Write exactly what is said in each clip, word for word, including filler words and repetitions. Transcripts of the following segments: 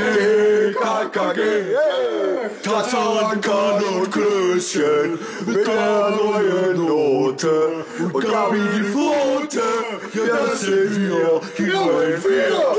T K K G, Tarzan, Kahn und Klößchen mit der neuen Note und Gabi die Pfote, ja das sind wir, die neuen vier.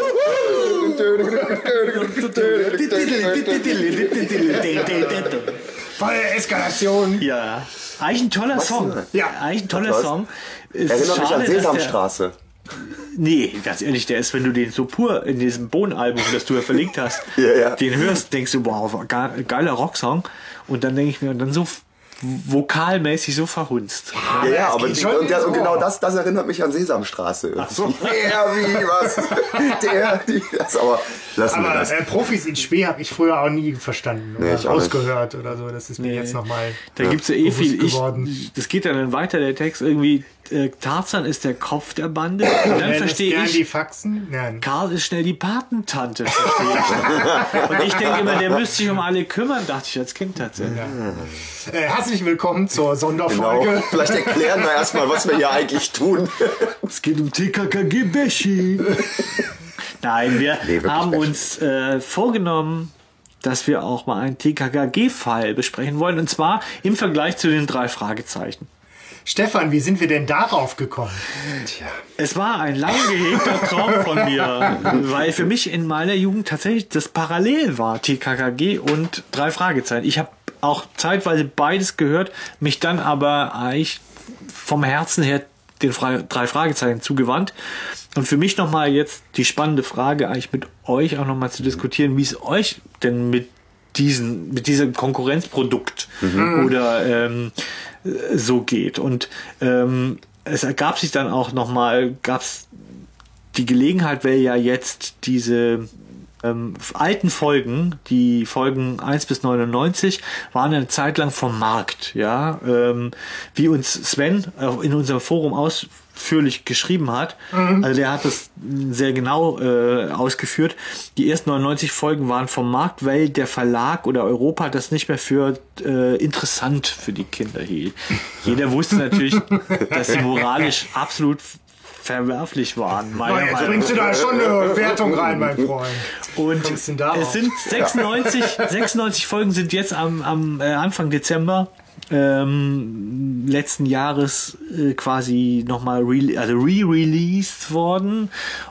Volle Eskalation. Ja, eigentlich ein toller Was Song. denn? Ja, eigentlich ein toller Was? Song. Es Erinnert ist mich an schade, dass der- Sesamstraße. Nee, ganz ehrlich, der ist, wenn du den so pur in diesem Bohnen-Album, das du ja verlinkt hast, Ja, ja. den hörst, denkst du, wow, ge- geiler Rocksong. Und dann denke ich mir, und dann so f- vokalmäßig so verhunzt. Ja, ja, es aber geht die, schon und, ja, ins und Ohr. genau das, das erinnert mich an Sesamstraße. Ach so. Wer, wie, was? Der, die, das, aber lassen wir Aber das. äh, Profis in Spee habe ich früher auch nie verstanden oder Nee, ich auch nicht. ausgehört oder so. Das ist mir jetzt nochmal. Da gibt's ja eh bewusst viel. Ich, geworden. das geht ja dann weiter, der Text irgendwie, äh, Tarzan ist der Kopf der Bande. Und dann verstehe gern ich, die Faxen? Nein. Karl ist schnell die Patentante, verstehe ich. Und ich denke immer, der müsste sich um alle kümmern, dachte ich als Kind tatsächlich. Äh, herzlich willkommen zur Sonderfolge. Genau. Vielleicht erklären wir erstmal, was wir hier eigentlich tun. Es geht um T K K G Beshi. Nein, wir Nee, wirklich haben Beshi. uns äh, vorgenommen, dass wir auch mal einen T K K G-Fall besprechen wollen. Und zwar im Vergleich zu den drei Fragezeichen. Stefan, wie sind wir denn darauf gekommen? Tja. Es war ein lang gehegter Traum von mir, weil für mich in meiner Jugend tatsächlich das parallel war, T K K G und drei Fragezeichen. Ich habe auch zeitweise beides gehört, mich dann aber eigentlich vom Herzen her den Fra- drei Fragezeichen zugewandt. Und für mich nochmal jetzt die spannende Frage, eigentlich mit euch auch nochmal zu diskutieren, wie es euch denn mit diesen, mit diesem Konkurrenzprodukt oder ähm, so geht. Und ähm, es ergab sich dann auch nochmal, gab es die Gelegenheit, weil ja jetzt diese ähm, alten Folgen, die Folgen eins bis neunundneunzig, waren eine Zeit lang vom Markt, ja, ähm, wie uns Sven auch in unserem Forum ausführlich geschrieben hat. Also der hat das sehr genau äh, ausgeführt. Die ersten neunundneunzig Folgen waren vom Markt, weil der Verlag oder Europa das nicht mehr für äh, interessant für die Kinder hielt. Jeder wusste natürlich, dass sie moralisch absolut verwerflich waren. meiner Oh, jetzt Meinung bringst du da schon eine Wertung rein, mein Freund. und kommst du denn darauf? es sind sechsundneunzig, sechsundneunzig Folgen sind jetzt am, am äh, Anfang Dezember ähm, letzten Jahres äh, quasi nochmal re also re-released worden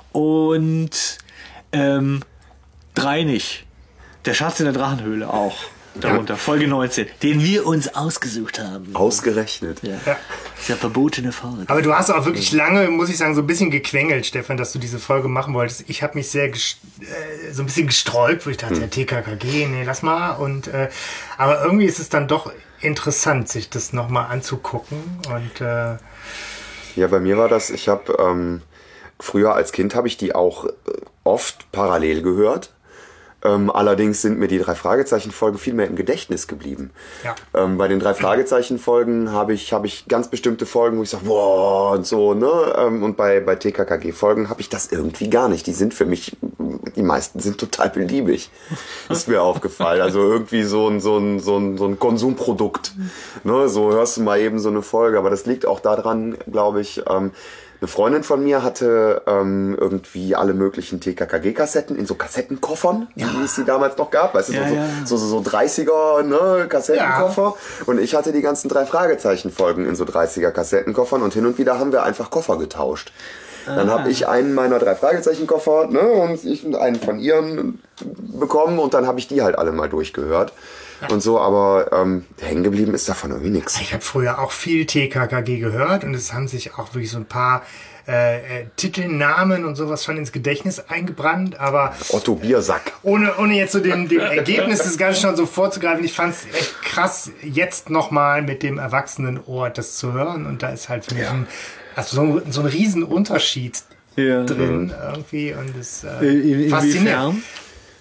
und ähm, drei nicht. Der Schatz in der Drachenhöhle auch darunter, Folge neunzehn, den wir uns ausgesucht haben. Ausgerechnet. Ja. Ja. Dieser verbotene Folge. Aber du hast auch wirklich lange, muss ich sagen, so ein bisschen gequengelt, Stefan, dass du diese Folge machen wolltest. Ich habe mich sehr ges- äh, so ein bisschen gesträubt, wo ich dachte, ja, T K K G, nee, lass mal. Und äh, aber irgendwie ist es dann doch interessant, sich das nochmal anzugucken. Und äh, Ja, bei mir war das, ich habe ähm, früher als Kind habe ich die auch äh, oft parallel gehört. Ähm, allerdings sind mir die drei Fragezeichen-Folgen viel mehr im Gedächtnis geblieben. Ja. Ähm, bei den drei Fragezeichen-Folgen habe ich, habe ich ganz bestimmte Folgen, wo ich sage, wow, und so, ne? Ähm, und bei, bei T K K G-Folgen habe ich das irgendwie gar nicht. Die sind für mich, die meisten sind total beliebig. Ist mir aufgefallen. Also irgendwie so ein, so ein, so ein, so ein Konsumprodukt. Ne? So hörst du mal eben so eine Folge. Aber das liegt auch daran, glaube ich, ähm, eine Freundin von mir hatte ähm, irgendwie alle möglichen T K K G-Kassetten in so Kassettenkoffern, wie es die damals noch gab. Weißt du, Ja, so, ja. so, so, so dreißiger ne, Kassettenkoffer. Und ich hatte die ganzen drei Fragezeichen-Folgen in so dreißiger Kassettenkoffern und hin und wieder haben wir einfach Koffer getauscht. Dann habe ich einen meiner drei Fragezeichen-Koffer ne, und ich einen von ihren bekommen und dann habe ich die halt alle mal durchgehört. Und so, aber ähm, hängen geblieben ist davon irgendwie nichts. ich habe früher auch viel T K K G gehört und es haben sich auch wirklich so ein paar äh, äh, Titelnamen und sowas schon ins Gedächtnis eingebrannt, aber Otto Biersack. ohne, ohne jetzt so dem, dem Ergebnis des Ganzen schon so vorzugreifen, ich fand es echt krass, jetzt nochmal mit dem Erwachsenenohr das zu hören und da ist halt für mich ein, also so ein, so ein Riesenunterschied Ja. drin irgendwie und das In- äh, in- faszinierend. inwiefern?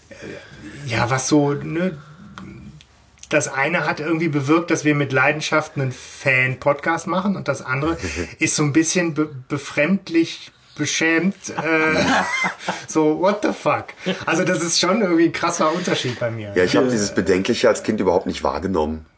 Ja, was so, ne, das eine hat irgendwie bewirkt, dass wir mit Leidenschaft einen Fan-Podcast machen und das andere ist so ein bisschen be befremdlich beschämt. Äh, so, what the fuck? Also das ist schon irgendwie ein krasser Unterschied bei mir. Ja, ich habe dieses Bedenkliche als Kind überhaupt nicht wahrgenommen.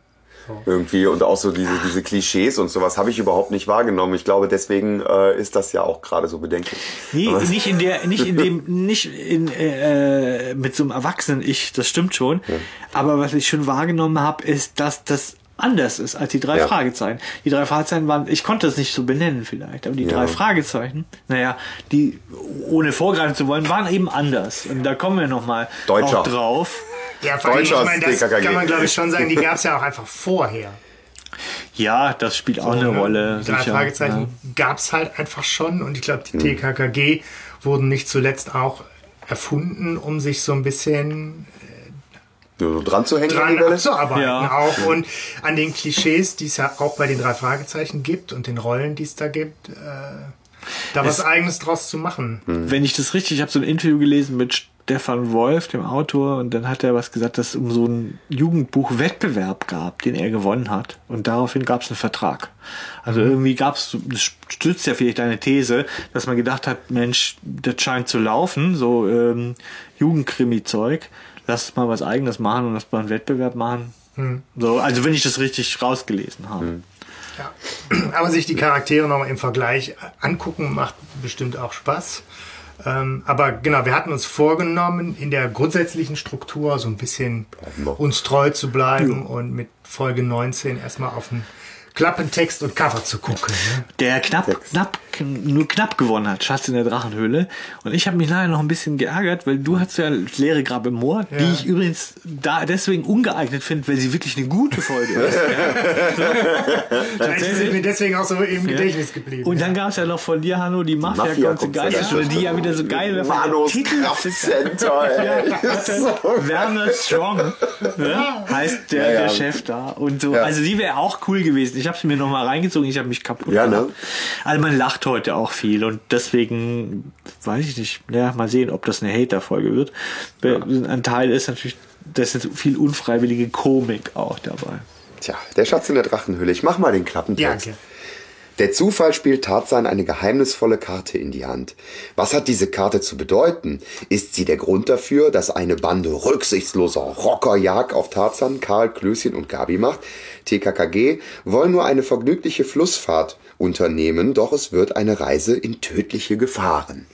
Irgendwie und auch so diese, diese Klischees und sowas habe ich überhaupt nicht wahrgenommen. Ich glaube, deswegen äh, ist das ja auch gerade so bedenklich. Nee, nicht in der, nicht in dem, nicht in, äh, mit so einem Erwachsenen-Ich, das stimmt schon. Ja. Aber was ich schon wahrgenommen habe, ist, dass das anders ist als die drei ja. Fragezeichen. Die drei Fragezeichen waren, ich konnte das nicht so benennen vielleicht, aber die ja. drei Fragezeichen, naja, die, ohne vorgreifen zu wollen, waren eben anders. Und da kommen wir nochmal auch drauf. Ja, vor allem, ich meine, das kann man, glaube ich, schon sagen, die gab es ja auch einfach vorher. Ja, das spielt auch so, eine ne? Rolle. Drei sicher. Fragezeichen ja. gab es halt einfach schon und ich glaube, die hm. T K K G wurden nicht zuletzt auch erfunden, um sich so ein bisschen so dran zu hängen, dran abzuarbeiten ja. auch und an den Klischees, die es ja auch bei den drei Fragezeichen gibt und den Rollen, die es da gibt, äh, da es, was Eigenes draus zu machen. Wenn ich das richtig, ich habe so ein Interview gelesen mit Stefan Wolf, dem Autor, und dann hat er was gesagt, dass es um so einen Jugendbuchwettbewerb gab, den er gewonnen hat. Und daraufhin gab es einen Vertrag. Also mhm. irgendwie gab es, das stützt ja vielleicht deine These, dass man gedacht hat, Mensch, das scheint zu laufen, so ähm, Jugendkrimi-Zeug. Lass mal was Eigenes machen und lass mal einen Wettbewerb machen. Mhm. So, also wenn ich das richtig rausgelesen habe. Mhm. Ja. Aber sich die Charaktere nochmal im Vergleich angucken, macht bestimmt auch Spaß. Ähm, aber genau, wir hatten uns vorgenommen, in der grundsätzlichen Struktur so ein bisschen uns treu zu bleiben ja. und mit Folge neunzehn erstmal auf den Klappentext und Cover zu gucken. Ne? Der knapp, knapp, nur knapp gewonnen hat, Schatz in der Drachenhöhle. Und ich habe mich leider noch ein bisschen geärgert, weil du hast ja Leere Grab im Moor, ja. die ich übrigens da deswegen ungeeignet finde, weil sie wirklich eine gute Folge ist. Vielleicht sind mir deswegen auch so im Gedächtnis ja. geblieben. Und dann gab es ja noch von dir, Hanno, die Mafia-Konzentration, die ja wieder so geil war. Manos Kraftcenter, ey. Werner Strong ja, heißt der, ja, ja. der Chef da. Und so. Ja. Also die wäre auch cool gewesen. Ich habe es mir noch mal reingezogen, ich habe mich kaputt ja, ne? Also man lacht heute auch viel und deswegen weiß ich nicht, ja, mal sehen, ob das eine Hater-Folge wird. Ja. Ein Teil ist natürlich, da ist jetzt viel unfreiwillige Komik auch dabei. Tja, der Schatz in der Drachenhöhle. Ich mach mal den Klappentext. Ja, okay. Der Zufall spielt Tarzan eine geheimnisvolle Karte in die Hand. Was hat diese Karte zu bedeuten? Ist sie der Grund dafür, dass eine Bande rücksichtsloser Rocker Jagd auf Tarzan, Karl, Klößchen und Gabi macht? T K K G wollen nur eine vergnügliche Flussfahrt unternehmen, doch es wird eine Reise in tödliche Gefahren.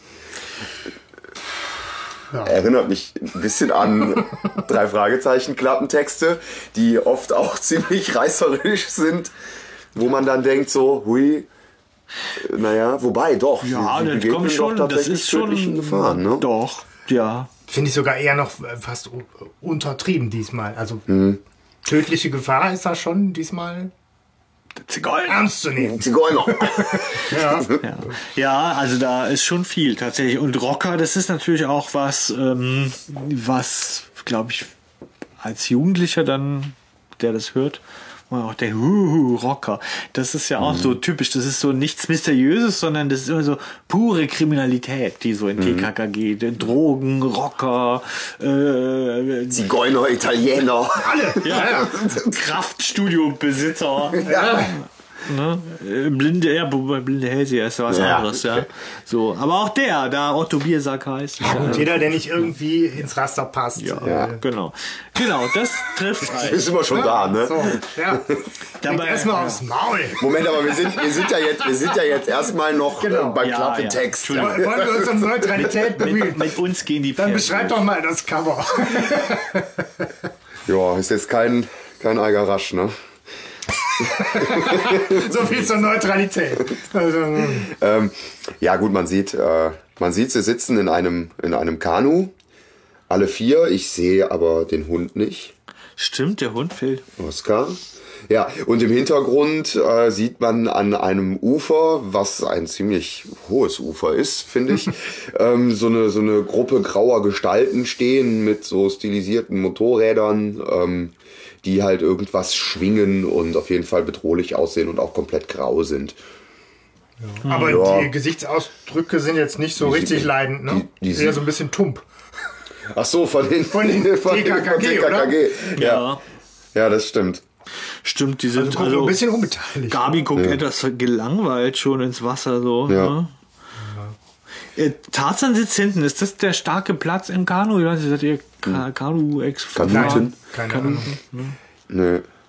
Ja. Erinnert mich ein bisschen an drei Fragezeichen Klappentexte, die oft auch ziemlich reißerisch sind. Wo man dann denkt so, hui, naja, wobei, doch. Ja, sie, das kommt schon, das ist schon, Gefahren, ne? Doch, ja. Finde ich sogar eher noch fast untertrieben diesmal. Also hm. tödliche Gefahr ist da schon diesmal Zigeuner. ernst zu nehmen. Zigeuner. ja. ja. ja, also da ist schon viel tatsächlich. Und Rocker, das ist natürlich auch was, ähm, was, glaube ich, als Jugendlicher dann, der das hört, man auch denkt, huhu, Rocker. Das ist ja auch mhm. so typisch. Das ist so nichts Mysteriöses, sondern das ist immer so pure Kriminalität, die so in mhm. T K K G, Drogen, Rocker, äh, Zigeuner, Italiener, alle. Ja, ja. Kraftstudio-Besitzer. Ja. Ne? Blinde, ja, blinde Hellseher ist was ja, anderes, ja. So, aber auch der, da Otto Biersack heißt. Ja, und jeder, der nicht irgendwie ins Raster passt. Ja, ja. genau. Genau, das trifft halt. Ist immer schon ja, da, ne? So, ja. Dabei erstmal aufs Maul. Moment, aber wir sind, wir sind ja jetzt, wir sind ja jetzt erstmal noch genau. beim ja, Klappentext. Ja. Wollen wir uns um Neutralität bemühen? Mit, mit uns gehen die Pferde. Dann beschreib doch mal das Cover. Ja, ist jetzt kein, kein Eiger-Rasch, ne? So viel zur Neutralität. Also, ähm, ja gut, man sieht, äh, man sieht, sie sitzen in einem, in einem Kanu, alle vier. Ich sehe aber den Hund nicht. Stimmt, der Hund fehlt. Oscar. Ja, und im Hintergrund äh, sieht man an einem Ufer, was ein ziemlich hohes Ufer ist, finde ich, ähm, so eine so eine Gruppe grauer Gestalten stehen mit so stilisierten Motorrädern, ähm, die halt irgendwas schwingen und auf jeden Fall bedrohlich aussehen und auch komplett grau sind. Ja. Aber ja. die Gesichtsausdrücke sind jetzt nicht so die richtig sind, leidend, ne? Die, die eher so ein bisschen tump. Ach so, von den, von den, von den T K K G, oder? Ja. ja. Ja, das stimmt. Stimmt, die sind also, also ein bisschen unbeteiligt. Gabi guckt ja. etwas gelangweilt schon ins Wasser so. Ja. Ne? Ja. Tarzan sitzt hinten. Ist das der starke Platz im Kanu? Ich weiß nicht, seid ihr Ka- Kanu-Ex? Kanuten? Keine Ahnung. Nee.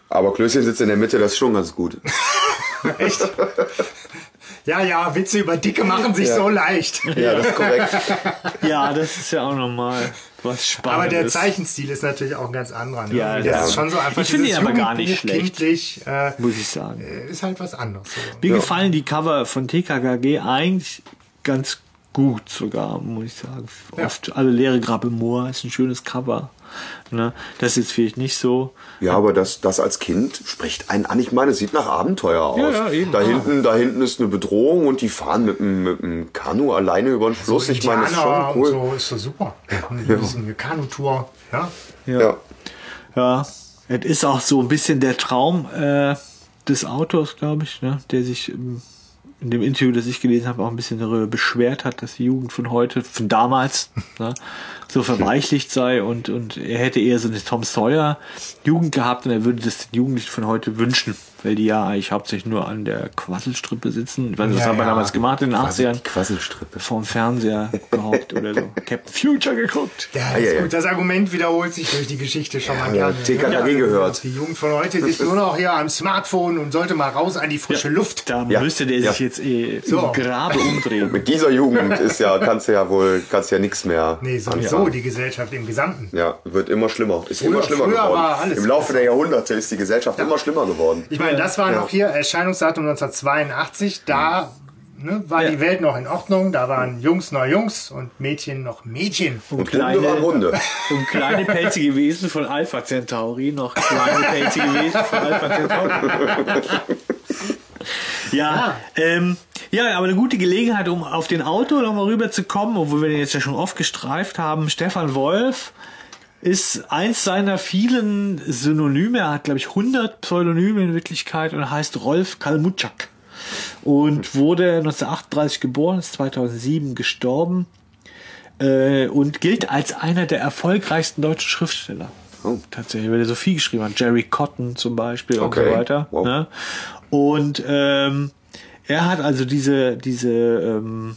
Aber Klößchen sitzt in der Mitte, das ist schon ganz gut. Echt? Ja, ja, Witze über Dicke machen sich Ja. so leicht. Ja, das ist korrekt. Ja, das ist ja auch nochmal was Spannendes. Aber der Zeichenstil ist natürlich auch ein ganz anderer. Ne? Ja, das ja. ist schon so einfach. Ich finde dieses ihn aber gar nicht Jugendbuch, schlecht. Kindlich, äh, muss ich sagen. ist halt was anderes. So. Mir Ja. gefallen die Cover von T K K G eigentlich ganz gut sogar, muss ich sagen. Ja. Oft alle leere Grappe Moor ist ein schönes Cover. Ne? Das ist jetzt vielleicht nicht so. Ja, aber das, das als Kind spricht einen an. Ich meine, es sieht nach Abenteuer aus. Ja, ja, eben. Da, hinten, da hinten ist eine Bedrohung und die fahren mit dem, mit dem Kanu alleine über den Fluss. So Ich meine, das ist Indianer schon cool. und so ist so super. Ja. Eine Kanutour. Ja. Ja. Ja, es ist auch so ein bisschen der Traum äh, des Autors, glaube ich, ne? Der sich ähm, in dem Interview, das ich gelesen habe, auch ein bisschen darüber beschwert hat, dass die Jugend von heute, von damals, ne, so verweichlicht sei und, und er hätte eher so eine Tom Sawyer Jugend gehabt und er würde das den Jugendlichen von heute wünschen, weil die ja eigentlich hauptsächlich nur an der Quasselstrippe sitzen. Ich weiß nicht, was Ja, haben wir ja. damals gemacht in den achtzigern? Die Quasselstrippe. Vorm Fernseher gehockt oder so. Captain Future geguckt. Ja, Ah, ist ja, ja. gut. Das Argument wiederholt sich durch die Geschichte schon mal Ja, gerne. T K K G gehört. Die Jugend von heute sitzt nur noch hier am Smartphone und sollte mal raus an die frische Luft. Da Ja. müsste der Ja. sich jetzt eh So. im Grabe umdrehen. Mit dieser Jugend ist ja, kannst du ja wohl, kannst ja nichts mehr. Nee, sowieso anfangen. die Gesellschaft im Gesamten. Ja, wird immer schlimmer. Ist Früher- immer schlimmer früher geworden. war alles Im Laufe der Jahrhunderte ist die Gesellschaft immer schlimmer geworden. Ich meine, das war Ja. noch hier Erscheinungsdatum neunzehnhundertzweiundachtzig. Da ne, war Ja. die Welt noch in Ordnung. Da waren Jungs noch Jungs und Mädchen noch Mädchen. Und kleine- Hunde waren Hunde. Und kleine pelzige Wesen von Alpha Centauri, noch kleine pelzige Wesen von Alpha Centauri. Ja, ähm, ja, aber eine gute Gelegenheit, um auf den Autor nochmal rüber zu kommen, obwohl wir den jetzt ja schon oft gestreift haben. Stefan Wolf ist eins seiner vielen Synonyme. Er hat, glaube ich, hundert Pseudonyme in Wirklichkeit und heißt Rolf Kalmutschak. Und wurde neunzehnhundertachtunddreißig geboren, ist zweitausendsieben gestorben äh, und gilt als einer der erfolgreichsten deutschen Schriftsteller. Oh. Tatsächlich, weil er so viel geschrieben hat. Jerry Cotton zum Beispiel Okay. und so weiter. Wow. Ne? Und ähm, er hat also diese, diese ähm,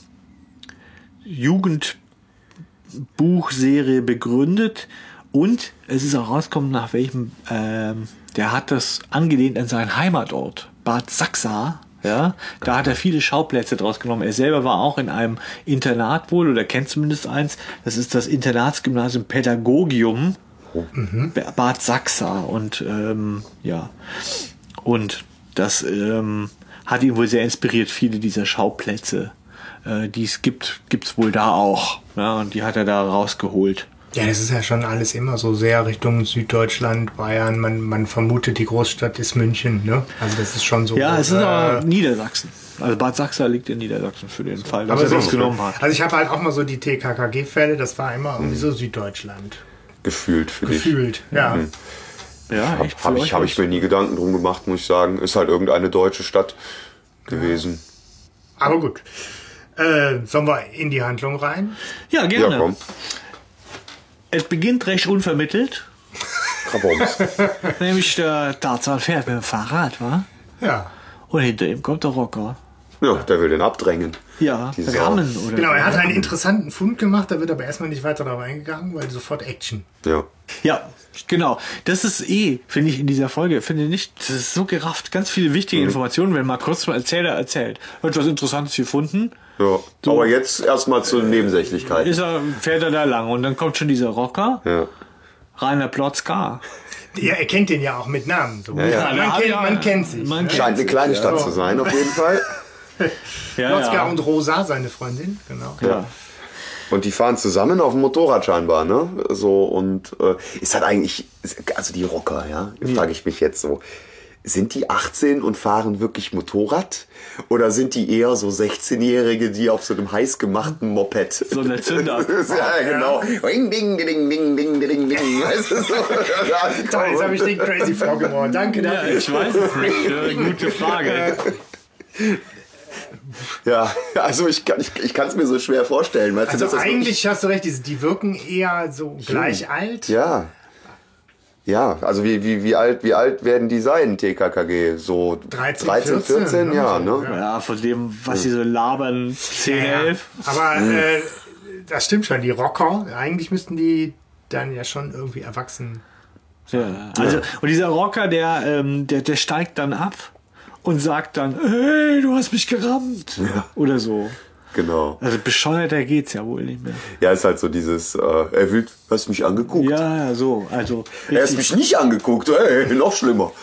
Jugendbuchserie begründet und es ist auch rausgekommen, nach welchem, ähm, der hat das angelehnt an seinen Heimatort, Bad Sachsa. Ja, da hat er viele Schauplätze draus genommen. Er selber war auch in einem Internat wohl, oder kennt zumindest eins. Das ist das Internatsgymnasium Pädagogium Bad Sachsa. Und ähm, ja, und das ähm, hat ihn wohl sehr inspiriert. Viele dieser Schauplätze, äh, die es gibt, gibt's wohl da auch. Ja, und die hat er da rausgeholt. Ja, das ist ja schon alles immer so sehr Richtung Süddeutschland, Bayern. Man, man vermutet, die Großstadt ist München. Ne? Also das ist schon so. Ja, es ist äh, aber Niedersachsen. Also Bad Sachsa liegt in Niedersachsen für den Fall, dass aber er so das genommen hat. Also ich habe halt auch mal so die T K K G-Fälle, das war immer irgendwie so Süddeutschland. Gefühlt für dich. Gefühlt, ja. Ja, Habe hab ich, hab ich mir nie Gedanken drum gemacht, muss ich sagen. Ist halt irgendeine deutsche Stadt gewesen. Aber gut. Äh, sollen wir in die Handlung rein? Ja, Ja, gerne. komm. Es beginnt recht unvermittelt. Krabboms. Nämlich der Tarzan fährt mit dem Fahrrad, wa? Ja. Und hinter ihm kommt der Rocker. Ja, der will den abdrängen. Ja, Die Sau. rammen oder Genau, er hat so. einen interessanten Fund gemacht, da wird aber erstmal nicht weiter darauf eingegangen, weil sofort Action. Ja. Ja, genau. Das ist eh, finde ich, in dieser Folge, finde ich nicht, das ist so gerafft. Ganz viele wichtige Informationen, wenn mal kurz mal Erzähler erzählt. Hat was Interessantes gefunden. Ja. So. Aber jetzt erstmal zur Nebensächlichkeit. Ist er, fährt er da lang und dann kommt schon dieser Rocker, Ja. Rainer Plotzka. Ja, er kennt den ja auch mit Namen. So. Ja, ja. Man, Ja, kennt, ja, man kennt sich. man ne? kennt Scheint eine kleine Stadt zu sein, auf jeden Fall. Ja, Plotzka ja. und Rosa, seine Freundin, genau. Ja. Und die fahren zusammen auf dem Motorrad scheinbar, ne? So, und äh, ist halt eigentlich, also die Rocker, ja, frage ich mich jetzt so. Sind die achtzehn und fahren wirklich Motorrad? Oder sind die eher so sechzehnjährige, die auf so einem heiß gemachten Moped? So eine Zünder. Ja, genau. Ding, ding, ding, ding, ding, ding, ding. Weißt du, so. Toll, jetzt habe ich den Crazy Frog geworden. Danke Ja, dafür. ich weiß es nicht. Ja, gute Frage. Ja, also ich kann ich, ich kann es mir so schwer vorstellen. Weißt du, Also dass das eigentlich hast du recht, die, die wirken eher so gleich alt. Ja. Ja, also wie, wie, wie alt wie alt werden die sein, T K K G? So dreizehn, vierzehn, ja, ne? Ja, von dem, was sie so labern, zehn, Ja, elf. aber äh, das stimmt schon, die Rocker, eigentlich müssten die dann ja schon irgendwie erwachsen Ja. Also, und dieser Rocker, der, ähm, der, der steigt dann ab und sagt dann, hey, du hast mich gerammt. Ja. Oder so. Genau. Also bescheuerter geht's ja wohl nicht mehr. Ja, ist halt so dieses, äh, er will, hast mich angeguckt. Ja, ja, so. Also, Er hast mich nicht angeguckt, ey, noch schlimmer.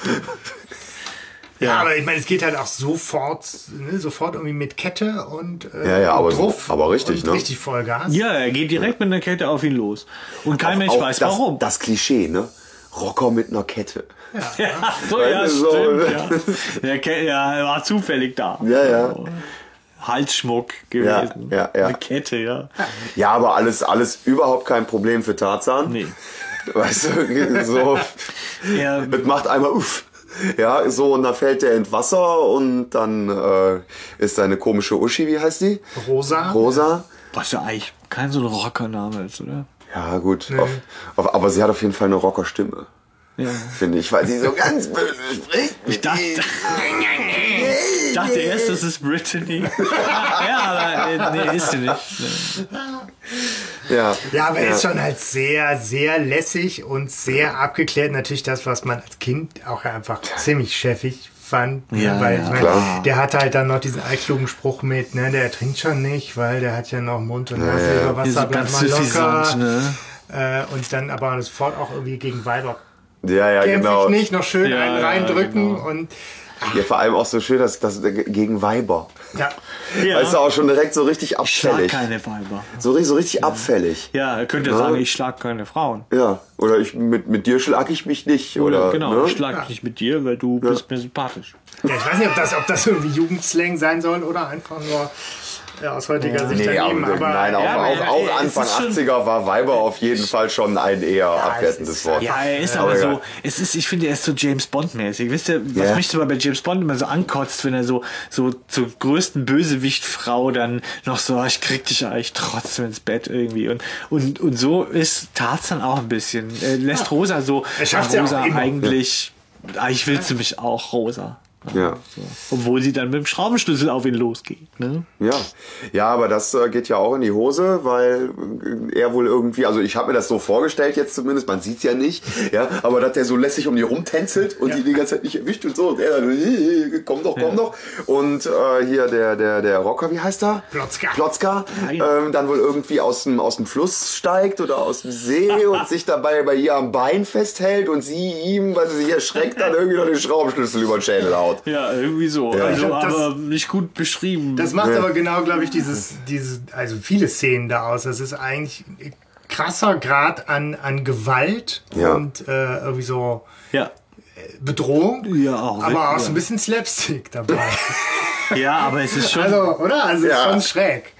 Ja, aber ich meine, es geht halt auch sofort, ne, sofort irgendwie mit Kette und äh, Ja, ja, aber, drauf aber richtig, und ne? richtig Vollgas. ja, er geht direkt mit einer Kette auf ihn los. Und kein Mensch Auch weiß das, warum. Das Klischee, ne? Rocker mit einer Kette. Ja, so, ja, So. stimmt. Ja. Der Ke ja, er war zufällig da. Ja, ja. Halsschmuck gewesen. Ja, ja, ja. Eine Kette, ja. Ja, aber alles, alles überhaupt kein Problem für Tarzan. Nee. Weißt du, so, Er, das macht einmal uff. Ja, so, und dann fällt der ins Wasser und dann äh, ist seine komische Uschi, wie heißt die? Rosa. Rosa. was ja eigentlich kein so ein Rockername ist, oder? Ja, gut. Auf, auf, aber sie hat auf jeden Fall eine Rockerstimme. Ja. Finde ich, weil sie so ganz böse spricht. Ich dachte, ich dachte erst, das ist Brittany. Ja, aber äh, nee, ist sie nicht. Nee. Ja. Ja, aber er ist schon halt sehr, sehr lässig und sehr abgeklärt. Natürlich das, was man als Kind auch einfach ziemlich chefig fand. Ne? Ja, weil ja, ich mein, klar. der hatte halt dann noch diesen altklugen Spruch mit, ne, der trinkt schon nicht, weil der hat ja noch Mund und Nase ja. über Wasser, Hier so bleibt ganz mal locker. suffisant, ne? Äh, und dann aber sofort auch irgendwie gegen Weiber Ja, ja, kämpfe genau. ich nicht, noch schön Ja, einen ja, reindrücken genau. und Ja, vor allem auch so schön, dass das gegen Weiber. ja. Ja. Weißt du, auch schon direkt so richtig Ich schlag abfällig. keine Weiber. So, ri- so richtig abfällig. Ja, er könnte Ja. sagen, ich schlag keine Frauen. Ja. Oder ich, mit, mit dir schlag ich mich nicht. Oder, Oder, genau, ne? ich schlag nicht mit dir, weil du bist mir sympathisch. Ja, ich weiß nicht, ob das, ob das irgendwie Jugendslang sein soll oder einfach nur ja, aus heutiger Sicht Nee, daneben. aber, Aber, nein, auch, ja, aber auch, er- auch es Anfang ist schon- achtziger war Weiber auf jeden Fall schon ein eher abwertendes ist- Wort. Ja, er ist Ja, aber aber so, egal. es ist, ich finde, er ist so James Bond-mäßig. Wisst ihr, was Ja. mich so bei James Bond immer so ankotzt, wenn er so, so zur größten Bösewichtfrau dann noch so, "Ah, ich krieg dich eigentlich trotzdem ins Bett irgendwie. Und, und, und so ist Tarzan auch ein bisschen. Er lässt Rosa so, Er schafft's ja auch Rosa immer. eigentlich, eigentlich willst du mich auch, Rosa. Ja. So. Obwohl sie dann mit dem Schraubenschlüssel auf ihn losgeht. Ne? Ja, ja, aber das äh, geht ja auch in die Hose, weil äh, er wohl irgendwie, also ich habe mir das so vorgestellt jetzt zumindest, man sieht's ja nicht, ja, aber dass der so lässig um die rumtänzelt und Ja. die die ganze Zeit nicht erwischt und so und er dann, äh, komm doch, komm doch und äh, hier der der der Rocker, wie heißt er? Plotzka. Plotzka, Ja, genau. ähm, dann wohl irgendwie aus dem aus dem Fluss steigt oder aus dem See und sich dabei bei ihr am Bein festhält und sie ihm, weil sie sich erschreckt, dann irgendwie noch den Schraubenschlüssel über den Schädel haut. Ja, irgendwie so. Ja. Also, Ich glaub, das- aber nicht gut beschrieben. das macht aber genau, glaube ich, dieses, dieses, also viele Szenen da aus. Das ist eigentlich ein krasser Grad an, an Gewalt Ja. und äh, irgendwie so ja. Bedrohung, Ja, auch. aber auch ja. so ein bisschen Slapstick dabei. Ja, aber es ist schon. Also, oder? Also, es Ja. ist schon schräg.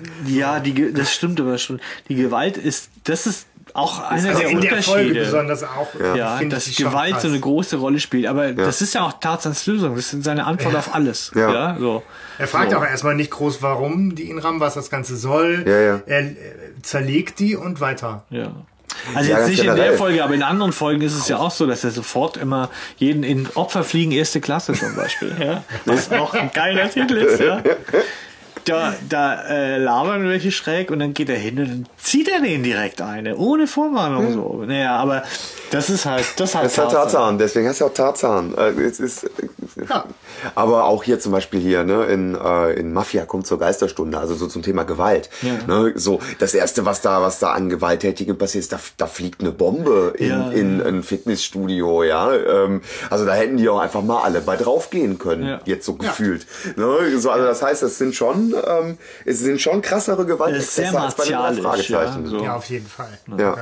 Ja, die, Ge- das stimmt aber schon. Die Gewalt ist, das ist auch einer Also der in der Folge Unterschiede. besonders auch. Ja, finde dass ich schon Gewalt krass. so eine große Rolle spielt. Aber das ist ja auch Tarzans Lösung. Das ist seine Antwort auf alles. Ja. Ja, so. Er fragt so. auch erstmal nicht groß, warum die ihn rammen, was das Ganze soll. Ja, ja. Er äh, zerlegt die und weiter. Ja. Also Ja, jetzt ganz nicht in der generell. Folge, aber in anderen Folgen ist es ja auch so, dass er sofort immer jeden in Opfer fliegen erste Klasse zum Beispiel. Ja? Was auch ein geiler Titel ist. Ja? Da, da äh, labern welche schräg und dann geht er hin und dann zieht er den direkt eine, ohne Vorwarnung so. Naja, aber das ist halt, das halt Das ist halt Tarzan, deswegen heißt er auch Tarzan. Äh, es ist, Ja. aber auch hier zum Beispiel hier, ne, in, äh, in Mafia kommt zur Geisterstunde, also so zum Thema Gewalt. Ja. Ne, so, das erste, was da, was da an Gewalttätigen passiert ist, da, da fliegt eine Bombe in, Ja. in ein Fitnessstudio, ja. Ähm, also da hätten die auch einfach mal alle bei draufgehen können, Ja. jetzt so gefühlt. Ne, so, also das heißt, es sind schon, ähm, es sind schon krassere Gewalt Das ist sehr als bei den drei martialisch, Fragezeichen. ja, so. Ja, auf jeden Fall. Ja.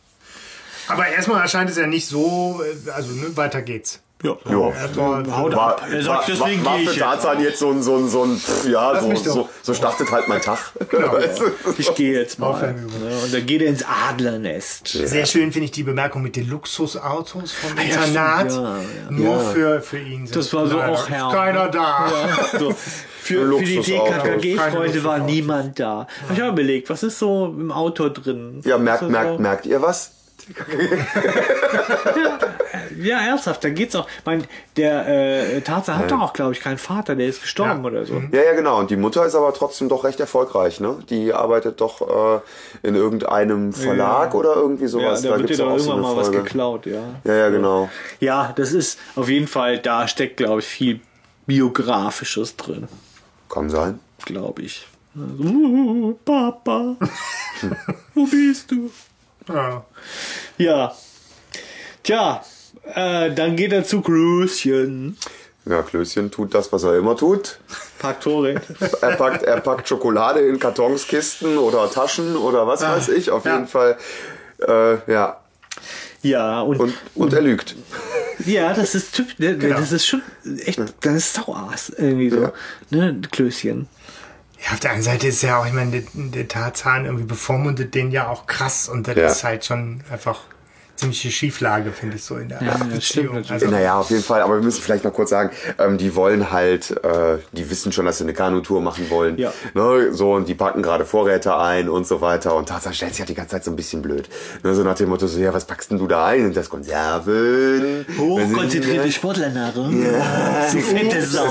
Aber erstmal erscheint es ja nicht so, äh, also ne, weiter geht's. Ja. Ja. Erstmal, Haut War, ab. Er sagt, deswegen war, war gehe für ich jetzt. Tarzan jetzt so ein, so ein, so ein pff, ja, Lass so, mich doch. so, so startet halt mein Tag. Genau. Weißt du? Ich gehe jetzt mal. Aufwärmübung. Ja, und dann geht er ins Adlernest. Sehr schön finde ich die Bemerkung mit den Luxusautos vom ja, Internat. stimmt, ja, ja. Nur Ja. für, für ihn. sind. Das war so Leider auch ist Herr. keiner da. Ja, so. Für, für die Luxusautos. T K K G-Freunde Keine war Luxusautos. niemand da. Hab ich habe überlegt, was ist so im Auto drin? Ja, Was merkt, ist merkt, so? merkt ihr was? Ja, ernsthaft, da geht's auch. Ich mein, der äh, Tarzan hat doch auch, glaube ich, keinen Vater, der ist gestorben Ja. oder so. Ja, ja, genau. Und die Mutter ist aber trotzdem doch recht erfolgreich, ne? Die arbeitet doch äh, in irgendeinem Verlag Ja. oder irgendwie Ja, sowas. da wird dir gibt's doch auch irgendwann so mal eine was Folge. geklaut, ja. Ja, ja, genau. Ja, das ist auf jeden Fall, da steckt, glaube ich, viel Biografisches drin, Kann sein. glaube ich. Also, uh, Papa, wo bist du? Ja. Ja. Tja, äh, dann geht er zu Klößchen. Ja, Klößchen tut das, was er immer tut. Packt Vorräte. Er packt, er packt Schokolade in Kartons, Kisten oder Taschen oder was Ah, weiß ich. Auf ja. jeden Fall, äh, ja. Ja, und, Und, und er lügt. ja, das ist typ, ne, Genau. das ist schon echt, das ist Sauass irgendwie so, Ja. ne, Klößchen. Ja, auf der einen Seite ist ja auch, ich meine, der, der Tarzan irgendwie bevormundet den ja auch krass und das Ja. ist halt schon einfach ziemliche Schieflage, finde ich so in der Ja, das Beziehung. stimmt natürlich. Also, Naja, auf jeden Fall. Aber wir müssen vielleicht noch kurz sagen, ähm, die wollen halt, äh, die wissen schon, dass sie eine Kanutour machen wollen. Ja. Ne, so, und die packen gerade Vorräte ein und so weiter. Und Tarzan stellt sich halt die ganze Zeit so ein bisschen blöd. Ne, so nach dem Motto, so, ja, was packst denn du da ein? Und das Konserven. Hochkonzentrierte Sportlernahrung. Ja. So fette Sau.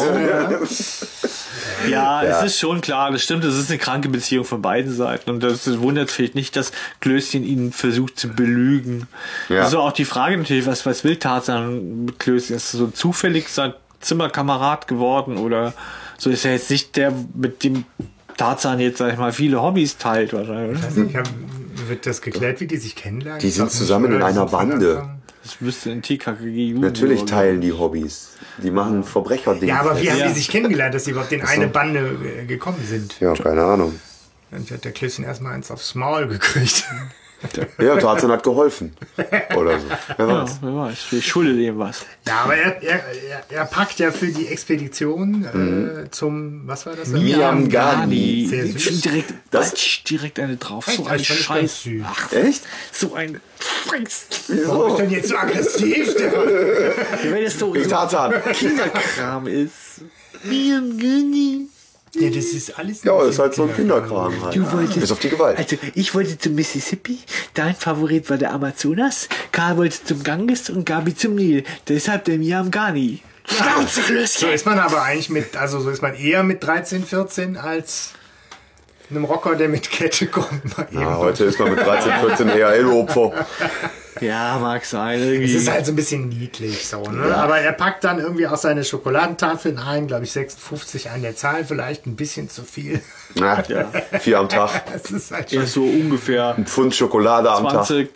Ja, Ja. es ist schon klar, das stimmt, es ist eine kranke Beziehung von beiden Seiten und das wundert vielleicht nicht, dass Klößchen ihn versucht zu belügen. Ja. Also auch die Frage natürlich, was, was will Tarzan mit Klößchen? Ist er so zufällig sein Zimmerkamerad geworden oder so? Ist er jetzt nicht der, mit dem Tarzan jetzt, sag ich mal, viele Hobbys teilt wahrscheinlich, oder? weiß nicht, haben- wird das geklärt, wie die sich kennenlernen? Die Ich sind glaub nicht, zusammen in oder? Die einer sind von Bande. Anfang- Das müsste in T K K G Junior. Natürlich teilen die Hobbys. Die machen Verbrecherdienst. Ja, aber wie haben Ja. die sich kennengelernt, dass sie überhaupt in eine Bande äh, gekommen sind? Ja, keine Ahnung. Dann hat der Klößchen erstmal eins aufs Maul gekriegt. Ja, Tarzan hat geholfen. Oder so. Wer Ja, weiß. wer weiß, ich schulde dem was. Ja, aber er, er, er, er packt ja für die Expedition äh, zum, was war das? Miamgani. Sehr Schon süß. direkt, Das- batsch, direkt eine drauf. Echt? So Das ein fand ich Scheiß. ganz süß. Ach, Echt? so ein Scheiß. Warum ist denn jetzt so aggressiv, Stefan? Wenn es so, so Tarzan. Kinderkram ist. Miamgani. Ja, das ist alles Ja, nicht das ist halt so ein Kinderkram. Kinderkram halt. Du wolltest, Bis auf die Gewalt. Also, ich wollte zum Mississippi, dein Favorit war der Amazonas, Karl wollte zum Ganges und Gabi zum Nil. Deshalb der Miamgani. Schnauze, So Klößchen. ist man aber eigentlich mit, also so ist man eher mit dreizehn, vierzehn als einem Rocker, der mit Kette kommt. Mal eben. Ja, heute ist man mit dreizehn, vierzehn eher Elo-Opfer. Ja, mag sein. Irgendwie. Es ist halt so ein bisschen niedlich so, ne? Aber er packt dann irgendwie auch seine Schokoladentafeln ein, glaube ich sechsundfünfzig an der Zahl, vielleicht ein bisschen zu viel. Na, vier am Tag. Das ist halt Er schon. ist so ungefähr Ein Pfund Schokolade am Tag. zwanzig.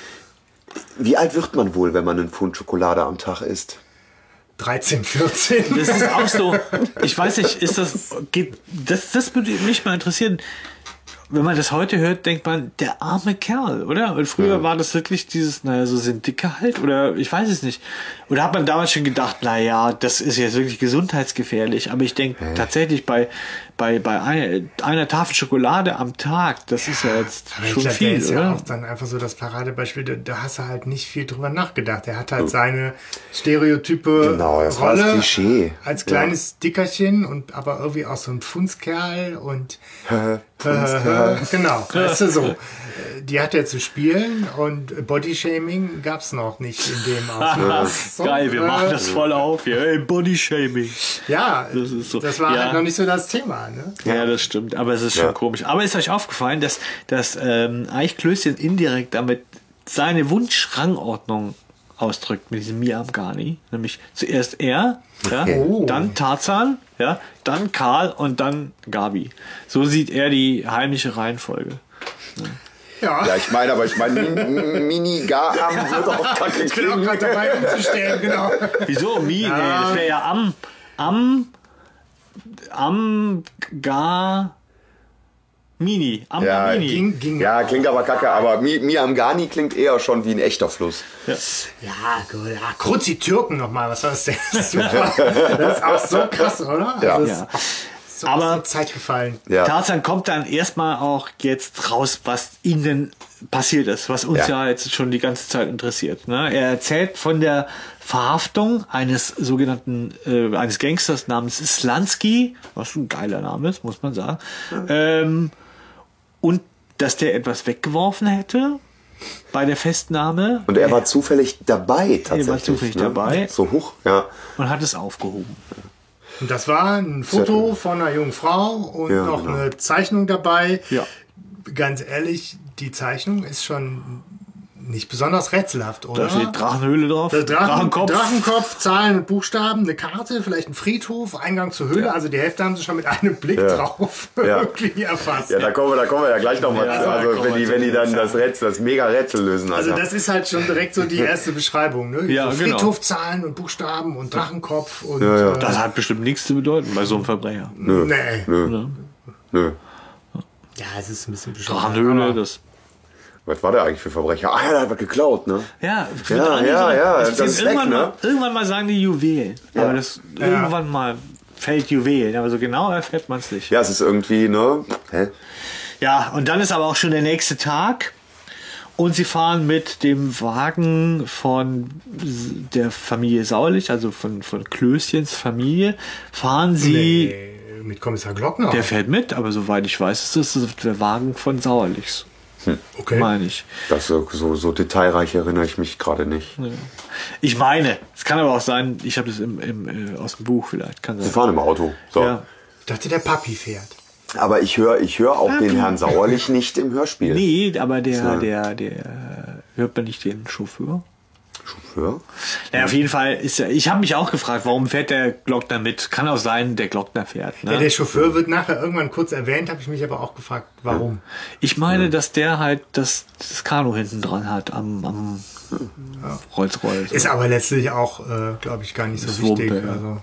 Wie alt wird man wohl, wenn man einen Pfund Schokolade am Tag isst? dreizehn, vierzehn. Das ist auch so, ich weiß nicht, ist das, geht, das, das würde mich mal interessieren. Wenn man das heute hört, denkt man, der arme Kerl, oder? Und früher Ja. war das wirklich dieses, naja, so sind Dicke halt, oder ich weiß es nicht. Oder hat man damals schon gedacht, naja, das ist jetzt wirklich gesundheitsgefährlich. Aber ich denke tatsächlich bei, bei, bei einer, einer Tafel Schokolade am Tag, das ist ja jetzt Aber ich schon glaube, der viel, ist ja oder? auch dann einfach so das Paradebeispiel, da, da hast du halt nicht viel drüber nachgedacht. Er hat halt seine stereotype Genau, das war das Rolle Klischee. als kleines Dickerchen und aber irgendwie auch so ein Pfundskerl und genau, weißt du so. Äh, Die hat er zu spielen und Bodyshaming gab es noch nicht in dem Ausmaß. So, Geil, wir äh, machen das voll auf hier. Ey, Bodyshaming. Ja, Das das, ist so. war Ja. halt noch nicht so das Thema. Ne? Ja, das stimmt. Aber es ist schon Ja. komisch. Aber ist euch aufgefallen, dass, dass ähm, Eichklößchen indirekt damit seine Wunschrangordnung ausdrückt mit diesem Miamgani? Nämlich zuerst er, ja, Oh. dann Tarzan, ja, dann Karl und dann Gabi. So sieht er die heimliche Reihenfolge. Ja, Ja, ich meine, aber ich meine, Mini-Gar-Arm wird auch kacke ich bin auch klingen. gerade dabei umzustellen, genau. Wieso? Mi? Nee, das wäre ja am, am, am, gar, Mini. Am, Ja, Mini. Ging, ging Ja, klingt aber kacke, aber Mi- Miamgani klingt eher schon wie ein echter Fluss. Ja, gut. Ja, Kruzi Türken nochmal, was war das denn? Super. Das ist auch so krass, oder? Ja. Also, Ja. so Aber- aus der Zeit gefallen. Ja. Tarzan kommt dann erstmal auch jetzt raus, was ihm denn passiert ist, was uns ja, Ja. jetzt schon die ganze Zeit interessiert. Ne? Er erzählt von der Verhaftung eines sogenannten, äh, eines Gangsters namens Slansky, was ein geiler Name ist, muss man sagen. Ähm, und dass der etwas weggeworfen hätte. bei der Festnahme. Und er war zufällig dabei tatsächlich. Er war zufällig ne? dabei. So hoch, ja. Und hat es aufgehoben. Und das war ein Foto von einer jungen Frau und Ja, noch genau. eine Zeichnung dabei. Ja. Ganz ehrlich, die Zeichnung ist schon nicht besonders rätselhaft, oder? Da steht Drachenhöhle drauf. Der Drachen, Drachenkopf. Drachtenkopf, Zahlen und Buchstaben, eine Karte, vielleicht ein Friedhof, Eingang zur Höhle. Also die Hälfte haben sie schon mit einem Blick Ja. drauf Ja. irgendwie erfasst. Ja, da kommen wir, da kommen wir ja gleich nochmal Ja, zu. da Also kommen wenn wir die, zu. wenn die dann das Rätsel, das Mega-Rätsel lösen. Also Alter. das ist halt schon direkt so die erste Beschreibung. Ne? Ja, so genau. Friedhof, Zahlen und Buchstaben und Drachenkopf. Und, Ja, ja. Äh, Das hat bestimmt nichts zu bedeuten bei so einem Verbrecher. Nö, nee. nö, nö. Ja, es ist ein bisschen bescheuert. Drachenhöhle, das. Was war der eigentlich für Verbrecher? Ah ja, der hat was geklaut, ne? Ja, Ja, ja, ja, das ist weg, irgendwann, ne? mal, irgendwann mal sagen die Juwelen. Ja. Aber das irgendwann mal fällt Juwelen. Aber so genau erfährt man es nicht. Ja, es ist irgendwie, ne? Hä? Ja, und dann ist aber auch schon der nächste Tag. Und sie fahren mit dem Wagen von der Familie Sauerlich, also von, von Klößchens Familie, fahren sie. Nee, mit Kommissar Glockner. Der fährt mit, aber soweit ich weiß, ist das der Wagen von Sauerlichs. okay. Meine ich. Das so, so, so detailreich erinnere ich mich gerade nicht. Ich meine, es kann aber auch sein, ich habe das im, im, äh, aus dem Buch vielleicht. Kann Sie sein. fahren im Auto. So. Ja. Ich dachte, der Papi fährt. Aber ich höre ich hör auch den Herrn Sauerlich nicht im Hörspiel. Nee, aber der, So. der, der, hört man nicht den Chauffeur? Chauffeur? Ja, auf jeden Fall ist er, ich habe mich auch gefragt, warum fährt der Glockner mit? Kann auch sein, der Glockner fährt. Ne? Ja, der Chauffeur wird nachher irgendwann kurz erwähnt, habe ich mich aber auch gefragt, warum. Ich meine, dass der halt das, das Kanu hinten dran hat am, am Rolls-Royce. Ist aber letztlich auch, äh, glaube ich, gar nicht so Das wichtig. Wumpe, ja. Also.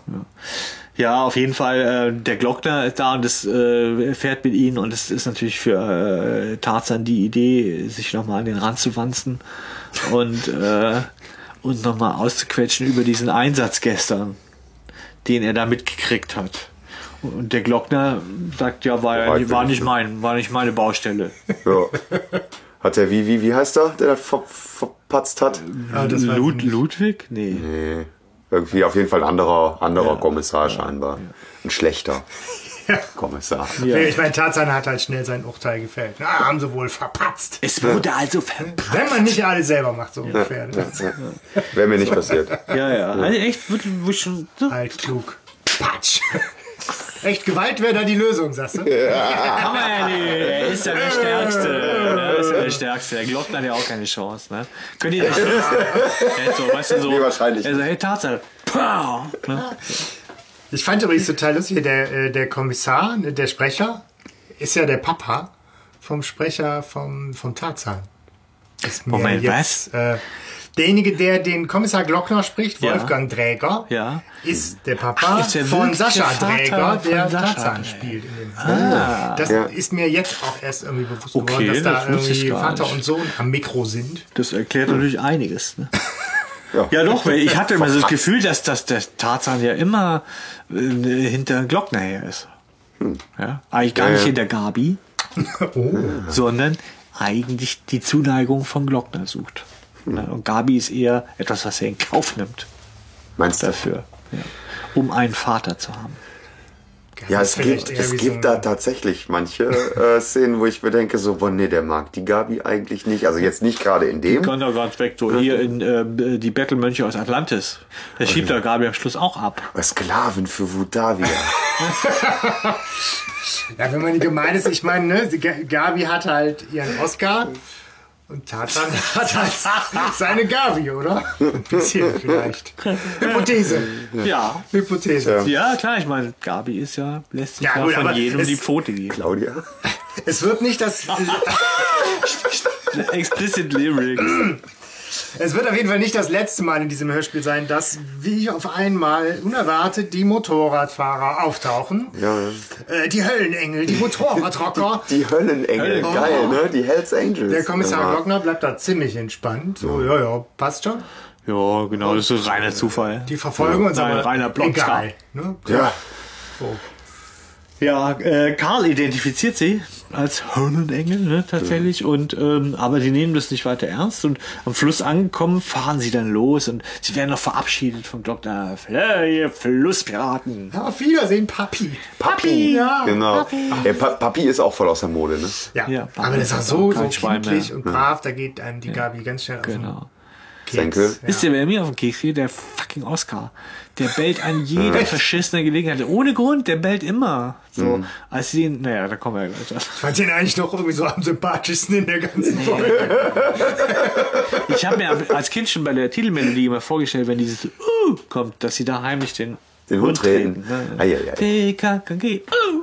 Ja, auf jeden Fall, äh, der Glockner ist da und das äh, fährt mit ihnen und es ist natürlich für äh, Tarzan die Idee, sich nochmal an den Rand zu wanzen und, äh, und nochmal auszuquetschen über diesen Einsatz gestern, den er da mitgekriegt hat. Und der Glockner sagt, ja, war, Bereit ja, war, bin ich nicht mein, war nicht meine Baustelle. Ja. Hat der, wie, wie, wie heißt der, der das ver, verpatzt hat? Ah, das weiß ich Lud nicht. Ludwig? Nee. Nee. Irgendwie auf jeden Fall ein anderer, anderer Kommissar scheinbar. Ein schlechter Kommissar. Ja. Ich meine, Tarzan hat halt schnell sein Urteil gefällt. Na, haben sie wohl verpatzt. Es wurde also verpasst. Wenn man nicht alles selber macht, so ungefähr. Ne? Wäre mir nicht passiert. Ja, ja. Also echt, wirklich, wirklich schon. So. Alt klug. Patsch. Echt, Gewalt wäre da die Lösung, sagst du? Kann man ja nicht. Er ist ja der Stärkste. Er ist ja der Stärkste. Der Glockner hat ja auch keine Chance. Ne? Könnt ihr das nicht ja, so, weißt du, so, Nee, wahrscheinlich Also, hey, Tarzan. Pow! Ne? Ich fand übrigens total lustig, der, äh, der Kommissar, ne, der Sprecher, ist ja der Papa vom Sprecher vom, vom Tarzan. Ist mir Moment, jetzt, Äh, derjenige, der den Kommissar Glockner spricht, Ja. Wolfgang Dräger, Ja. ist der Papa Ach, ist der von wirklich Sascha der Vater Dräger, von der Sascha Tarzan Dräger. spielt in dem Film. Das Ja. ist mir jetzt auch erst irgendwie bewusst Okay, geworden, dass da das wusste ich irgendwie gar Vater nicht. und Sohn am Mikro sind. Das erklärt natürlich einiges. Ne? Ja. Ja, doch, weil ich hatte immer so das Gefühl, dass, dass der Tarzan ja immer äh, hinter Glockner her ist. Ja? Eigentlich gar Ja, nicht ja. hinter Gabi, sondern eigentlich die Zuneigung von Glockner sucht. Ja, und Gabi ist eher etwas, was er in Kauf nimmt Meinst du? dafür, ja, um einen Vater zu haben. Ja, Das es ist vielleicht gibt, eher es wie gibt so da ein- tatsächlich manche äh, Szenen, wo ich mir denke, so, boah, nee, der mag die Gabi eigentlich nicht. Also jetzt nicht gerade in dem. Kontergan-Spektor, hier in äh, die Battle-Mönche aus Atlantis. Der schiebt da Gabi am Schluss auch ab. Aber Sklaven für Wutavia. Ja, wenn man die gemein ist, ich meine, ne, G- Gabi hat halt ihren Oscar und Tarzan hat halt seine Gabi, oder? Ein bisschen vielleicht. Hypothese. Ja. Hypothese. Ja, klar, ich meine, Gabi ist ja, lässt sich Ja, ja, gut, von aber jedem es- die Pfote geben. Claudia? Es wird nicht das. Explicit Lyrics. Es wird auf jeden Fall nicht das letzte Mal in diesem Hörspiel sein, dass wie auf einmal unerwartet die Motorradfahrer auftauchen. Ja. Äh, die Höllenengel, die Motorradrocker. Die Höllenengel, Höllen- geil, ne? Die Hells Angels. Der Kommissar Ja. Glockner bleibt da ziemlich entspannt. So, ja, ja, passt schon. Ja, genau, das ist reiner Zufall. Die verfolgen uns Nein, aber reiner Blondstar. egal. Ne? Ja. So. Ja, äh, Karl identifiziert sie als Höhlenengel, ne, tatsächlich. Mhm. Und ähm, aber die nehmen das nicht weiter ernst. Und am Fluss angekommen, fahren sie dann los und sie werden noch verabschiedet vom Doktor Fleur, Flusspiraten. Ja, auf Wiedersehen, Papi. Papi, ja. Genau. Papi. Ja, Pa- Papi ist auch voll aus der Mode, ne? Ja, Ja, aber das ist auch so, so kein Schwein kindlich mehr. und brav, da geht einem die Gabi ganz schnell auf den Genau. Senkel. Keks. Wisst ihr, wer mir auf den Keks geht? Der fucking Oscar. Der bellt an jeder verschissenen Gelegenheit. Ohne Grund, der bellt immer. So, als sie den, naja, da kommen wir ja gleich. Ich fand den eigentlich noch irgendwie so am sympathischsten in der ganzen Folge. Ich habe mir als Kind schon bei der Titelmelodie immer vorgestellt, wenn dieses Uh kommt, dass sie da heimlich den, Den Hund treten. Ne? Ah, ja, ja. T K K G, uh.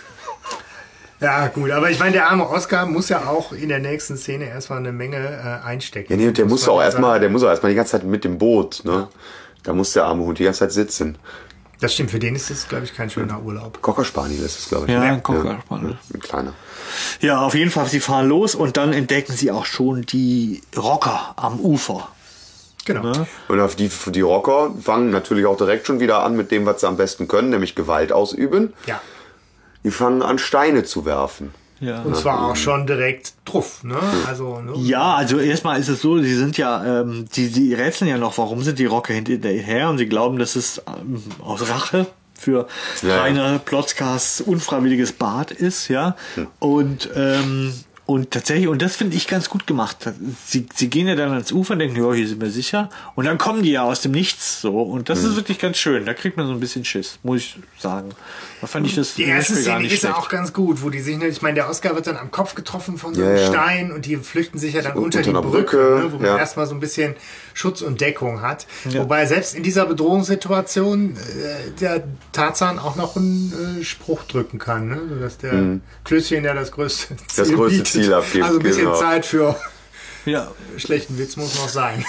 Ja, gut, aber ich meine, der arme Oscar muss ja auch in der nächsten Szene erstmal eine Menge äh, einstecken. Ja, nee, und der muss man auch ja erstmal, sagen. der muss auch erstmal die ganze Zeit mit dem Boot, ne? Da muss der arme Hund die ganze Zeit sitzen. Das stimmt, für den ist das, glaube ich, kein schöner Urlaub. Cocker Spaniel ist es, glaube ich. Ja, ne? ein Cocker Spaniel. Ein kleiner. Ja, auf jeden Fall, sie fahren los und dann entdecken sie auch schon die Rocker am Ufer. Genau. Ne? Und auf die, die Rocker fangen natürlich auch direkt schon wieder an mit dem, was sie am besten können, nämlich Gewalt ausüben. Ja. Die fangen an, Steine zu werfen. Ja. Und zwar auch schon direkt drauf, ne? Also, ne? Ja, also erstmal ist es so, sie sind ja, ähm, die, die rätseln ja noch, warum sind die Rocker hinterher und sie glauben, das ist ähm, aus Rache für Ja. Rainer Plotzkas unfreiwilliges Bad ist, ja. Hm. Und ähm, und tatsächlich, und das finde ich ganz gut gemacht. Sie, sie gehen ja dann ans Ufer und denken, ja, hier sind wir sicher. Und dann kommen die ja aus dem Nichts so. Und das Hm. ist wirklich ganz schön. Da kriegt man so ein bisschen Schiss, muss ich sagen. Da fand ich das Die erste Spiel gar Szene nicht ist ja schlecht. auch ganz gut, wo die sich, ne, ich meine, der Oscar wird dann am Kopf getroffen von so Ja, einem ja. Stein und die flüchten sich ja dann Und unter, unter die einer Brücke, Brücke, ne, wo man ja. erstmal so ein bisschen Schutz und Deckung hat. Ja. Wobei selbst in dieser Bedrohungssituation äh, der Tarzan auch noch einen äh, Spruch drücken kann, ne? Sodass der Klößchen ja das größte Ziel, Das größte bietet. Ziel abgibt, Also ein bisschen genau. Zeit für Ja. schlechten Witz muss noch sein.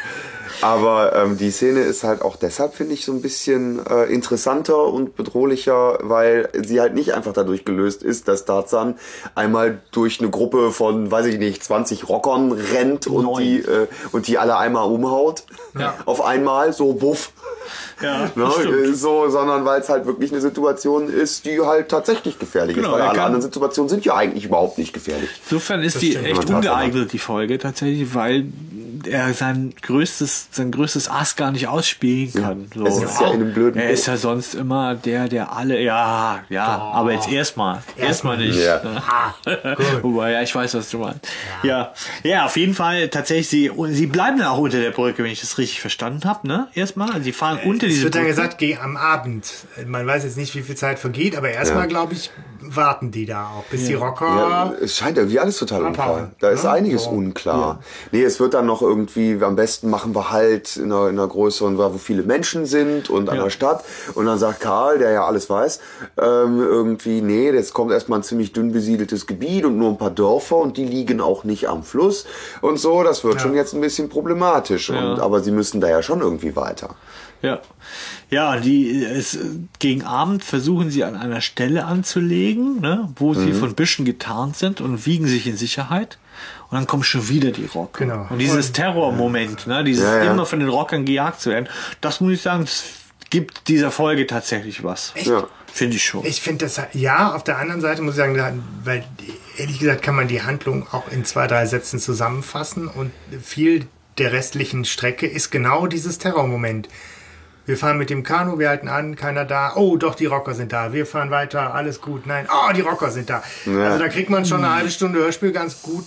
Aber ähm, die Szene ist halt auch deshalb, finde ich, so ein bisschen äh, interessanter und bedrohlicher, weil sie halt nicht einfach dadurch gelöst ist, dass Tarzan einmal durch eine Gruppe von, weiß ich nicht, zwanzig Rockern rennt und Neun. die, äh, und die alle einmal umhaut. Ja. Auf einmal, so buff. Ja, Ne, das stimmt. äh, so, sondern weil es halt wirklich eine Situation ist, die halt tatsächlich gefährlich Genau, ist. Weil er alle kann- anderen Situationen sind ja eigentlich überhaupt nicht gefährlich. Insofern ist die stimmt. echt Ja, ungeeignet, die Folge tatsächlich, weil er sein größtes, sein größtes Ass gar nicht ausspielen kann. So. er sitzt ja in einem blöden Er Boot. ist ja sonst immer der, der alle, ja, ja, aber jetzt erstmal. Erstmal nicht. Ja. Ne? Ah, gut. Wobei, ja, ich weiß, was du meinst. Ja. ja, auf jeden Fall tatsächlich, sie, sie bleiben dann auch unter der Brücke, wenn ich das richtig verstanden habe, ne? Erstmal, also sie fahren unter Es diese wird dann Brücke. gesagt, geh am Abend. Man weiß jetzt nicht, wie viel Zeit vergeht, aber erstmal, Ja. glaube ich, warten die da auch, bis die Rocker... Ja, es scheint irgendwie alles total Abhauen, unklar. Da ist ne? einiges So. unklar. Nee, es wird dann noch irgendwie, am besten machen wir halt in einer, in einer größeren, wo viele Menschen sind und an Ja. der Stadt. Und dann sagt Karl, der ja alles weiß, ähm, irgendwie, nee, jetzt kommt erstmal ein ziemlich dünn besiedeltes Gebiet und nur ein paar Dörfer und die liegen auch nicht am Fluss und so. Das wird Ja. schon jetzt ein bisschen problematisch. Ja. Und, aber sie müssen da ja schon irgendwie weiter. Ja. Ja, die es, gegen Abend versuchen sie an einer Stelle anzulegen, ne, wo sie von Büschen getarnt sind und wiegen sich in Sicherheit. Und dann kommen schon wieder die Rocker. Genau. Und dieses Und- Terrormoment, ne, dieses Ja, ja. immer von den Rockern gejagt zu werden, das muss ich sagen, das gibt dieser Folge tatsächlich was. Ja. Finde ich schon. Ich finde das, ja, auf der anderen Seite muss ich sagen, da- weil ehrlich gesagt kann man die Handlung auch in zwei, drei Sätzen zusammenfassen und viel der restlichen Strecke ist genau dieses Terrormoment. Wir fahren mit dem Kanu, wir halten an, keiner da. Oh, doch, die Rocker sind da. Wir fahren weiter, alles gut. Nein, oh, die Rocker sind da. Ja. Also da kriegt man schon eine halbe Stunde Hörspiel ganz gut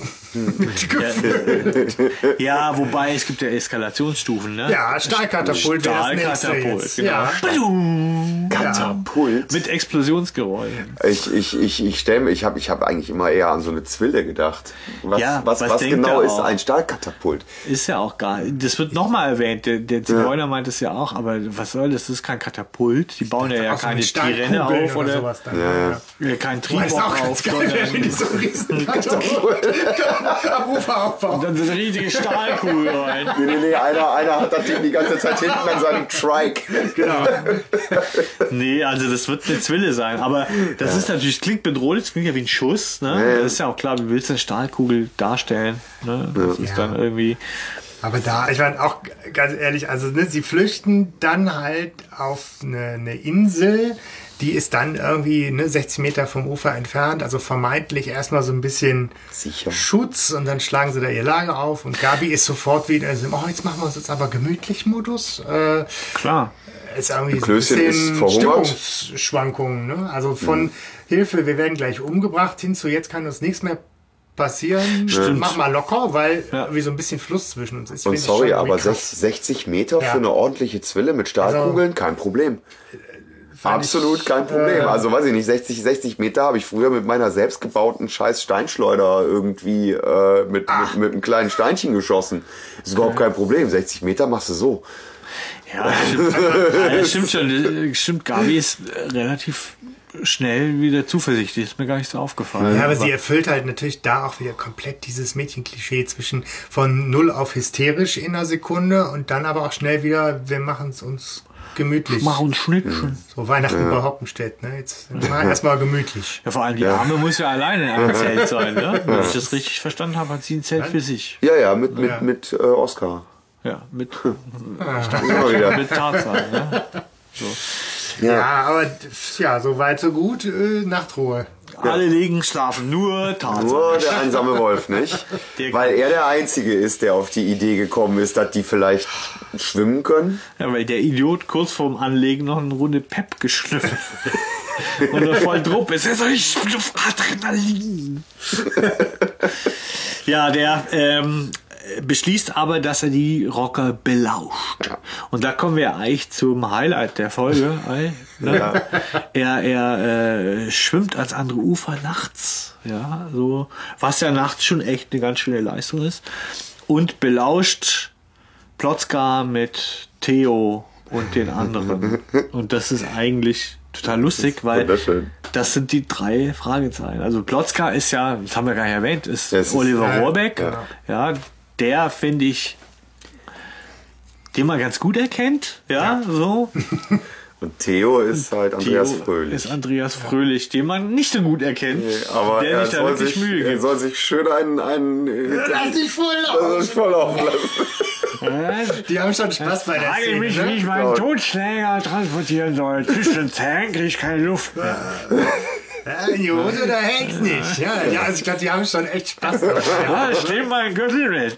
mitgefühlt. Ja, wobei es gibt ja Eskalationsstufen, ne? Ja, Stahlkatapult wäre das nächste Stahlkatapult, jetzt. genau. Ja. Badum. Katapult. Mit Explosionsgeräuschen. Ich, ich, ich, ich stelle mir, ich habe ich hab eigentlich immer eher an so eine Zwille gedacht. Was, Ja, was, was was denkt genau er ist auch? ein Stahlkatapult? Ist ja auch gar Das wird nochmal erwähnt. Der, der Zigeuner meint es ja auch, aber was soll das? Das ist kein Katapult. Die bauen ja, ja Auch so keine mit Tirenne Stahlkugeln auf oder, sowas dann. Ja, ja. ja, kein Wobei es Triebbock auch ganz auf, geil wäre, wenn die sondern so einen riesen Katapult am Ufer aufbauen. dann so eine riesige Stahlkugel rein. Nee, nee, nee, einer, einer hat das Ding die ganze Zeit hinten an seinem Trike. Genau. Nee, also das wird eine Zwille sein. Aber das ist natürlich, klingt bedrohlich, das klingt ja wie ein Schuss. Ne? Ja, ja. Das ist ja auch klar, wie willst du eine Stahlkugel darstellen? Ne? Das ist Ja. dann irgendwie... Aber da, ich meine auch ganz ehrlich, also ne, sie flüchten dann halt auf eine, eine Insel, die ist dann irgendwie ne, sechzig Meter vom Ufer entfernt, also vermeintlich erstmal so ein bisschen Sicher. Schutz und dann schlagen sie da ihr Lager auf und Gabi ist sofort wieder, also, oh, jetzt machen wir uns jetzt aber gemütlich Modus. Äh, Klar. Ist irgendwie Klößchen so ein ist bisschen verhungert. Stimmungsschwankungen. Ne? Also von Mhm. Hilfe, wir werden gleich umgebracht, hin zu jetzt kann uns nichts mehr passieren. Stimmt. Mach mal locker, weil Ja. wie so ein bisschen Fluss zwischen uns ist. Und Find ich sorry, schon aber irgendwie krass. sechzig Meter Ja. für eine ordentliche Zwille mit Stahlkugeln, kein Problem. Fand Absolut ich, kein Problem. äh, Also weiß ich nicht, sechzig, sechzig Meter habe ich früher mit meiner selbstgebauten scheiß Steinschleuder irgendwie äh, mit, mit, mit einem kleinen Steinchen geschossen. Ist überhaupt kein Problem. sechzig Meter machst du so. Ja, stimmt, ja, das stimmt schon. Stimmt, Gabi ist äh, relativ schnell wieder zuversichtlich. Ist mir gar nicht so aufgefallen. Ja, aber sie erfüllt halt natürlich da auch wieder komplett dieses Mädchenklischee zwischen von null auf hysterisch in einer Sekunde und dann aber auch schnell wieder, wir machen es uns gemütlich. Mach uns Schnittchen. So Weihnachten bei Hoppenstedt, ne? Jetzt mal erstmal gemütlich. Ja, vor allem die Arme muss ja alleine in einem Zelt sein, ne? Wenn ich das richtig verstanden habe, hat sie ein Zelt für sich. Ja, ja, mit, mit, Ja. mit äh, Oscar. Ja, mit, Immer wieder. mit Tarzan, ne? Ja, aber ja, so weit, so gut. Äh, Nachtruhe. Alle liegen, schlafen, nur Tarzan. Nur der einsame Wolf, nicht? Der Weil er der Einzige ist, der auf die Idee gekommen ist, dass die vielleicht schwimmen können. Ja, weil der Idiot kurz vorm Anlegen noch eine Runde Pep geschnüffelt und er voll Druck ist. Er so, ich bin auf Adrenalin. Ja, der ähm, beschließt aber, dass er die Rocker belauscht. Und da kommen wir eigentlich zum Highlight der Folge. ey, Ne? Ja. Er, er äh, schwimmt ans andere Ufer nachts. Ja, so, was ja nachts schon echt eine ganz schöne Leistung ist. Und belauscht Plotzka mit Theo und den anderen. Und das ist eigentlich total lustig, weil wunderschön. das sind die drei Fragezeichen. Also Plotzka ist ja, das haben wir gar nicht erwähnt, ist Das ist- Oliver ja, Rohrbeck. ja. Ja, der finde ich, den man ganz gut erkennt. Ja, so. Und Theo ist halt Andreas Theo Fröhlich. ist Andreas Fröhlich, den man nicht so gut erkennt. Aber der er sich da soll, wirklich sich, Mühe er gibt. soll sich schön einen... einen Lass dich voll er soll sich voll laufen lassen. Die haben schon Spaß bei der Frage ich mich, Szene. wie ich Ne? meinen Totschläger transportieren soll. Zwischen den Zähnen kriege ich keine Luft mehr. Ja, in die Hose, da hängt's nicht. Ja, ja, also ich glaube, die haben schon echt Spaß dabei. Ja. Ja, ich nehme meinen Gürtel mit.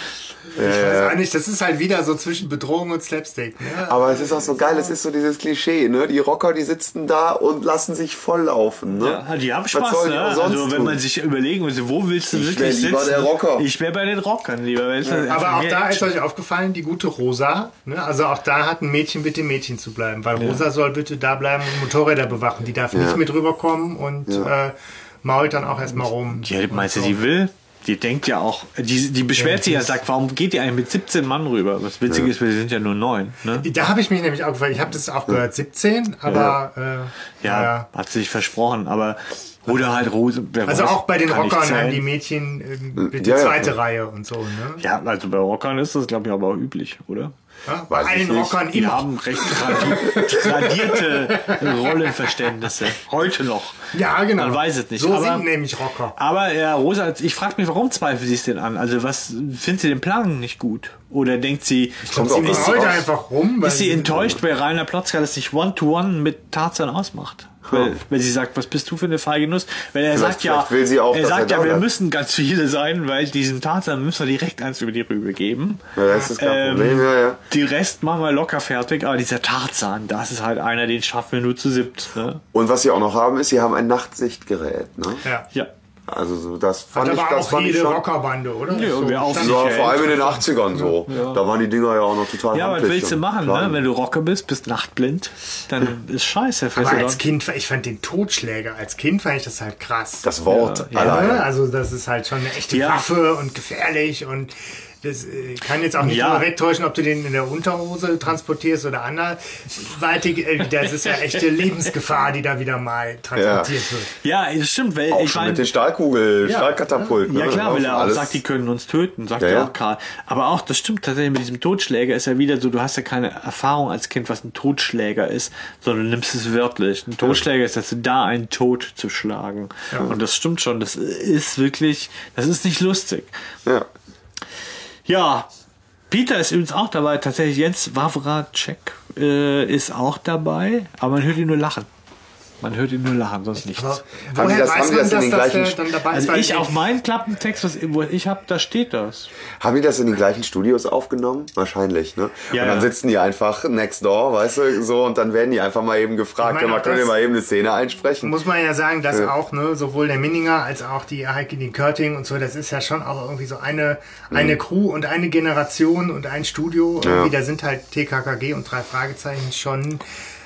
Ich weiß auch nicht, das ist halt wieder so zwischen Bedrohung und Slapstick. Ne? Aber es ist auch so geil, es ist so dieses Klischee, ne? Die Rocker, die sitzen da und lassen sich volllaufen, ne? Ja, die haben Was Spaß, sollen die ne? auch sonst Also wenn tun? man sich überlegen muss, wo willst du Ich wirklich wär sitzen? lieber der Rocker. Ich wäre bei den Rockern lieber. Weil es einfach Aber auch mehr da ist Action- euch aufgefallen, die gute Rosa. Ne? Also auch da hat ein Mädchen bitte Mädchen zu bleiben, weil Rosa soll bitte da bleiben und Motorräder bewachen. Die darf nicht mit rüberkommen und äh, mault dann auch erstmal rum. Ja, meinst du, die will? Die denkt ja auch, die, die beschwert Ja, sich ja, das- sagt, warum geht die eigentlich mit siebzehn Mann rüber? Was witzig ist, wir sind ja nur neun. Ne? Da habe ich mich nämlich auch gefragt, ich habe das auch gehört, siebzehn, aber äh, Ja, naja. hat sie sich versprochen, aber oder halt Rose. wer Also weiß, auch bei den kann nicht Rockern zählen. haben die Mädchen äh, bitte Ja, ja. zweite Reihe und so. Ne? Ja, also bei Rockern ist das, glaube ich, aber auch üblich, oder? Ja, bei Weiß ich allen nicht. Rockern Die immer. haben recht tradi tradierte Rollenverständnisse. Heute noch. Ja, genau. Man weiß es nicht. So aber, sind nämlich Rocker. aber ja, Rosa, ich frage mich, warum zweifelt sie es denn an? Also was, findet sie den Plan nicht gut? Oder denkt sie, Kommt Sie auch ist, mal heute raus. einfach rum. weil ist sie enttäuscht, weil Rainer Plotzka das nicht One-to-One mit Tarzan ausmacht? Weil, weil sie sagt, was bist du für eine feige Nuss? Weil er Vielleicht- sagt ja, vielleicht will sie auch, er dass sagt er ja, da wir bleibt. müssen ganz viele sein, weil diesen Tarzan müssen wir direkt eins über die Rübe geben. Ja, das ist kein Ähm, Problem, ja, ja. Die Rest machen wir locker fertig, aber dieser Tarzan, das ist halt einer, den schaffen wir nur zu siebt. Ne? Und was sie auch noch haben, ist, sie haben ein Nachtsichtgerät, ne? Ja. Ja. Also so, das Hat fand ich, aber das auch fand ich jede schon. Rockerbande, oder? Ja, So wir auch stand- nicht. Ja, vor allem in den achtzigern so. Da waren die Dinger ja auch noch total Ja, was handlich willst du und machen, klein. ne? Wenn du Rocker bist, bist nachtblind, dann ist scheiße. Aber als Kind, ich fand den Totschläger, als Kind fand ich das halt krass. Das Wort Ja, Ja, allein. also das ist halt schon eine echte Ja. Waffe und gefährlich und das äh, kann jetzt auch nicht Ja. nur wegtäuschen, ob du den in der Unterhose transportierst oder anderweitig. Äh, das ist ja echte Lebensgefahr, die da wieder mal transportiert wird. Ja, das stimmt, weil Auch ich schon meine, mit den Stahlkugel, Ja. Stahlkatapulten. ja ne? klar, weil er auch Alles. sagt, die können uns töten, sagt Ja, er ja. auch Karl. Aber auch, das stimmt tatsächlich mit diesem Totschläger ist ja wieder so, du hast ja keine Erfahrung als Kind, was ein Totschläger ist, sondern du nimmst es wörtlich. Ein Totschläger ist dazu da, einen Tod zu schlagen. Und das stimmt schon, das ist wirklich, das ist nicht lustig. Ja. Ja, Peter ist übrigens auch dabei. Tatsächlich Jens Wawracek äh, ist auch dabei, aber man hört ihn nur lachen. Man hört ihn nur lachen, sonst nichts. Aber Haben die woher das- haben weiß die man, das in dass den das gleichen äh, dann dabei ist? Also Weil ich auf meinen Klappentext, was wo ich habe, da steht das. Haben die das in den gleichen Studios aufgenommen? Wahrscheinlich, ne? Ja, und dann ja. sitzen die einfach next door, weißt du, so, und dann werden die einfach mal eben gefragt, Ich meine, ja, mal, auch könnt ihr das- mal eben eine Szene einsprechen? muss man ja sagen, dass Ja. auch ne, sowohl der Minninger als auch die Heike die Körting und so, das ist ja schon auch irgendwie so eine, eine Crew und eine Generation und ein Studio. Irgendwie, da sind halt T K K G und drei Fragezeichen schon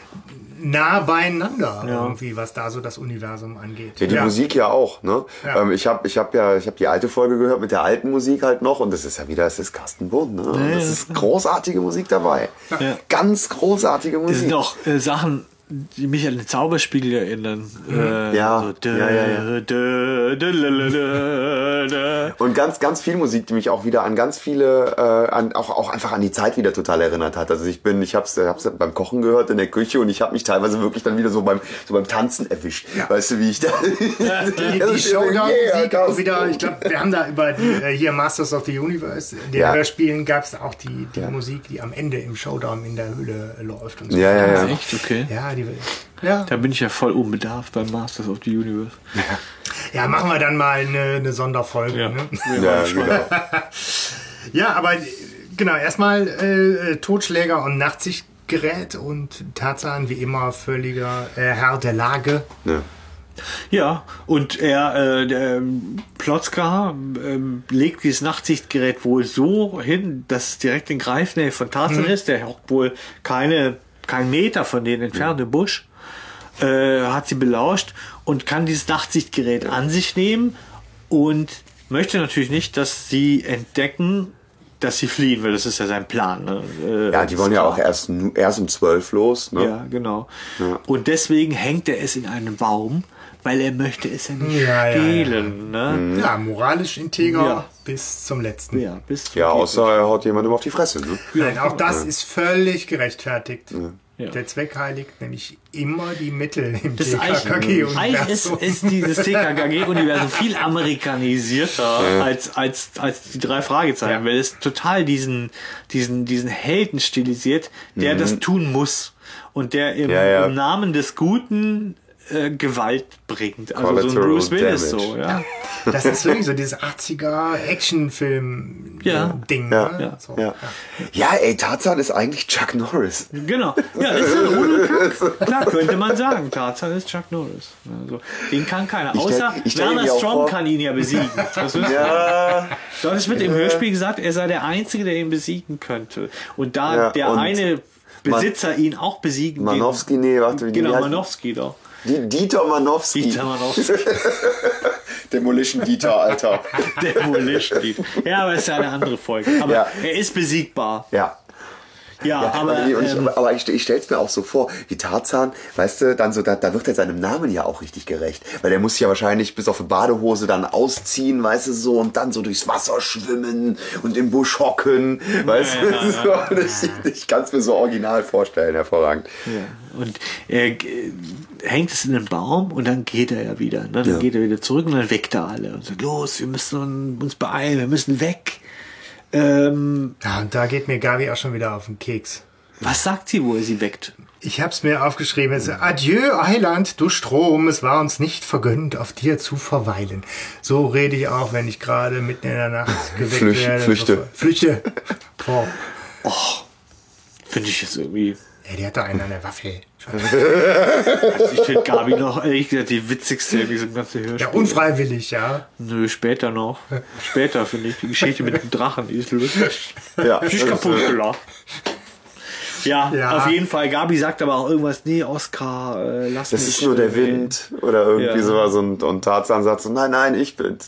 nah beieinander, Ja. irgendwie, was da so das Universum angeht. Ja, die Musik ja auch, ne? Ja. Ähm, ich habe ich hab ja, ich habe die alte Folge gehört mit der alten Musik halt noch, und das ist ja wieder, es ist Carsten Bund, ne? Und Ja, das ja, ist großartige Musik dabei. Ja. Ganz großartige Es Musik. sind auch äh, Sachen, die mich an den Zauberspiegel erinnern. Äh, Ja. so, dö, Ja, ja, ja. dö, dö, lö, dö, dö. Und ganz, ganz viel Musik, die mich auch wieder an ganz viele, äh, an, auch, auch einfach an die Zeit wieder total erinnert hat. Also ich bin, ich hab's, hab's beim Kochen gehört in der Küche, und ich habe mich teilweise wirklich dann wieder so beim, so beim Tanzen erwischt. Weißt du, wie ich da... Die, die Showdown-Musik auch wieder, ich glaube, wir haben da über die, äh, hier Masters of the Universe, in den Ja. Hörspielen gab es auch die, die Ja. Musik, die am Ende im Showdown in der Höhle äh, läuft und so. Ja, ja, ja. Echt? Okay. Ja, die, ja. Da bin ich ja voll unbedarft beim Masters of the Universe. ja, machen wir dann mal eine, eine Sonderfolge. Ja. Ne? Ja, genau. Ja, aber äh, genau, erstmal äh, Totschläger und Nachtsichtgerät und Tarzan wie immer völliger äh, Herr der Lage. Ja. Ja, und er, äh, der ähm, Plotzka ähm, legt dieses Nachtsichtgerät wohl so hin, dass es direkt in Greifnähe von Tarzan ist. Der hockt wohl keine, kein Meter von denen entfernt im Busch. Äh, hat sie belauscht und kann dieses Nachtsichtgerät an sich nehmen und möchte natürlich nicht, dass sie entdecken, dass sie fliehen will. Das ist ja sein Plan. Ne? Äh, Ja, die wollen ja auch erst, nu- erst um zwölf los, ne? Ja, genau. Und deswegen hängt er es in einen Baum, weil er möchte es ja nicht Ja, ja, ja. stehlen. Ne? Ja, moralisch integer Ja. bis zum letzten. Ja, bis zum Ja, geht außer er haut jemandem auf die Fresse, ne? Nein, auch das ist völlig gerechtfertigt. Ja. Der Zweck heiligt nämlich immer die Mittel im Das T ist K eigentlich, K G eigentlich ist, ist dieses T K K G-Universum viel amerikanisierter als, als, als die drei Fragezeichen, Ja. weil es total diesen, diesen, diesen Helden stilisiert, der das tun muss und der im, Ja, ja. im Namen des Guten äh, Gewalt bringt. Also so ein Collateral Bruce Willis damage. so, ja. Das ist wirklich so dieses achtziger Actionfilm-Ding. Ja. ne? Ja. So, Ja. Ja, ey, Tarzan ist eigentlich Chuck Norris. Genau. Ja, das ist ja ohne Kack. Klar, könnte man sagen. Tarzan ist Chuck Norris. Also, den kann keiner. Ich stell- Außer ich stell Werner mir auch Strong vor- kann ihn ja besiegen. Das ist Ja. Dort ist mit im Hörspiel gesagt, er sei der Einzige, der ihn besiegen könnte. Und da Ja, der und eine Besitzer ihn auch besiegen Manowski, nee, warte, wie den, Genau, heißt- Manowski doch. Die, Dieter Manowski. Dieter Manowski. Demolition Dieter, Alter. Demolition Dieter. Ja, aber es ist ja eine andere Folge. Aber Ja. er ist besiegbar. Ja. Ja, Ja, aber... und ich, ähm, aber ich, ich stell's mir auch so vor, wie Tarzan, weißt du, dann so, da, da wird er seinem Namen ja auch richtig gerecht. Weil der muss sich ja wahrscheinlich bis auf die Badehose dann ausziehen, weißt du, so, und dann so durchs Wasser schwimmen und im Busch hocken, weißt Ja, du. ja, so, und ich ich kann es mir so original vorstellen, hervorragend. Ja. Und er g- hängt es in den Baum und dann geht er ja wieder. Ne? Dann Ja. geht er wieder zurück und dann weckt er alle und sagt, los, wir müssen uns beeilen, wir müssen weg. Ähm, Ja, und da geht mir Gabi auch schon wieder auf den Keks. was sagt sie, wo er sie weckt? Ich hab's mir aufgeschrieben. Es, Adieu, Eiland, du Strom, es war uns nicht vergönnt, auf dir zu verweilen. So rede ich auch, wenn ich gerade mitten in der Nacht geweckt Flücht- werde. Flüchte. So, Flüchte. Boah. Finde ich jetzt irgendwie... Ja, die hatte einen an der Waffe. Also ich finde Gabi noch, ehrlich gesagt, die witzigste in diesem ganzen Hörspiel. Ja, unfreiwillig, ja. Nö, später noch. Später finde ich. Die Geschichte mit dem Drachen, die ist lustig. Ja, Ich kaputt gelacht. Ja, Ja. auf jeden Fall. Gabi sagt aber auch irgendwas, nee, Oscar, äh, lass das mich. ist nur der äh, Wind oder irgendwie Ja. sowas, und, und Tarzan sagt so, nein, nein, ich bin's.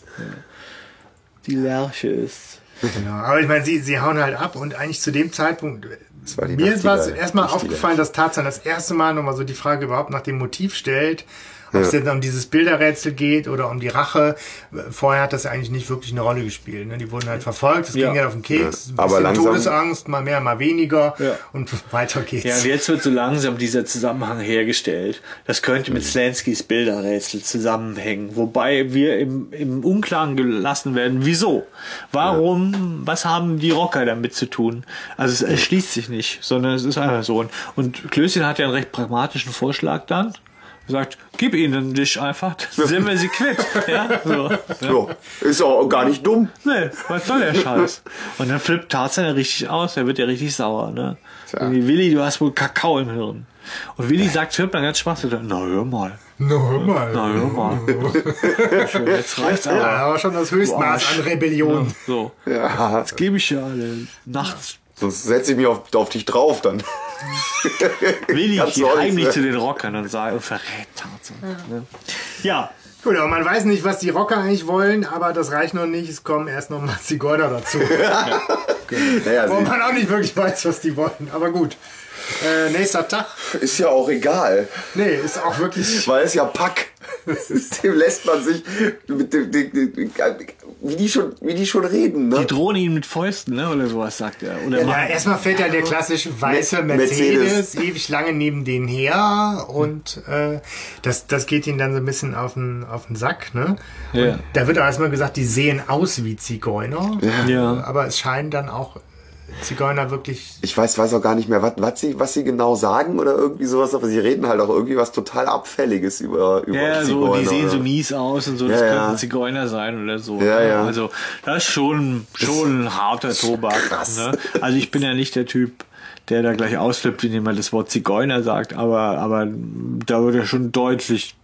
Die Lerche ist. Genau. Aber ich meine, sie, sie hauen halt ab und eigentlich zu dem Zeitpunkt, Das war die mir ist was Nachtigall. erstmal Nicht die aufgefallen, dass Tarzan das erste Mal nochmal so die Frage überhaupt nach dem Motiv stellt, Ob es jetzt um dieses Bilderrätsel geht oder um die Rache, vorher hat das eigentlich nicht wirklich eine Rolle gespielt. Ne? Die wurden halt verfolgt, es Ja. ging ja auf den Keks, Ja. ein Aber bisschen langsam- Todesangst, mal mehr, mal weniger Ja. und weiter geht's. Ja, und jetzt wird so langsam dieser Zusammenhang hergestellt. Das könnte mit Slanskys Bilderrätsel zusammenhängen, wobei wir im, im Unklaren gelassen werden, wieso? Warum, was haben die Rocker damit zu tun? Also es erschließt sich nicht, sondern es ist einfach so. Und, und Klößchen hat ja einen recht pragmatischen Vorschlag dann. Er sagt, gib ihnen dich einfach, dann sind wir sie quitt. Ja, so. Ja. Ja, ist auch gar nicht dumm. Nee, was soll der Scheiß? Und dann flippt Tarzan ja richtig aus, er wird ja richtig sauer, ne? Tja. Irgendwie, Willi, du hast wohl Kakao im Hirn. Und Willi sagt, hört man ganz spaßig, na hör mal, No, hör mal. na hör mal. Schön, jetzt reicht's aber. Ja, aber schon das Höchstmaß an Rebellion. So, Ja, jetzt gebe ich ja alle nachts. sonst setze ich mich auf, auf dich drauf dann. Willi Ganz geht sonst, heimlich ne? zu den Rockern und sagt, und verrät Tarzan. Ne? Ja, Gut, aber man weiß nicht, was die Rocker eigentlich wollen, aber das reicht noch nicht. Es kommen erst noch mal Zigeuner dazu. Naja, Wo sie, man auch nicht wirklich weiß, was die wollen. Aber gut. Äh, nächster Tag. ist ja auch egal, Nee, ist auch wirklich. weil es ja Pack. Dem lässt man sich mit dem, dem, dem, wie die schon, wie die schon reden, ne? die drohen ihn mit Fäusten, ne? Oder sowas, sagt er. Oder Ja, machen- erstmal fährt ja der klassische weiße Me- Mercedes, Mercedes. ewig lange neben denen her und äh, das, das geht ihnen dann so ein bisschen auf den, auf den Sack. Ne? Ja. Und da wird auch erstmal gesagt, die sehen aus wie Zigeuner, Ja. aber es scheinen dann auch Zigeuner wirklich. Ich weiß, weiß auch gar nicht mehr, was, was, sie, was sie genau sagen oder irgendwie sowas, aber sie reden halt auch irgendwie was total Abfälliges über, über Ja, so, Zigeuner, die sehen so oder? mies aus und so, das Ja, könnten ja. Zigeuner sein oder so. Ja, ne? ja. Also, das ist schon, schon ein harter Tobak. krass. Ne? Also, ich bin ja nicht der Typ, der da gleich ausflippt, indem er das Wort Zigeuner sagt, aber, aber da wird ja schon deutlich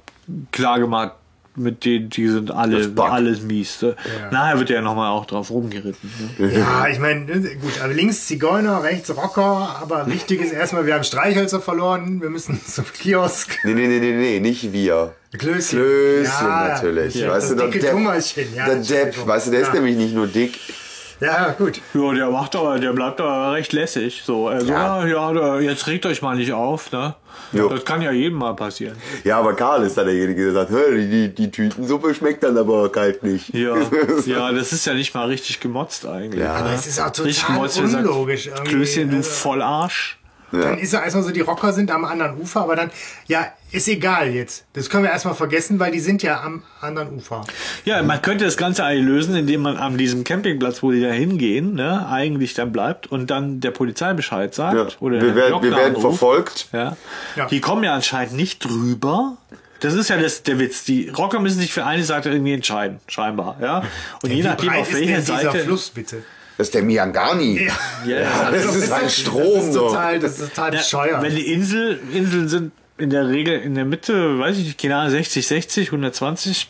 klar gemacht, mit denen, die sind alle, Das Bug. alles mies. Ne? Ja. Nachher wird ja nochmal auch drauf rumgeritten. Ne? Ja, ich meine, gut, aber links Zigeuner, rechts Rocker, aber wichtig ist erstmal, wir haben Streichhölzer verloren, wir müssen zum Kiosk. Nee, nee, nee, nee, nee, nicht wir. Klößchen. Klößchen Ja, natürlich. ja, weißt das du, der dicke Depp, Dummerchen, ja, der Depp, Entschuldigung. weißt du, der ist Ja. nämlich nicht nur dick. Ja, gut. Ja, der macht aber, der bleibt aber recht lässig. So, also, Ja. ja, ja, da- jetzt regt euch mal nicht auf, ne? Jo. Das kann ja jedem mal passieren. Ja, aber Karl ist da derjenige, der sagt, "Hä, die, die, die Tütensuppe schmeckt dann aber kalt nicht. Ja, ja, das ist ja nicht mal richtig gemotzt eigentlich. Ja. ne? Aber es ist auch total Richtig gemotzt, wenn er sagt, unlogisch irgendwie. Klößchen, du Also- Vollarsch. Dann ist er erstmal so, die Rocker sind am anderen Ufer, aber dann, ja, ist egal jetzt. Das können wir erstmal vergessen, weil die sind ja am anderen Ufer. Ja, man könnte das Ganze eigentlich lösen, indem man an diesem Campingplatz, wo die da hingehen, ne, eigentlich dann bleibt und dann der Polizei Bescheid sagt. Ja. Oder Wir der werden, Glockner wir werden anruft. verfolgt. Ja. Ja. Die kommen ja anscheinend nicht drüber. Das ist ja das, der Witz. Die Rocker müssen sich für eine Seite irgendwie entscheiden, scheinbar. Ja. Und je Wie nachdem, breit auf ist denn welcher dieser Seite. Fluss, bitte? Das ist der Miangani. Ja, Ja, Das ist ein Strom. das ist so. total, das ist total Ja, bescheuert. wenn die Insel, Inseln sind in der Regel in der Mitte, weiß ich nicht, keine Ahnung, sechzig, sechzig, hundertzwanzig.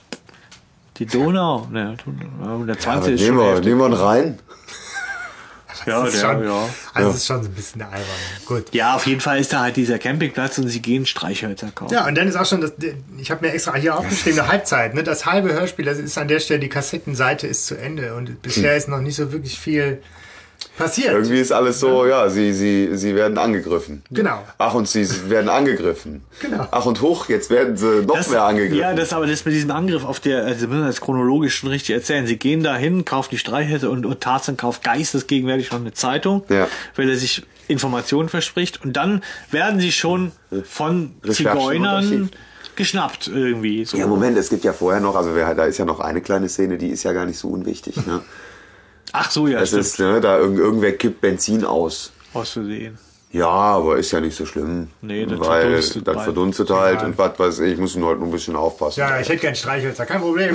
Die Donau, ne, Aber hundertzwanzig ist nehmen, schon wir, heftig. nehmen wir ihn rein. Ja, das ist der, schon, ja. Also es ist schon so ein bisschen albern. Gut. Ja, auf jeden Fall ist da halt dieser Campingplatz und sie gehen Streichhölzer kaufen. Ja, und dann ist auch schon das, ich habe mir extra hier aufgeschrieben, eine Halbzeit, ne? Das halbe Hörspiel, das ist an der Stelle, die Kassettenseite ist zu Ende und bisher ist noch nicht so wirklich viel passiert. Irgendwie ist alles so, ja, sie, sie, sie werden angegriffen. Genau. Ach, und sie werden angegriffen. Genau. Ach, und hoch, jetzt werden sie noch Das, mehr angegriffen. ja, das aber das mit diesem Angriff auf der, also wir müssen das chronologisch schon richtig erzählen. Sie gehen da hin, kaufen die Streichhölzer und, und Tarzan kauft geistesgegenwärtig schon eine Zeitung, Ja. weil er sich Informationen verspricht. Und dann werden sie schon von Recherchen und Zigeunern Archiv. geschnappt irgendwie. So. Ja, Moment, es gibt ja vorher noch, also wer, da ist ja noch eine kleine Szene, die ist ja gar nicht so unwichtig. Ne? Ach so, ja, Es stimmt. ist, ne, da irgend, irgendwer kippt Benzin aus. Aus Versehen. Ja, aber ist ja nicht so schlimm. Nee, das weil verdunstet das bald. verdunstet halt Ja. und was weiß ich, ich muss nur halt nur ein bisschen aufpassen. Ja, ich hätte gern Streichhölzer, kein Problem.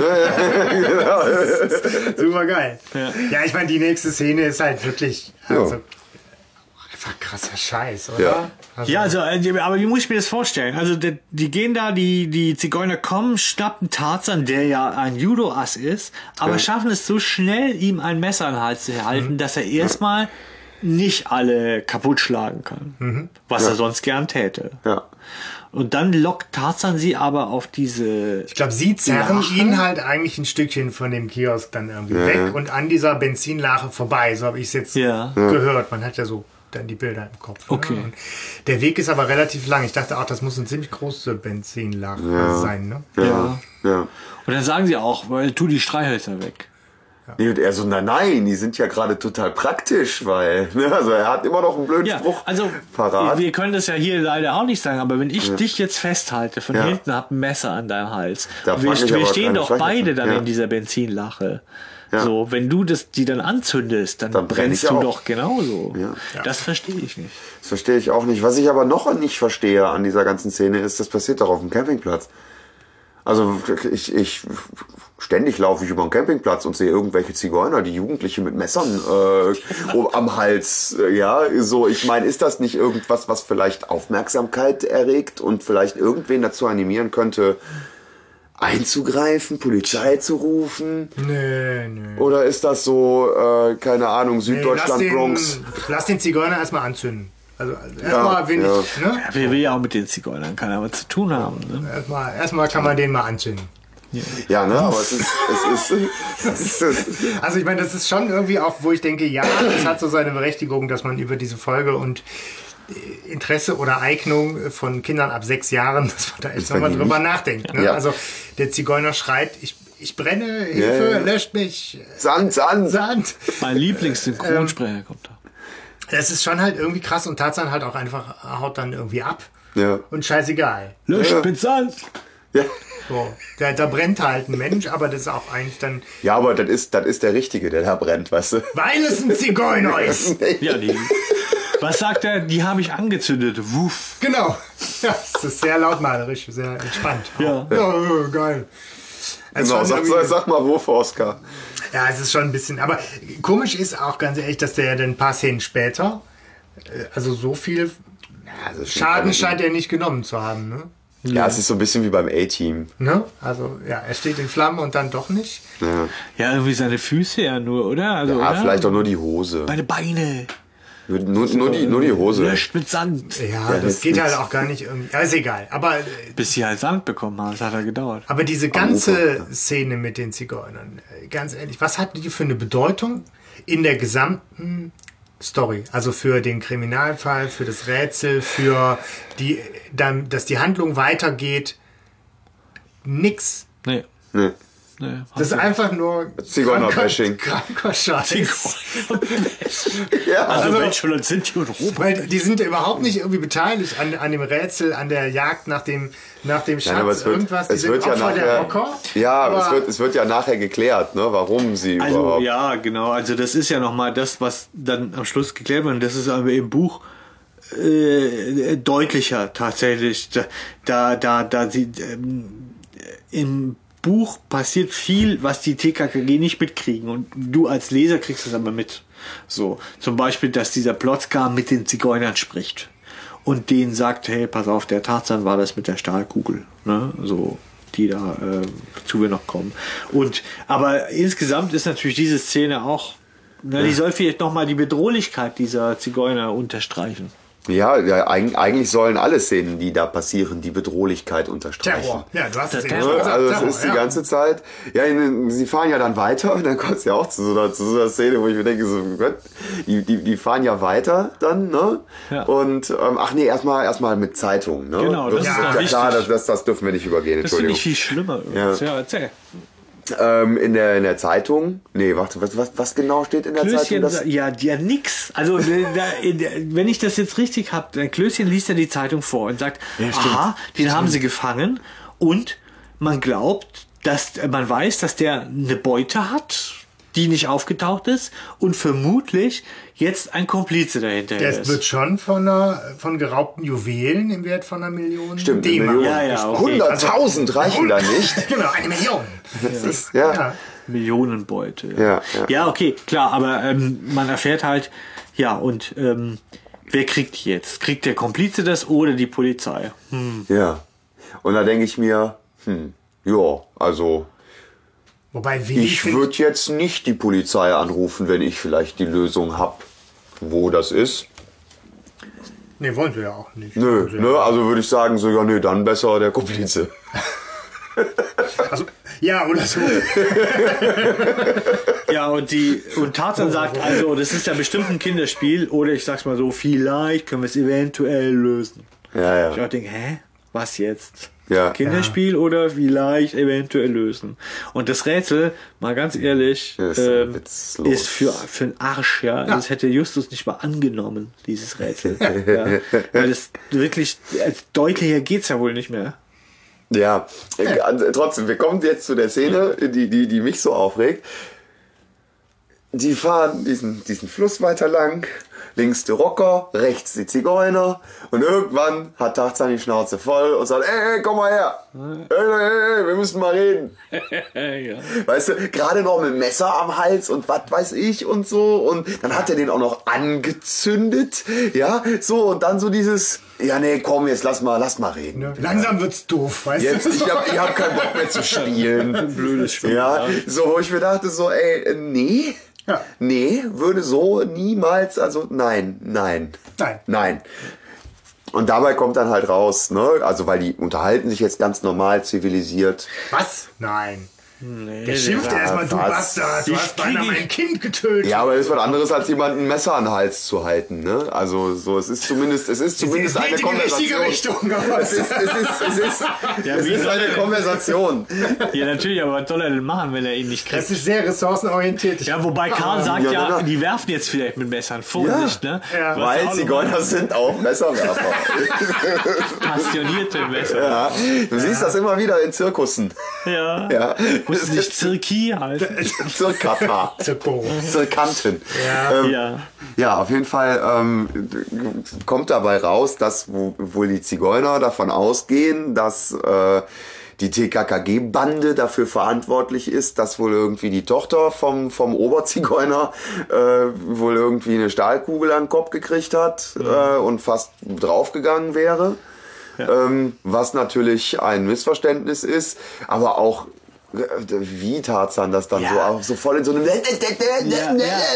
Super geil. Ja. Ja, ich meine, die nächste Szene ist halt wirklich also, Ja. einfach krasser Scheiß, oder? Ja. Also, Ja, also, äh, aber wie muss ich mir das vorstellen? Also, die, die gehen da, die, die Zigeuner kommen, schnappen Tarzan, der ja ein Judo-Ass ist, aber Ja. schaffen es so schnell, ihm ein Messer in den Hals zu halten, dass er erstmal nicht alle kaputt schlagen kann, mhm. was Ja. er sonst gern täte. Ja. Und dann lockt Tarzan sie aber auf diese... Ich glaube, sie zerren Lache? ihn halt eigentlich ein Stückchen von dem Kiosk dann irgendwie Ja, weg ja. und an dieser Benzinlache vorbei. So habe ich es jetzt Ja. gehört. Man hat ja so dann die Bilder im Kopf. Okay. Ne? Und der Weg ist aber relativ lang. Ich dachte auch, das muss eine ziemlich große Benzinlache Ja. sein. Ne? Ja. Ja. Und dann sagen sie auch, weil tu die Streichhölzer weg. Nee, und er so, nein, nein, die sind ja gerade total praktisch, weil, ne, also er hat immer noch einen blöden Ja, Spruch also parat. wir können das ja hier leider auch nicht sagen, aber wenn ich dich jetzt festhalte, von Ja. hinten hab ein Messer an deinem Hals, Da und wir, frag ich wir aber stehen keine doch Streichhölzer. beide dann Ja. in dieser Benzinlache. Ja. So, wenn du das, die dann anzündest, dann, Dann brenn brennst ich du auch. doch genauso. Ja. Das verstehe ich nicht. Das verstehe ich auch nicht. Was ich aber noch nicht verstehe an dieser ganzen Szene ist, das passiert doch auf dem Campingplatz. Also ich, ich ständig laufe ich über den Campingplatz und sehe irgendwelche Zigeuner, die Jugendliche mit Messern äh, um- am Hals. Äh, ja, so. Ich meine, ist das nicht irgendwas, was vielleicht Aufmerksamkeit erregt und vielleicht irgendwen dazu animieren könnte, einzugreifen, Polizei zu rufen? Nö, nö. Oder ist das so, äh, keine Ahnung, Nee, lass, Süddeutschland, den, Bronx? lass den Zigeuner erstmal anzünden. Also erstmal bin ja. ich, ne? Wer will ja auch mit den Zigeunern keiner was zu tun haben. Ne? Erstmal, erstmal kann man den mal anzünden. Ja, ne, aber es ist, es ist, es ist Also ich meine, das ist schon irgendwie auch, wo ich denke, ja, es hat so seine Berechtigung, dass man über diese Folge und Interesse oder Eignung von Kindern ab sechs Jahren, dass man da echt nochmal verlieben. drüber nachdenkt. Ne? Ja. Also der Zigeuner schreit, ich, ich brenne, Hilfe, Ja. löscht mich, Sand, Sand. Sand. Mein Lieblingssynchronsprecher kommt da. Das ist schon halt irgendwie krass und Tarzan halt auch einfach haut dann irgendwie ab Ja. und scheißegal. Löscht Ja. mit Sand! Ja. So, da, da brennt halt ein Mensch, aber das ist auch eigentlich dann, Ja, aber das ist, das ist der Richtige, der da brennt, weißt du? weil es ein Zigeuner ist. Ja, die. Was sagt er? Die habe ich angezündet. Wuff. Genau. Ja, das ist sehr lautmalerisch, sehr entspannt. Ja. Ja, ja, geil. Also Genau, schon sag, irgendwie- sag, sag mal, wofür, Oscar? Ja, es ist schon ein bisschen, aber komisch ist auch ganz ehrlich, dass der ja dann ein paar Szenen später, äh, also so viel Also Schaden scheint er nicht genommen zu haben, ne? Ja, es ist so ein bisschen wie beim A-Team. ne? Also ja, er steht in Flammen und dann doch nicht. Ja, Ja, irgendwie seine Füße ja nur, oder? Also, ja oder? vielleicht auch nur die Hose. Meine Beine. Nur, nur, nur, die, nur die Hose. Löscht mit Sand. Ja, das das geht ist- halt auch gar nicht irgendwie. Ja, ist egal. Aber, äh, Bis sie halt Sand bekommen haben. Das hat er gedauert. aber diese ganze Szene mit den Zigeunern, äh, ganz ehrlich, was hat die für eine Bedeutung in der gesamten Story? Also für den Kriminalfall, für das Rätsel, für die, dann, dass die Handlung weitergeht. Nix. Nee. Nee. nee Das ist einfach nur Zigeuner-Bashing. kranker, kranker Scheiß. Ja, Also, Also- Mensch, und sind die Europa. Weil die sind ja überhaupt nicht irgendwie beteiligt an, an dem Rätsel, an der Jagd nach dem, nach dem Schatz, Nein, aber es wird, irgendwas. Die es sind wird ja Opfer der nachher, Rocker. ja, aber es aber- wird, es wird ja nachher geklärt, ne, warum sie Also, überhaupt. ja, genau. Also, das ist ja nochmal das, was dann am Schluss geklärt wird. Und das ist aber im Buch äh, deutlicher tatsächlich. Da, da, da, da sie, ähm, im Buch passiert viel, was die T K K G nicht mitkriegen. Und du als Leser kriegst es aber mit. So, zum Beispiel, dass dieser Plotzka mit den Zigeunern spricht. Und denen sagt, hey, pass auf, der Tarzan war das mit der Stahlkugel. Ne? So, die da äh, zu wir noch kommen. Und, aber insgesamt ist natürlich diese Szene auch, na, die soll vielleicht nochmal die Bedrohlichkeit dieser Zigeuner unterstreichen. Ja, ja eig- eigentlich sollen alle Szenen, die da passieren, die Bedrohlichkeit unterstreichen. Terror. Ja, du hast es Der eben Terror. schon gesagt. Also es Terror, ist die ja. ganze Zeit, ja, in- sie fahren ja dann weiter und dann kommt es ja auch zu so, einer, zu so einer Szene, wo ich mir denke, so, Gott, die, die, die fahren ja weiter dann, ne? Ja. Und, ähm, ach nee, erstmal erstmal mit Zeitung, ne? Genau, das ist ist ja doch klar, das, wichtig. das, das dürfen wir nicht übergehen, Das finde Entschuldigung. ich viel schlimmer. Ja. Ja, erzähl. Ähm, in, der, in der Zeitung, nee, warte, was, was, was genau steht in der Klößchen, Zeitung? Das, ja, ja, nix. Also, äh, da, in der- wenn ich das jetzt richtig habe, der Klößchen liest ja die Zeitung vor und sagt, aha, den haben sie gefangen und man glaubt, dass, äh, man weiß, dass der eine Beute hat, die nicht aufgetaucht ist und vermutlich jetzt ein Komplize dahinter Das ist. wird schon von, einer, von geraubten Juwelen im Wert von einer Million Stimmt, eine D-Mark. Million. Ja, ja, okay. hunderttausend reichen da nicht. Genau, eine Million. Das ist, ja. Ja. Millionenbeute. Ja, ja. ja, okay, klar, aber ähm, man erfährt halt, ja, und ähm, wer kriegt die jetzt? Kriegt der Komplize das oder die Polizei? Ja. Und da denke ich mir, hm, ja, also Wobei Willi ich find- würde jetzt nicht die Polizei anrufen, wenn ich vielleicht die Lösung hab. wo das ist. Nee, wollen wir ja auch nicht. Nö, ja. ne, also würde ich sagen, so, ja, nö, dann besser der Komplize. Also, ja, oder so. Ja, und die und Tarzan sagt also, das ist ja bestimmt ein Kinderspiel oder ich sag's mal so, vielleicht können wir es eventuell lösen. Ja, Ich ja. auch denke, hä, was jetzt? Ja. Kinderspiel oder vielleicht eventuell lösen. Und das Rätsel, mal ganz ehrlich, Ist, ähm, witzlos. ist für, für einen Arsch, ja. Das hätte Justus nicht mal angenommen, dieses Rätsel. ja. Weil das wirklich, äh, deutlicher geht's ja wohl nicht mehr. Ja, äh, trotzdem, wir kommen jetzt zu der Szene, die, die, die mich so aufregt. Die fahren diesen, diesen Fluss weiter lang, links die Rocker, rechts die Zigeuner und irgendwann hat Tarzan die Schnauze voll und sagt, ey, ey, komm mal her, ey, ey, ey, wir müssen mal reden. ja. Weißt du, gerade noch mit Messer am Hals und was weiß ich und so und dann hat er den auch noch angezündet, ja, so und dann so dieses, ja nee, komm, jetzt lass mal, lass mal reden. Ne? Langsam wird's doof, weißt Jetzt, du? ich hab, ich hab keinen Bock mehr zu spielen. Blödes Spiel. Ja, so, wo ich mir dachte, so, ey, äh, nee, Ja. nee, würde so niemals, also nein, nein, Nein. nein. Und dabei kommt dann halt raus, ne, also weil die unterhalten sich jetzt ganz normal, zivilisiert. Was? Nein. Nee, Der schimpft ja, erstmal, du was? Bastard, du Ich hast beinahe krieg- mein Kind getötet. Ja, aber das ist was anderes, als jemanden ein Messer an den Hals zu halten, ne, also so, es ist zumindest, es ist zumindest es eine geht in die richtige Konversation. Richtung. Aber Es ist, es ist, es ist, Ja, es wie ist soll eine der- Konversation. Ja, natürlich, aber was soll er denn machen, wenn er ihn nicht kriegt? das ist sehr ressourcenorientiert. Ich- Ja, wobei Karl sagt Ja, ja, genau. die werfen jetzt vielleicht mit Messern. Vorsicht, ne? Ja. Was Weil auch Zigeuner sind auch Messerwerfer. noch passionierte Messer. Ja, du siehst das immer wieder in Zirkussen. Ja. Ja. Musst du nicht Zirki halten. Zirkata. Zirko. Zirkanten. Ja. Ähm, Ja. Ja, auf jeden Fall ähm, kommt dabei raus, dass wo, wohl die Zigeuner davon ausgehen, dass äh, die T K K G-Bande dafür verantwortlich ist, dass wohl irgendwie die Tochter vom, vom Oberzigeuner äh, wohl irgendwie eine Stahlkugel an den Kopf gekriegt hat äh, und fast draufgegangen wäre. Ähm, was natürlich ein Missverständnis ist, aber auch äh, wie Tarzan das dann Ja. so auch so voll in so einem Ja, ja,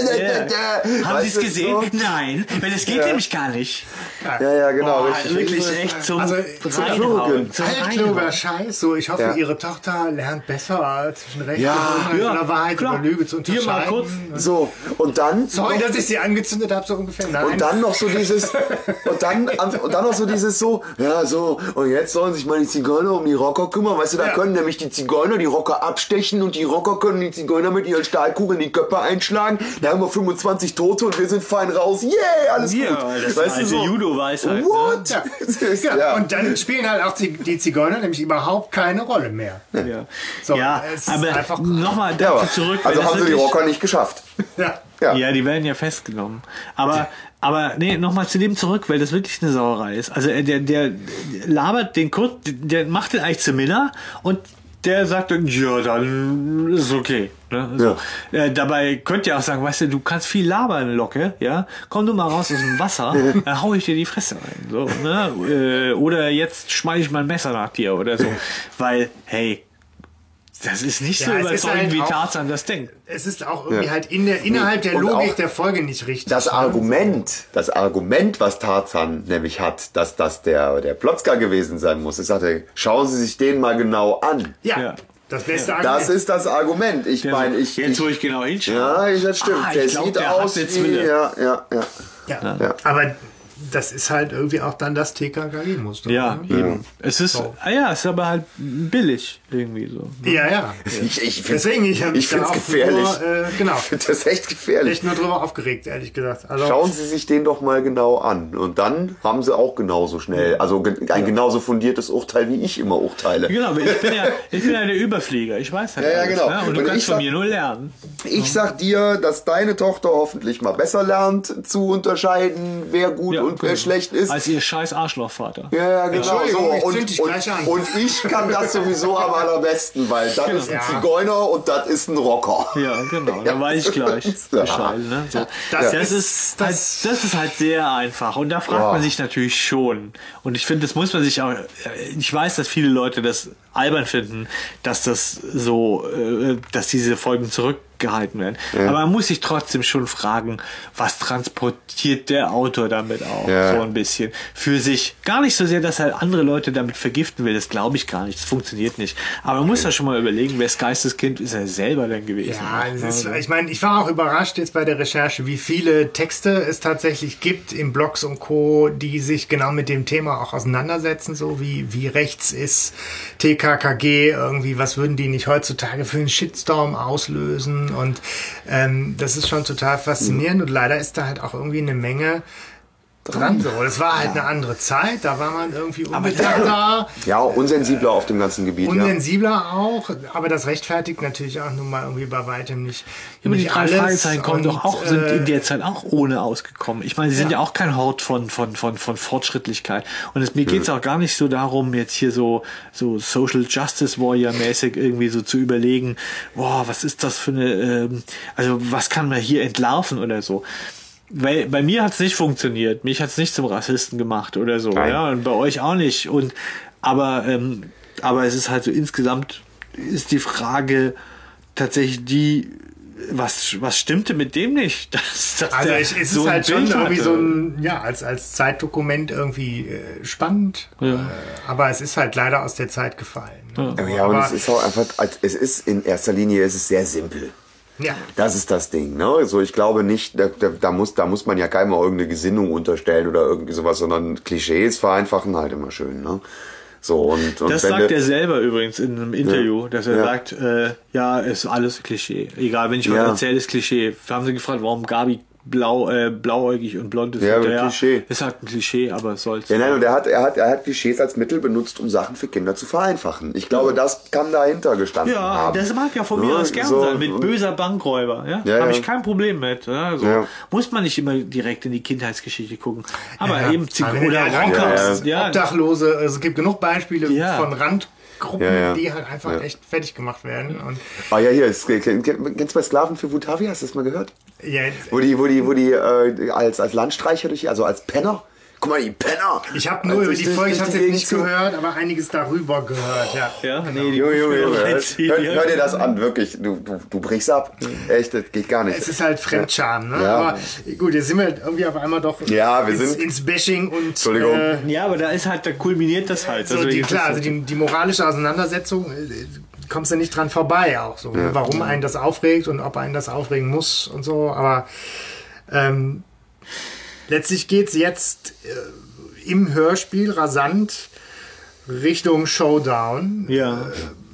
ja. Haben Sie es Weißt du, gesehen? so? Nein, weil es geht nämlich gar nicht. Ja, ja, genau, Boah, richtig. wirklich echt zum Also, Reinhauen. Zum Altkluger Reinhauen. Scheiß. So, ich hoffe, Ja. ihre Tochter lernt besser zwischen Recht Ja, und Unrecht ja, oder Wahrheit klar. oder Lüge zu Hier unterscheiden. mal kurz. So, und dann Sorry, noch, dass ich sie angezündet habe, so ungefähr. Nein. und dann noch so dieses und dann und dann noch so dieses so, ja, so und jetzt sollen sich mal die Zigeuner um die Rocker kümmern, weißt du, da Ja. können nämlich die Zigeuner die Rocker abstechen und die Rocker können die Zigeuner mit ihren Stahlkugeln die Köpfe einschlagen. Da haben wir fünfundzwanzig Tote und wir sind fein raus. Yeah, alles Ja, gut. das weißt alte Judo-Weisheit, What? Ja. Das ist- Ja, ja. und dann spielen halt auch die, die Zigeuner nämlich überhaupt keine Rolle mehr. Ja, So, ja es ist aber einfach- nochmal Ja, dazu aber, zurück. weil also das haben sie die wirklich- Rocker nicht geschafft. Ja. Ja. Ja, die werden ja festgenommen. Aber, aber nee, nochmal zu dem zurück, weil das wirklich eine Sauerei ist. Also äh, der, der labert den kurz, der macht den eigentlich zu Miller und der sagt dann, ja, dann ist okay. Ne? So. Äh, dabei könnt ihr auch sagen, weißt du, du kannst viel labern, Locke, ja? Komm du mal raus aus dem Wasser, dann hau ich dir die Fresse rein. So, ne? äh, oder jetzt schmeiß ich mein Messer nach dir oder so. Weil, hey, das ist nicht so Ja, es ist überzeugend, halt wie auch- Tarzan das denkt. Es ist auch irgendwie Ja. halt in der, innerhalb der Und Logik auch der Folge nicht richtig. Das ne? Argument, das Argument, was Tarzan nämlich hat, dass das der, der Plotzka gewesen sein muss, ich sagte, schauen Sie sich den mal genau an. Ja, Ja. das beste Das Argument. ist das Argument. Ich Der meine, so, ich, jetzt, ich wo ich genau hinschaue. ja, ich- das stimmt. Ah, ich der glaub, sieht der hat aus eine wie, Zwille. ja, ja, ja. ja. Ja. Aber das ist halt irgendwie auch dann das T K K G-Muster. Ja, ne? eben. Es ist, So. ah ja, es ist aber halt billig irgendwie so. Ja, ja. Ich, ich find's, Deswegen, ich habe ich find's gefährlich. Nur, äh, genau. Ich finde das echt gefährlich. Echt nur drüber aufgeregt, ehrlich gesagt. Also, Schauen Sie sich den doch mal genau an. Und dann haben Sie auch genauso schnell, also ge- ein genauso fundiertes Urteil, wie ich immer urteile. Genau, aber ich bin ja, ich bin ja der Überflieger. Ich weiß halt Ja, ja, alles, genau. Ne? Und du Und ich kannst von sag- mir nur lernen. Ich sag dir, dass deine Tochter hoffentlich mal besser lernt zu unterscheiden, wer gut Ja, und wer genau. schlecht ist. Als ihr scheiß Arschlochvater. Ja, ja, genau. Entschuldigung, So. ich Und, zünd dich und, gleich an. und ich kann das sowieso am allerbesten, weil das ist ein Ja. Zigeuner und das ist ein Rocker. Ja, genau. Da weiß ich gleich Ja. Bescheid. Ne? So. Das Das, ist- ist, das- halt, das ist halt sehr einfach. Und da fragt Ja. man sich natürlich schon. Und ich finde, das muss man sich auch. Ich weiß, dass viele Leute das albern finden, dass das so, äh, dass diese Folgen zurück gehalten werden. Ja. Aber man muss sich trotzdem schon fragen, was transportiert der Autor damit auch ja. so ein bisschen für sich. Gar nicht so sehr, dass er andere Leute damit vergiften will, das glaube ich gar nicht, das funktioniert nicht. Aber man muss ja schon mal überlegen, wes Geisteskind ist er selber denn gewesen. Ja, es ist, ich meine, ich war auch überrascht jetzt bei der Recherche, wie viele Texte es tatsächlich gibt in Blogs und Co., die sich genau mit dem Thema auch auseinandersetzen, so wie, wie rechts ist T K K G, irgendwie, was würden die nicht heutzutage für einen Shitstorm auslösen, und ähm, das ist schon total faszinierend, und leider ist da halt auch irgendwie eine Menge dran. So, das war halt eine andere Zeit, da war man irgendwie unbedachter. Ja, unsensibler auf dem ganzen Gebiet. Unsensibler ja. auch, aber das rechtfertigt natürlich auch nun mal irgendwie bei weitem nicht. Ja, aber die drei Fragezeichen kommen und, doch auch, sind äh, in der Zeit auch ohne ausgekommen. Ich meine, sie sind ja, ja auch kein Hort von, von, von, von Fortschrittlichkeit. Und es, mir geht es auch gar nicht so darum, jetzt hier so, so Social Justice Warrior mäßig irgendwie so zu überlegen, boah, was ist das für eine, ähm, also was kann man hier entlarven oder so. Weil bei mir hat's nicht funktioniert. Mich hat's nicht zum Rassisten gemacht oder so. Nein. Ja, und bei euch auch nicht. Und aber ähm, aber es ist halt so, insgesamt ist die Frage tatsächlich die, was was stimmte mit dem nicht? Dass, dass also der es, es so ist halt ein schon Bild irgendwie hatte. so ein, ja, als als Zeitdokument irgendwie äh, spannend. Ja. Äh, aber es ist halt leider aus der Zeit gefallen. Ne? Ja, ja, und aber, es ist auch einfach, es ist in erster Linie, es ist sehr simpel. ja. Das ist das Ding, ne? Also ich glaube nicht, da, da, da muss, da muss man ja keinem mal irgendeine Gesinnung unterstellen oder irgendwie sowas, sondern Klischees vereinfachen halt immer schön, ne? So, und, und Das wenn sagt du, er selber übrigens in einem Interview, Ja. dass er Ja. sagt, äh, ja, ist alles Klischee. Egal, wenn ich was Ja. erzähle, ist Klischee. Wir haben sie gefragt, warum Gabi blau, äh, blauäugig und blond ist. Ja, Und aber er, Klischee. Ist halt ein Klischee, aber es soll's. ja, nein, und er hat, er hat, er hat Klischees als Mittel benutzt, um Sachen für Kinder zu vereinfachen. Ich glaube, das kann dahinter gestanden Ja, haben. das mag ja von mir Ja, aus gern so, sein, mit so. böser Bankräuber. Ja? Ja, Habe ja. ich kein Problem mit. Ja? So. Ja. Muss man nicht immer direkt in die Kindheitsgeschichte gucken. Aber Ja, eben aber wenn oder du dir Rocker. anguckst, Ja, Obdachlose, also es gibt genug Beispiele Ja. von Randgruppen, Ja, ja. die halt einfach Ja. echt fertig gemacht werden. Und Ah ja, hier, ist, kennst du bei Sklaven für Wutawi, hast du das mal gehört? ja, Wo die, wo die, wo die äh, als, als Landstreicher durch, also als Penner, guck mal, die Penner! ich habe nur Als über durch- die Folge, durch ich habe die jetzt Gegend nicht ziehen. gehört, aber einiges darüber gehört. Ja. ja, nee, die Junge, Junge, Junge, hör, Erzähl- hör, hör dir das an, wirklich. Du, du, du brichst ab. Echt, das geht gar nicht. Es ist halt Fremdscham, ne? Ja. Aber gut, jetzt sind wir irgendwie auf einmal doch Ja, wir ins, sind- ins Bashing und Entschuldigung. Äh, Ja, aber da ist halt, da kulminiert das halt. so Also die, jetzt klar, ist also das- die, die moralische Auseinandersetzung, äh, kommst du nicht dran vorbei auch so. Ne? Warum einen das aufregt und ob einen das aufregen muss und so, aber ähm, letztlich geht's jetzt äh, im Hörspiel rasant Richtung Showdown. ja.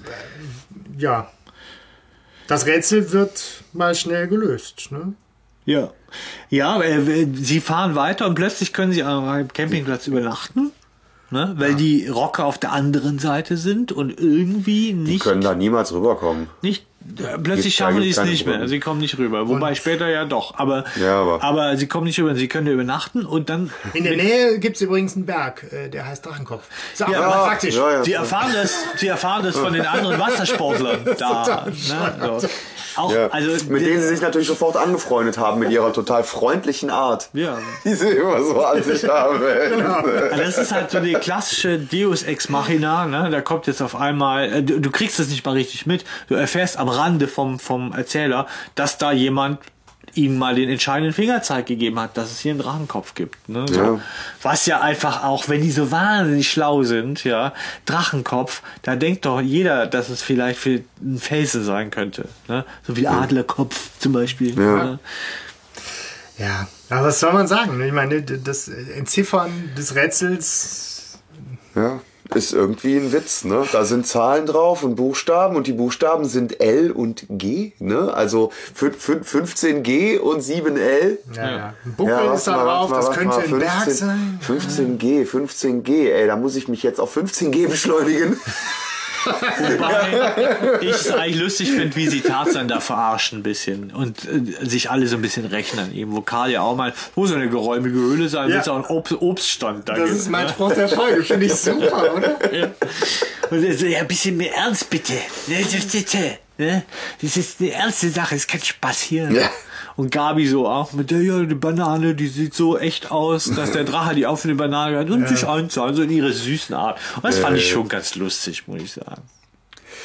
Ja. Das Rätsel wird mal schnell gelöst. Ne? Ja. Ja, aber, äh, sie fahren weiter und plötzlich können sie am Campingplatz übernachten, ne? Weil die Rocker auf der anderen Seite sind und irgendwie Die nicht, können da niemals rüberkommen. nicht äh, plötzlich Gibt- schaffen da sie gibt's es keine nicht mehr. Brücken. Sie kommen nicht rüber. Wobei später ja doch. Aber, Ja, aber- aber sie kommen nicht rüber. Sie können übernachten und dann. In der Nähe gibt es übrigens einen Berg, äh, der heißt Drachenkopf. Ist auch Ja, ganz praktisch. ja, ja. Sie erfahren das, sie erfahren das von den anderen Wassersportlern da. Ne? So. Auch, Ja. also, mit denen sie sich natürlich sofort angefreundet haben, mit ihrer total freundlichen Art. ja. Die sie immer so an sich haben. Also das ist halt so die klassische Deus Ex Machina, ne? Da kommt jetzt auf einmal, äh, du, du kriegst es nicht mal richtig mit, du erfährst am Rande vom, vom Erzähler, dass da jemand ihnen mal den entscheidenden Fingerzeig gegeben hat, dass es hier einen Drachenkopf gibt. Ne? So. Ja. Was ja einfach auch, wenn die so wahnsinnig schlau sind, ja, Drachenkopf, da denkt doch jeder, dass es vielleicht für ein Felsen sein könnte. Ne? So wie Adlerkopf zum Beispiel. Ja. Ne? Ja, aber was soll man sagen? Ich meine, das Entziffern des Rätsels. Ja, ist irgendwie ein Witz, ne? Da sind Zahlen drauf und Buchstaben und die Buchstaben sind L und G, ne? Also fünfzehn G und sieben L. Ja, ja. Ein Buckel Ja, ist da drauf, das könnte ein Berg sein. fünfzehn G, fünfzehn G, ey, da muss ich mich jetzt auf fünfzehn G beschleunigen. Wobei ich es eigentlich lustig finde, wie sie Tarzan da verarschen ein bisschen und äh, sich alle so ein bisschen rechnen. Eben Vokal ja auch mal, wo so eine geräumige Höhle sein, Ja. wird es auch ein Obst, Obststand da Das gibt, ist mein ne? Spruch der Folge, finde ich super, oder? Und er so, ja, ein bisschen mehr Ernst bitte. Ne, das, bitte, ne? Das ist eine ernste Sache, es ist kein Spaß hier. Ja. Und Gabi so auch mit der, ja, die Banane, die sieht so echt aus, dass der Drache die auf eine Banane hat und sich einzahlen, so in ihrer süßen Art. Und das fand ich schon ganz lustig, muss ich sagen.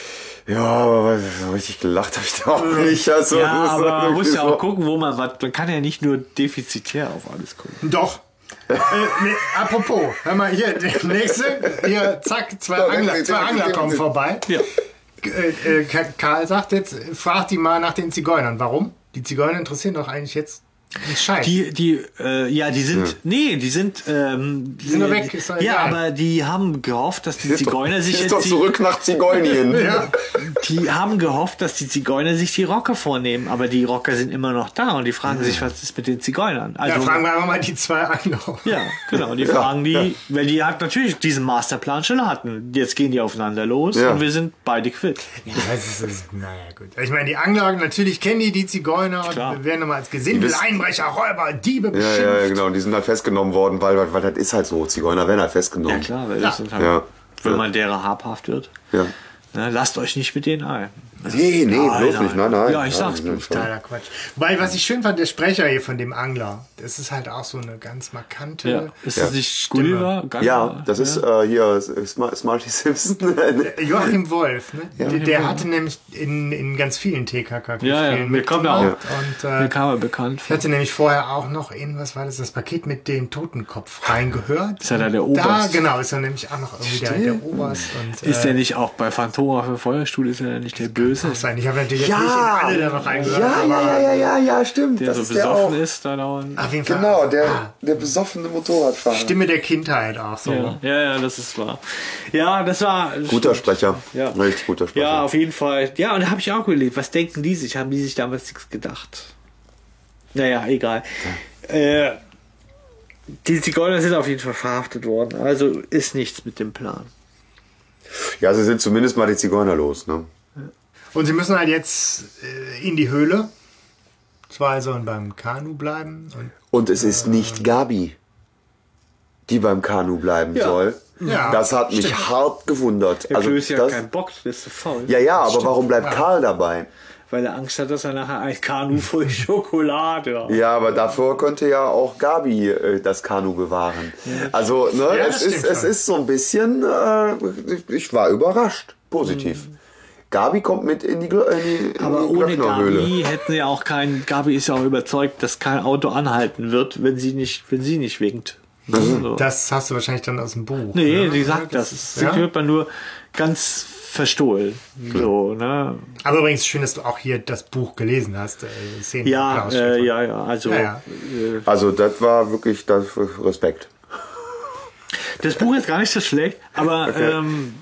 Ja, aber so richtig gelacht habe ich da auch nicht. Also, Ja, das ist aber man irgendwie muss ja auch so. gucken, wo man was. Man kann ja nicht nur defizitär auf alles gucken. Doch. äh, nee, apropos, hör mal hier, der nächste, hier, zack, zwei Angler, zwei Angler kommen vorbei. Ja. Äh, äh, Karl sagt jetzt, frag die mal nach den Zigeunern. Warum? Die Zigeuner interessieren doch eigentlich jetzt einen Scheiß. Die, die, äh, ja, die sind, ja. nee, die sind, ähm, die sind nur weg, ist doch ja, egal. aber die haben gehofft, dass die Ist Zigeuner doch, sich ist jetzt, doch die, zurück nach Zigeunien. Ja. die haben gehofft, dass die Zigeuner sich die Rocker vornehmen, aber die Rocker sind immer noch da und die fragen sich, was ist mit den Zigeunern? Also, Ja, fragen wir einfach mal die zwei Angler. ja, genau, die fragen die, weil die halt natürlich diesen Masterplan schon hatten. Jetzt gehen die aufeinander los Ja. und wir sind beide quitt. Ja, das ist, das ist, naja, gut. Ich meine, die Angler, natürlich kennen die die Zigeuner Klar. und werden immer als Gesindel, wissen- Einbrecher, Räuber, Diebe Ja, beschimpft. ja, ja, genau. Und die sind halt festgenommen worden, weil, weil, weil das ist halt so. Zigeuner werden halt festgenommen. Ja klar, weil Ja. das sind halt, Ja. wenn Ja. man derer habhaft wird. Ja. Ne, lasst euch nicht mit denen ein. Nee, nee, Nein, bloß nein. nicht. Nein, nein. Ja, ich sag's nein, bloß. Totaler Quatsch. Weil, was ich schön fand, der Sprecher hier von dem Angler, das ist halt auch so eine ganz markante Ja. Ist Ja. das nicht Stimme. Gulliver? Gulliver? Ja, das ist äh, hier Sm- Smarty Simpson. Joachim Wolf, ne? der, Joachim der Wolf. hatte nämlich in, in ganz vielen T K K Ja, ja, Spielen mir kommt er auch. mitgemacht. Und, Mir äh, kam er bekannt ich vor. hatte nämlich vorher auch noch in, was war das, das Paket mit dem Totenkopf reingehört. Ist ja da der Da, Oberst. genau, ist er nämlich auch noch irgendwie der, der Oberst. Und, Ist äh, der nicht auch bei Phantoma für Feuerstuhl? Ist er nicht der Böse? kann sein. Ich habe natürlich jetzt Ja. nicht in alle da noch reingehört. Ja, aber ja, ja, ja, ja, ja, stimmt. Der das so ist der auch. besoffen ist da dauernd. Auf jeden Fall. Genau, Ah, der, der besoffene Motorradfahrer. Stimme der Kindheit auch so. Ja, ja, ja, das ist wahr. Ja, das war. Guter Sprecher. Ja. Richtig guter Sprecher. Ja, auf jeden Fall. Ja, und da habe ich auch überlegt, was denken die sich? Haben die sich damals nichts gedacht? Naja, egal. Äh, die Zigeuner sind auf jeden Fall verhaftet worden. Also ist nichts mit dem Plan. Ja, sie sind zumindest mal die Zigeuner los, ne? Und sie müssen halt jetzt äh, in die Höhle. Zwei sollen beim Kanu bleiben. Und Und es ist nicht Gabi, die beim Kanu bleiben Ja. soll. Ja, Das hat mich stimmt. hart gewundert. Der Also Klöß ja das, keinen Bock, der ist so faul. ja, ja, aber warum bleibt Karl dabei? Weil er Angst hat, dass er nachher ein Kanu voll Schokolade hat. Ja, aber davor könnte ja auch Gabi äh, das Kanu bewahren. Also, ne, Ja, es, das ist, stimmt es schon. ist so ein bisschen, äh, ich war überrascht, positiv. Gabi kommt mit in die, Gl- in die, Aber in die ohne Glöcknerhöhle. Gabi hätten ja auch kein. Gabi ist ja auch überzeugt, dass kein Auto anhalten wird, wenn sie nicht, wenn sie nicht winkt. So. das hast du wahrscheinlich dann aus dem Buch. Nee, ne? die sagt das. ist- Das ja? hört man nur ganz verstohlen. So, ne? Aber übrigens schön, dass du auch hier das Buch gelesen hast. Äh, Szenen Ja, Applaus, äh, Stefan. ja, ja. Also Ja, ja. Äh, Also, das war wirklich das Respekt. das Buch ist gar nicht so schlecht, aber ähm,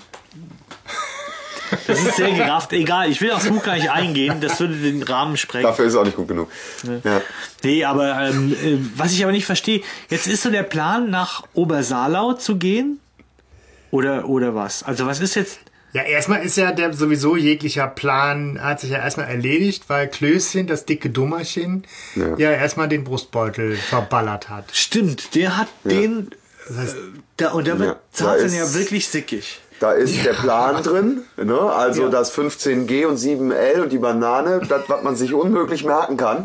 das ist sehr gerafft. Egal, ich will aufs Buch gar nicht eingehen. Das würde den Rahmen sprengen. Dafür ist es auch nicht gut genug. Ja. Nee, aber ähm, äh, was ich aber nicht verstehe, jetzt ist so der Plan, nach Obersalau zu gehen? Oder, oder was? Also was ist jetzt... Ja, erstmal ist ja der sowieso jeglicher Plan hat sich ja erstmal erledigt, weil Klößchen, das dicke Dummerchen, ja, Ja. erstmal den Brustbeutel verballert hat. Stimmt, der hat den... Das heißt, Da, und da wird Ja, Tarzan da ist- ja wirklich sickig. Da ist der Plan drin, ne? Also Ja. das fünfzehn G und sieben L und die Banane, das, was man sich unmöglich merken kann.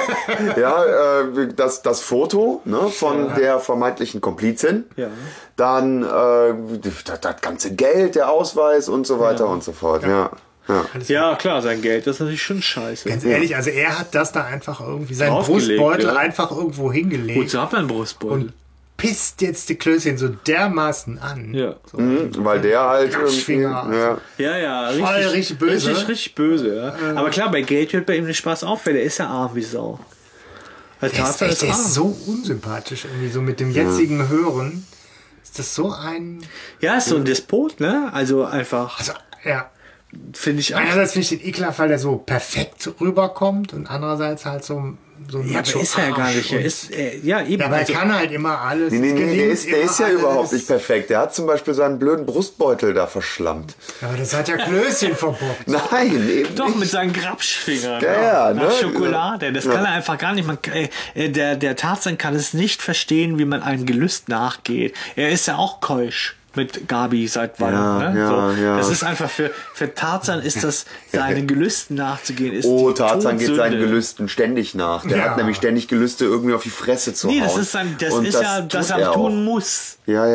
Ja, äh, das, das Foto, ne, von der vermeintlichen Komplizin. Ja. Dann äh, das, das ganze Geld, der Ausweis und so weiter und so fort. Ja. Ja. Ja, klar, sein Geld, das ist natürlich schon scheiße. ganz ehrlich, also er hat das da einfach irgendwie, seinen Draufgelegt, Brustbeutel ja. einfach irgendwo hingelegt Wozu hat man einen Brustbeutel? und pisst jetzt die Klößchen so dermaßen an. Ja. So. Mhm, weil der halt irgendwie, Krapschfinger. ja. Ja, ja, richtig, Voll richtig böse. Richtig, richtig böse, ja. Aber klar, bei Geld hört bei ihm nicht Spaß auf, weil der ist ja arm wie Sau. Weil Der ist, Tarzan echt, ist der arm. ist so unsympathisch irgendwie, so mit dem jetzigen Hören. Ist das so ein... Ja, ist so ein Despot, ne? Also einfach, Also, ja. finde ich auch. Einerseits finde ich den ekelhaft, weil der so perfekt rüberkommt und andererseits halt so, so ein Ja, aber ist er ja gar nicht. Er Und- ist, er, ja, eben. Ja, aber er also, kann halt immer alles. Nee, nee, Es nee, der gelingt ist, der immer ist ja alles. überhaupt nicht perfekt. Der hat zum Beispiel seinen blöden Brustbeutel da verschlammt. Aber das hat ja Klößchen verbockt. Nein, eben Doch, nicht. mit seinen Grapschfingern. Ja, ja, Nach ne? Schokolade. Das Ja. kann er einfach gar nicht. Man, äh, äh, der, der Tarzan kann es nicht verstehen, wie man einem Gelüst nachgeht. Er ist ja auch keusch mit Gabi seit wann. Ja, ne? ja, so. ja. Das ist einfach für, für Tarzan ist das, seinen Gelüsten nachzugehen. Ist Oh, die Tarzan geht Todsünde. seinen Gelüsten ständig nach. Der Ja. hat nämlich ständig Gelüste, irgendwie auf die Fresse zu Nee, hauen. das ist, sein, das Und ist ja, dass tut er auch. tun muss. Ja, ja.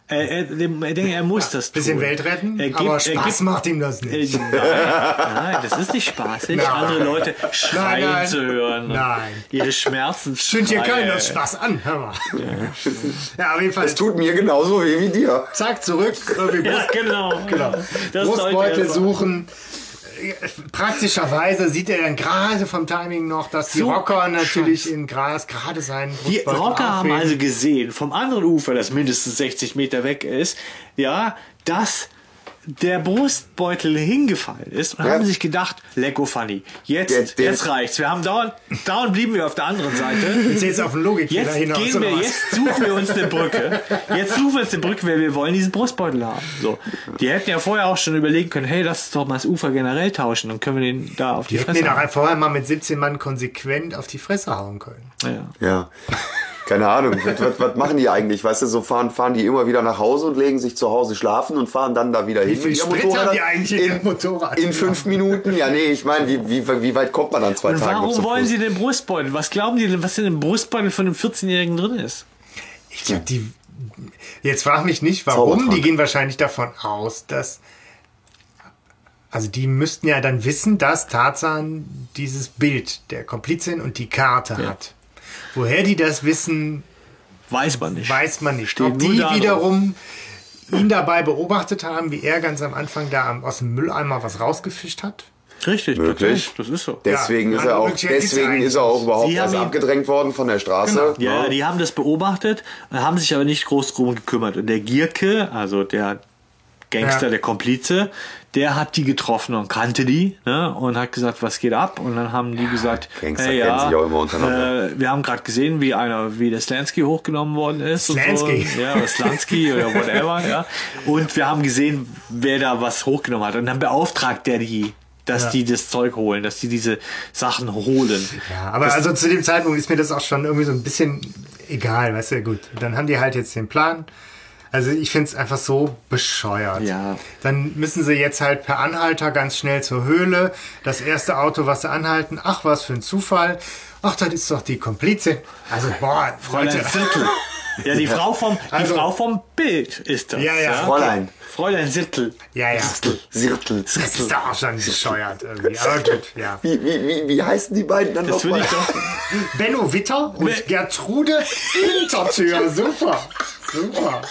Er, er, er denkt, er muss das tun. Bisschen Welt retten, er gibt, aber er Spaß gibt, macht ihm das nicht. Äh, nein, nein, das ist nicht spaßig, Nein. andere Leute schreien Nein, nein. zu hören. Nein. Ihre Schmerzen. Schünd hier keiner Spaß an, hör mal. Ja, auf jeden Fall. Es tut mir genauso weh wie dir. Zack, zurück. Irgendwie Ja, genau. Genau. Das sollte Brustbeutel er suchen. Praktischerweise sieht er dann gerade vom Timing noch, dass die So Rocker natürlich scheiße. in Gras gerade seinen Die Brustbeutel Rocker haben aufheben. also gesehen, vom anderen Ufer, das mindestens sechzig Meter weg ist, ja, dass der Brustbeutel hingefallen ist und Ja. haben sich gedacht, lecko funny, jetzt, Der- der- jetzt reicht's. Wir haben dauernd, dauernd blieben wir auf der anderen Seite. Jetzt jetzt auf den Logikfehler Jetzt hinaus. gehen oder wir, was? jetzt suchen wir uns eine Brücke. Jetzt suchen wir uns eine Brücke, weil wir wollen diesen Brustbeutel haben. So. Die hätten ja vorher auch schon überlegen können, hey, lass uns doch mal das Ufer generell tauschen, dann können wir den da auf die, Die hätten Fresse den hauen. auch vorher mal mit siebzehn Mann konsequent auf die Fresse hauen können. Ja. Ja. Keine Ahnung, was, was, was machen die eigentlich? Weißt du, so fahren, fahren die immer wieder nach Hause und legen sich zu Hause schlafen und fahren dann da wieder Wie hin viel mit ihrem Sprit Motorrad? haben die eigentlich in ihrem Motorrad? In fünf Minuten? Ja, nee, ich meine, wie, wie, wie weit kommt man dann zwei Und Tage noch warum zu wollen Fuß? sie den Brustbeutel? Was glauben die denn, was in dem Brustbeutel von einem vierzehnjährigen drin ist? Ich glaube, die. Jetzt frag mich nicht, warum. Zaubertrank. Die gehen wahrscheinlich davon aus, dass. Also die müssten ja dann wissen, dass Tarzan dieses Bild der Komplizin und die Karte hat. Woher die das wissen, Weiß man nicht. weiß man nicht. Steht Ob nur die da wiederum ihn dabei beobachtet haben, wie er ganz am Anfang da am- aus dem Mülleimer was rausgefischt hat. Richtig, Wirklich? tatsächlich, das ist so. Deswegen, Ja, ist, er auch, Möglichkeit gibt's deswegen eigentlich ist er auch überhaupt Sie erst haben ihn- abgedrängt worden von der Straße. Ja, Ne? die haben das beobachtet, haben sich aber nicht groß drum gekümmert. Und der Gierke, also der Gangster, Ja. der Komplize, der hat die getroffen und kannte die, ne, und hat gesagt, was geht ab? Und dann haben die gesagt, Gangster hey, kennen ja, sich auch immer untereinander. äh, wir haben gerade gesehen, wie einer, wie der Slansky hochgenommen worden ist. Slansky. Und so. Ja, oder Slansky oder whatever, ja. Und wir haben gesehen, wer da was hochgenommen hat. Und dann beauftragt der die, dass Ja. die das Zeug holen, dass die diese Sachen holen. Ja, aber also zu dem Zeitpunkt ist mir das auch schon irgendwie so ein bisschen egal, weißt du, gut. Dann haben die halt jetzt den Plan. Also ich finde es einfach so bescheuert. Ja. Dann müssen sie jetzt halt per Anhalter ganz schnell zur Höhle. Das erste Auto, was sie anhalten, ach, was für ein Zufall. Ach, das ist doch die Komplizin. Also, boah, Fräulein Leute. Sittel. Ja, die Frau vom, die Also- Frau vom Bild ist das. Ja, ja. Fräulein. Fräulein Sittel. Ja, ja. Sirtel. Das ist doch auch schon bescheuert irgendwie. Aber gut, ja. Wie, wie, wie, wie heißen die beiden dann Das finde nochmal? ich doch. Benno Witter und Be- Gertrude Hintertür. Super. Super.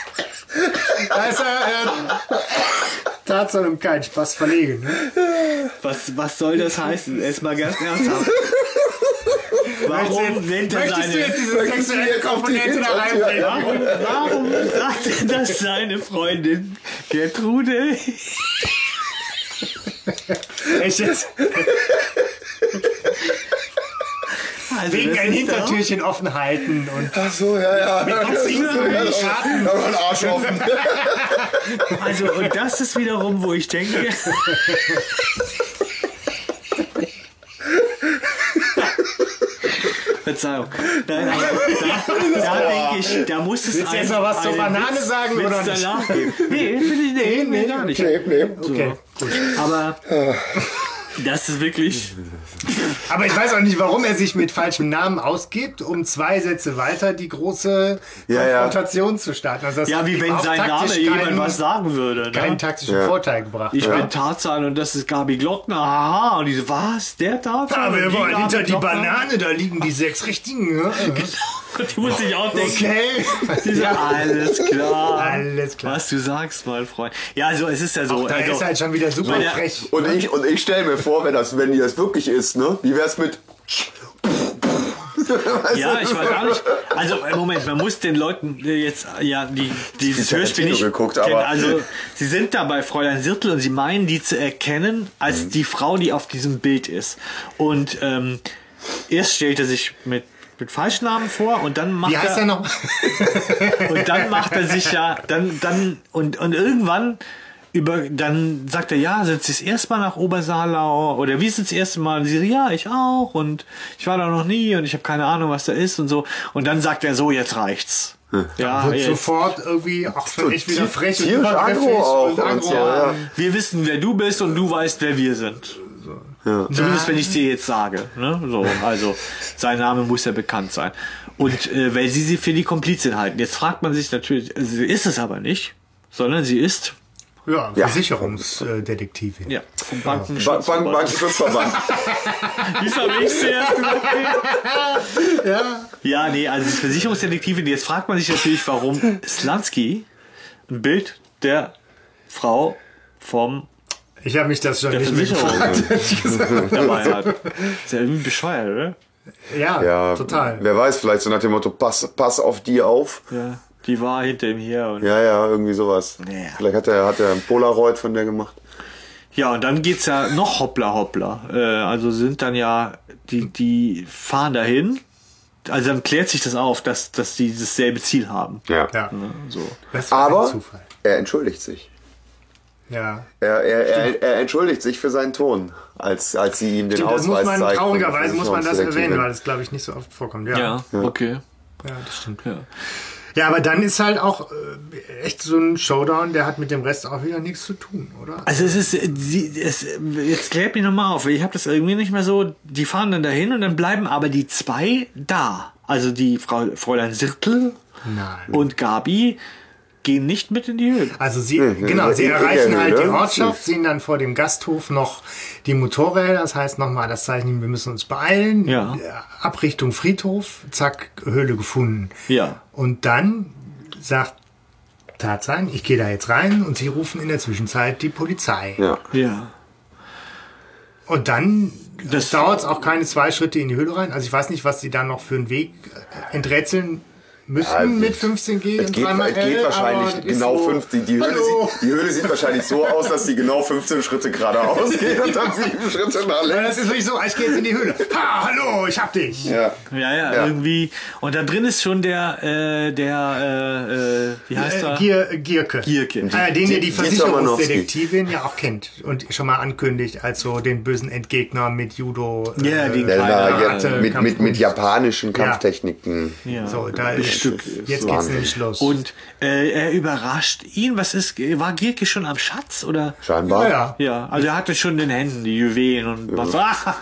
Also, äh, Tarzan um keinen Spaß verlegen. Ne? Was, was soll das heißen? Erstmal ganz ernsthaft. Warum nennt er Möchtest seine... du jetzt diese Möchtest du sexuelle jetzt auf die Komponente da Hintertür- reinbringen? Warum, warum sagt er das seine Freundin Gertrude? Echt jetzt? Also Wegen das ein ist Hintertürchen offen halten und Ach so, ja, ja. Schaden. Aber ein Arsch offen. doch- Also, und das ist wiederum, wo ich denke... Verzeihung. Nein, aber da, da denke ich, da muss es Willst du jetzt noch was zur einen Banane Witz- sagen Witz oder nicht? danach geben. Nee, finde ich, nee, nee, gar nicht. Nee, nee. Okay. Aber das ist wirklich... Aber ich weiß auch nicht, warum er sich mit falschem Namen ausgibt, um zwei Sätze weiter die große Ja, ja. Konfrontation zu starten. Also das Ja, hat wie ihm wenn auch sein Name taktisch jemand keinen- was sagen würde. keinen Ne? taktischen Ja. Vorteil gebracht. Ich ja. bin Tarzan und das ist Gabi Glockner. Haha. Und diese, was? Der Tarzan? Aber Und wir die wollen Gabi hinter die Glockner? Banane, da liegen die sechs richtigen. Ne? Die muss ich auch denken. Okay. Diese, alles klar. Alles klar. Was du sagst, mein Freund. Ja, also es ist ja so. Da also, ist halt schon wieder super Weil der- frech. Und ich, und ich stelle mir vor, wenn das, wenn die das wirklich ist, ne? Wie wär's mit. ja, ich weiß auch nicht. Also äh, Moment, man muss den Leuten äh, jetzt äh, ja die dieses Die Hörspiel Tarantino nicht geguckt, kennen. aber- Also sie sind da bei Fräulein Sirtel und sie meinen die zu erkennen als die Frau, die auf diesem Bild ist. Und ähm, erst stellt er sich mit mit Falschnamen vor und dann macht Wie heißt er er noch? und dann macht er sich ja dann dann und und irgendwann über, dann sagt er, ja, sind Sie das erste Mal nach Obersaarlau oder wie ist das erste Mal? Und sie, ja, ich auch und ich war da noch nie und ich habe keine Ahnung, was da ist und so. Und dann sagt er, so, jetzt reicht's. Ja, Wird jetzt. sofort irgendwie auch schon echt wieder frech und tierisch übergriffig aggro auch und und aggro. so, ja. Wir wissen, wer du bist und du weißt, wer wir sind. Zumindest wenn ich dir jetzt sage. Ne? So, also sein Name muss ja bekannt sein. Und äh, weil sie sie für die Komplizin halten. Jetzt fragt man sich natürlich, sie ist es aber nicht, sondern sie ist Ja, Ja. Versicherungsdetektivin. ja, vom Banken Ba- Bank, Bankenschutzverband. Wie habe ich zuerst gesagt? Ja. Ja, nee, also die Versicherungsdetektivin, jetzt fragt man sich natürlich, warum Slansky ein Bild der Frau vom Ich habe mich das schon der nicht mehr Versicherung gefragt, ehrlich gesagt. dabei hat. Ist ja irgendwie bescheuert, oder? Ja, Ja, total. Wer weiß, vielleicht so nach dem Motto, pass, pass auf die auf. Ja, die war hinter ihm her. Und Ja, ja, irgendwie sowas. Ja. Vielleicht hat er, hat er ein Polaroid von der gemacht. Ja, und dann geht's ja noch hoppla hoppla. Äh, also sind dann ja, die, die fahren dahin. Also dann klärt sich das auf, dass, dass die dasselbe Ziel haben. Ja. Ja. Ne, so. Das war ein Aber Zufall. er entschuldigt sich. Ja. Er, er, er, er entschuldigt sich für seinen Ton, als, als sie ihm den Stimmt, das Ausweis muss man, zeigt. traurigerweise muss man das erwähnen, Versicherungsdetektivin. weil das, glaube ich, nicht so oft vorkommt. Ja, Ja, ja, okay. das stimmt. Ja. Ja, aber dann ist halt auch äh, echt so ein Showdown, der hat mit dem Rest auch wieder nichts zu tun, oder? Also es ist, sie, es, jetzt klärt mich nochmal auf, ich habe das irgendwie nicht mehr so, die fahren dann dahin und dann bleiben aber die zwei da. Also die Frau Fräulein Sirtl Nein. und Gabi gehen nicht mit in die Höhle. Also sie, Hm, genau, in- sie in erreichen der halt die Höhle. Ortschaft, sehen dann vor dem Gasthof noch die Motorräder, das heißt nochmal das Zeichen, wir müssen uns beeilen. Ja. Äh, Abrichtung Friedhof, zack, Höhle gefunden. Ja. Und dann sagt Tarzan, ich gehe da jetzt rein und sie rufen in der Zwischenzeit die Polizei. Ja. Ja. Und dann Das- dauert es auch keine zwei Schritte in die Höhle rein. Also ich weiß nicht, was sie da noch für einen Weg äh, enträtseln müssen Ja, mit fünfzehn G Es und geht, dreimal es geht L, wahrscheinlich aber das ist genau so, fünfzehn. Die Höhle, Hallo. sieht, die Höhle sieht wahrscheinlich so aus, dass die genau fünfzehn Schritte geradeaus geht und dann sieben Schritte nach Ja, links. das ist wirklich so, ich gehe jetzt in die Höhle. Ha, hallo, ich hab dich. Ja. Ja, ja, Ja. irgendwie. Und da drin ist schon der, äh, der, äh, äh, wie heißt Äh, er? Gier, Gierke. Gierke. Äh, den ja die Dieter Versicherungsdetektivin ja auch kennt und schon mal ankündigt als so den bösen Endgegner mit Judo. äh, Ja, den Der Kleiner, war ja, Karate, mit, mit, mit Kampfkunst. japanischen Kampftechniken. Ja. So, da ist Bestückt. jetzt So geht's Wahnsinn. nämlich los. Und äh, er überrascht ihn. Was ist? War Gierke schon am Schatz oder? Scheinbar. ja, ja. Ja, also er hatte schon in den Händen die Juwelen und was.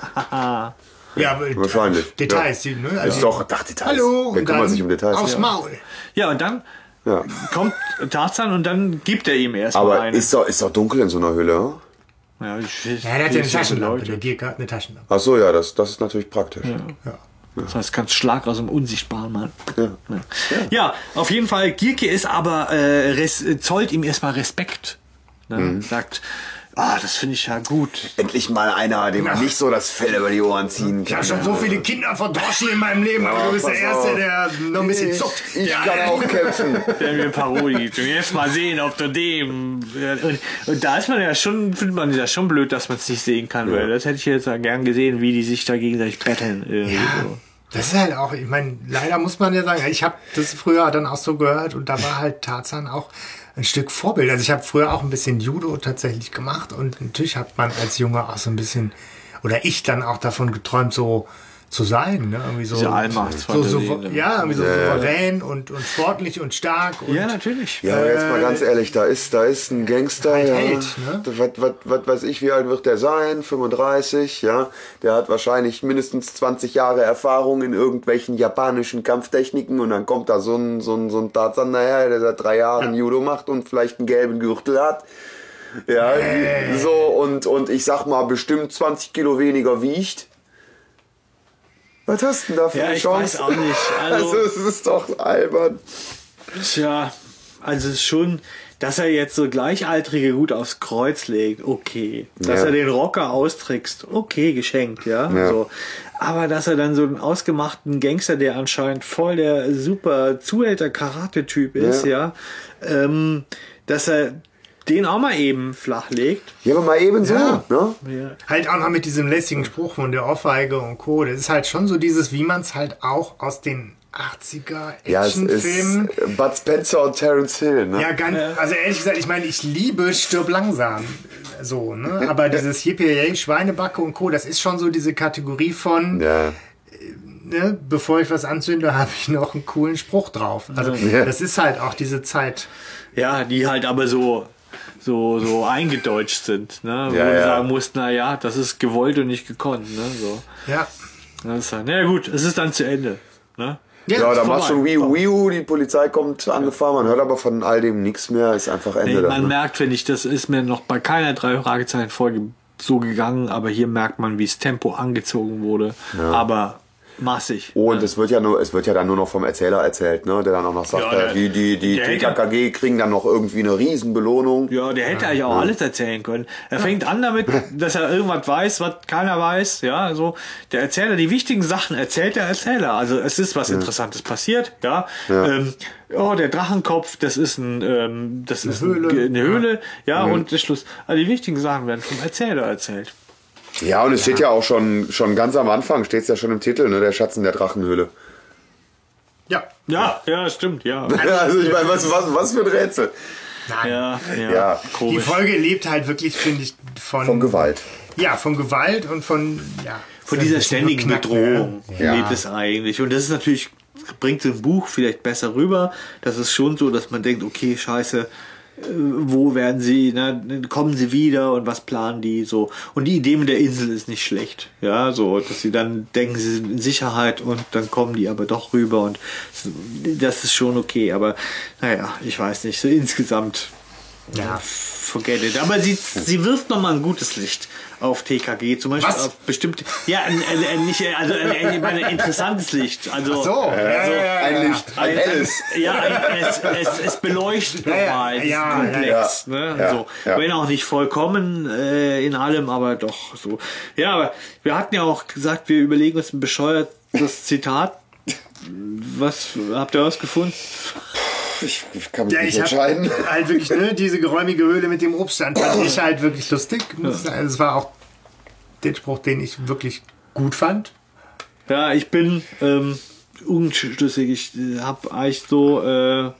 Ah, Ja, aber Wahrscheinlich. Details, die, ne? Ist doch, ach, Details. Hallo, Wer und kümmert dann sich um Details? aufs Ja. Maul. ja, und dann Ja. kommt Tarzan und dann gibt er ihm erstmal Aber eine. ist doch, ist doch dunkel in so einer Höhle. Hm? ja, ich, ich, Ja, der hat ja eine ich- Taschenlampe. Leute. Der Gierke hat eine Taschenlampe. Ach so, ja, das, das ist natürlich praktisch. Ja. Das heißt, ganz Schlag aus dem Unsichtbaren, Mann. Ja. Ja. Ja, auf jeden Fall, Gierke ist aber, äh, res, zollt ihm erstmal Respekt. Ne? Mhm. Sagt, ah, das finde ich ja gut. Endlich mal einer, dem man Ja. nicht so das Fell über die Ohren ziehen Ich kann. habe schon so viele Kinder verdroschen in meinem Leben, aber du bist der pass Erste, auf. der noch ein bisschen zuckt. Ich Ja, kann auch kämpfen. Der mir Parodie gibt. Und jetzt mal sehen, ob du dem. Und, und da ist man ja schon, findet man ja schon blöd, dass man es nicht sehen kann, weil das hätte ich jetzt ja gern gesehen, wie die sich da gegenseitig betteln. Irgendwie Ja, so. das ist halt auch, ich meine, leider muss man ja sagen, ich habe das früher dann auch so gehört und da war halt Tarzan auch ein Stück Vorbild. Also ich habe früher auch ein bisschen Judo tatsächlich gemacht und natürlich hat man als Junge auch so ein bisschen, oder ich dann auch davon geträumt, so zu sein, ne? Irgendwie so, Diese so, Allmachtsfantasie, so ne? ja, irgendwie so Ja, ja. souverän und, und sportlich und stark. Und Ja, natürlich. Ja, aber jetzt mal ganz ehrlich, da ist, da ist ein Gangster, Halt ja, Held, ne? was, was, was weiß ich, wie alt wird der sein? fünfunddreißig, ja. Der hat wahrscheinlich mindestens zwanzig Jahre Erfahrung in irgendwelchen japanischen Kampftechniken und dann kommt da so ein, so ein, so ein Tarzan daher, der seit drei Jahren Judo macht und vielleicht einen gelben Gürtel hat. Ja, so, und, und ich sag mal, bestimmt zwanzig Kilo weniger wiegt. Was hast du denn da für Ja, eine ich Chance? weiß auch nicht. Also- Also, es ist doch albern. Tja, also es ist schon, dass er jetzt so Gleichaltrige gut aufs Kreuz legt, okay. Dass Ja. er den Rocker austrickst, okay, geschenkt, ja. Ja. So. Aber dass er dann so einen ausgemachten Gangster, der anscheinend voll der super Zuhälter-Karate-Typ ist, ja, ähm, dass er den auch mal eben flach legt. Ja, aber mal eben so, Ja. ne? Ja. Halt auch noch mit diesem lässigen Spruch von der Ohrfeige und Co. Das ist halt schon so dieses, wie man es halt auch aus den achtziger Ja, es ist Actionfilmen. äh, Bud Spencer und Terence Hill, ne? Ja, ganz, also ehrlich gesagt, ich meine, ich liebe Stirb langsam. So, ne? Aber dieses Yippie Schweinebacke und Co., das ist schon so diese Kategorie von, Ja. ne, bevor ich was anzünde, habe ich noch einen coolen Spruch drauf. Also Ja. das ist halt auch diese Zeit. Ja, die halt aber so, so, so eingedeutscht sind, ne? Wo Ja, du ja. sagen musst, na ja, das ist gewollt und nicht gekonnt, ne? So. Ja. Das ist halt, na ja, gut, es ist dann zu Ende, ne? Ja, ja da vorbei. macht schon Wiu Wiu, die Polizei kommt angefahren, man hört aber von all dem nichts mehr, ist einfach Ende. Nee, dann, man ne? merkt, finde ich, das ist mir noch bei keiner drei Fragezeichen Folge so gegangen, aber hier merkt man, wie das Tempo angezogen wurde. Ja. Aber massig. Oh, und es wird ja nur, es wird ja dann nur noch vom Erzähler erzählt, ne, der dann auch noch sagt, Ja, der- die, die, die der T K K G kriegen dann noch irgendwie eine Riesenbelohnung. Ja, der hätte eigentlich auch alles erzählen können. Er fängt an damit, dass er irgendwas weiß, was keiner weiß. Ja, also der Erzähler, die wichtigen Sachen erzählt der Erzähler. Also es ist was Interessantes passiert. Ja, Ja. Ähm, oh, der Drachenkopf, das ist ein, ähm, das ist Höhle. Ein, eine Höhle. Ja, und der Schluss. Also die wichtigen Sachen werden vom Erzähler erzählt. Ja, und es steht ja auch schon, schon ganz am Anfang, steht es ja schon im Titel, ne, der Schatz in der Drachenhöhle. Ja. Ja, ja, stimmt, ja. Also ich meine, was, was, was für ein Rätsel. Nein. Ja, ja, Ja. Die komisch. Folge lebt halt wirklich, finde ich, von, Von Gewalt. Ja, von Gewalt und von, ja. Von dieser ständigen Bedrohung Ja. lebt es eigentlich. Und das ist natürlich, bringt so ein Buch vielleicht besser rüber. Das ist schon so, dass man denkt, okay, scheiße, äh, wo werden sie, ne, kommen sie wieder und was planen die so. Und die Idee mit der Insel ist nicht schlecht. Ja, so, dass sie dann denken, sie sind in Sicherheit und dann kommen die aber doch rüber und das ist schon okay. Aber naja, ich weiß nicht, so insgesamt Ja. forget it. Aber sie, sie wirft nochmal ein gutes Licht auf T K G, zum Beispiel Was? auf bestimmte, ja, äh, äh, nicht, äh, also äh, äh, ich meine, ein interessantes Licht. Also, So, ja, ja, ja, ja. Ein Licht, ein helles. ja, ein, es, es, es beleuchtet Ja, ja, nochmal diesen ja, Komplex. ja, Ne? ja, so. ja. Wenn auch nicht vollkommen äh, in allem, aber doch so. Ja, aber wir hatten ja auch gesagt, wir überlegen uns ein bescheuertes Zitat. Was habt ihr rausgefunden? Ich, ich kann mich Ja, nicht ich entscheiden. habe halt wirklich, ne, diese geräumige Höhle mit dem Obststand fand ich halt wirklich lustig. Also es war auch den Spruch, den ich wirklich gut fand. Ja, ich bin ähm, unschlüssig. Ich äh, habe eigentlich so äh,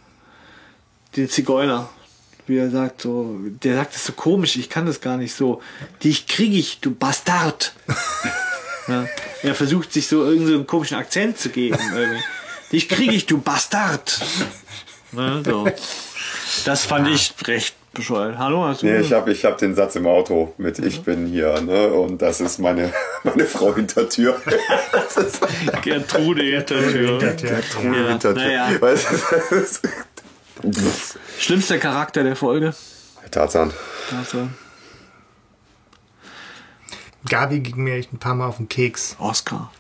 den Zigeuner, wie er sagt, so, der sagt es so komisch, ich kann das gar nicht so. Dich krieg ich, du Bastard. Ja, er versucht sich so irgendeinen so einen komischen Akzent zu geben. Irgendwie. Dich krieg ich, du Bastard. Ne, so. Das fand ich recht bescheuert. Hallo, hast du? Nee, ich habe ich hab den Satz im Auto mit Ich bin hier, ne? Und das ist meine, meine Frau Hintertür. Das ist Gertrude Hintertür. Gertrude Ja, Hintertür. naja. Weißt du, das ist Schlimmster Charakter der Folge. Tarzan. Also, Gabi ging mir echt ein paar Mal auf den Keks. Oscar.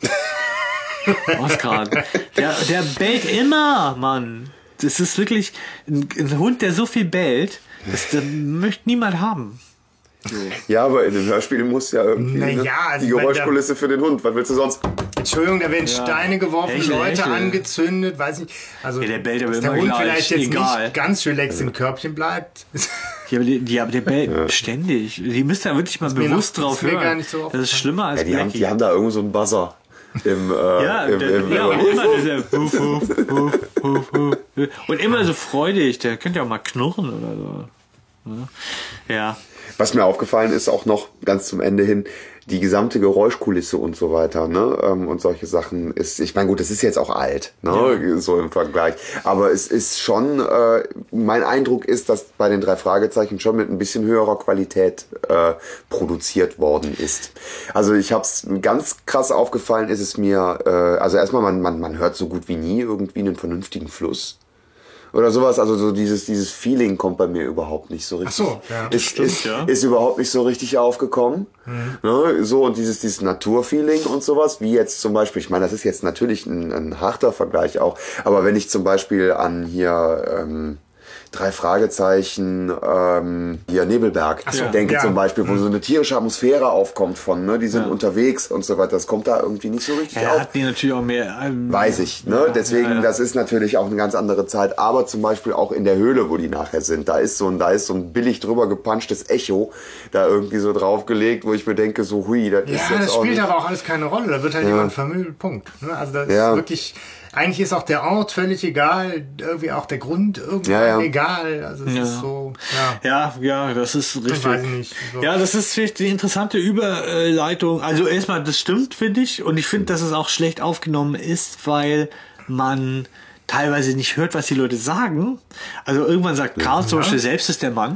Oscar. Der, der bellt immer, Mann. Das ist wirklich ein, ein Hund, der so viel bellt, das, das möchte niemand haben. So. Ja, aber in dem Hörspiel muss ja irgendwie Na ne? ja, also die ich meine, Geräuschkulisse für den Hund. Was willst du sonst? Entschuldigung, da werden Steine geworfen, Hechel, Leute Hechel. angezündet, weiß nicht. Also, Ja, der bellt aber dass immer der Hund gleich, vielleicht jetzt egal. nicht ganz relaxed im Körbchen bleibt. Ja, aber, die, die, aber der bellt ständig. Die müsst da wirklich mal mir bewusst noch- drauf ist mir hören. gar nicht so das ist schlimmer als Ja, die, haben, Blackie. die haben da irgend so einen Buzzer. Im, äh, Ja, im, der, im, ja, im, und immer dieser Huf, Huf, Huf, Huf, Huf. Und immer so freudig, der könnte ja auch mal knurren oder so. Ja. Was mir aufgefallen ist, auch noch ganz zum Ende hin, die gesamte Geräuschkulisse und so weiter, ne, ähm, und solche Sachen ist, ich meine, gut, das ist jetzt auch alt, ne, so im Vergleich, aber es ist schon, äh, mein Eindruck ist, dass bei den drei Fragezeichen schon mit ein bisschen höherer Qualität äh, produziert worden ist. Also ich habe es ganz krass aufgefallen, ist es mir, äh, also erstmal, man, man, man hört so gut wie nie irgendwie einen vernünftigen Fluss. Oder sowas, also so dieses, dieses Feeling kommt bei mir überhaupt nicht so richtig. Ach so, ja. ist, Stimmt, ist, ja. ist überhaupt nicht so richtig aufgekommen. Mhm. Ne? So, und dieses, dieses Naturfeeling und sowas, wie jetzt zum Beispiel, ich meine, das ist jetzt natürlich ein, ein harter Vergleich auch, aber wenn ich zum Beispiel an hier ähm, drei Fragezeichen, ähm, hier Nebelberg so, denke ja. zum Beispiel, wo so eine tierische Atmosphäre aufkommt von, ne, die sind Ja. unterwegs und so weiter, das kommt da irgendwie nicht so richtig Er auf. hat die natürlich auch mehr. Ähm, Weiß ich, ne? Deswegen, ja, ja. das ist natürlich auch eine ganz andere Zeit. Aber zum Beispiel auch in der Höhle, wo die nachher sind, da ist so ein, da ist so ein billig drüber gepanschtes Echo da irgendwie so draufgelegt, wo ich mir denke, so hui, das Ja, ist jetzt das auch spielt nicht. aber auch alles keine Rolle. Da wird halt jemand vermüllt. Punkt. Ne? Also das Ja. ist wirklich, eigentlich ist auch der Ort völlig egal, irgendwie auch der Grund irgendwie Ja, ja. egal. Also es Ja. ist so, ja. Ja, ja, das ist richtig. weiß ich nicht. So. Ja, das ist vielleicht die interessante Überleitung. Also erstmal, das stimmt, finde ich. Und ich finde, dass es auch schlecht aufgenommen ist, weil man teilweise nicht hört, was die Leute sagen. Also irgendwann sagt Karl zum Beispiel, selbst ist der Mann.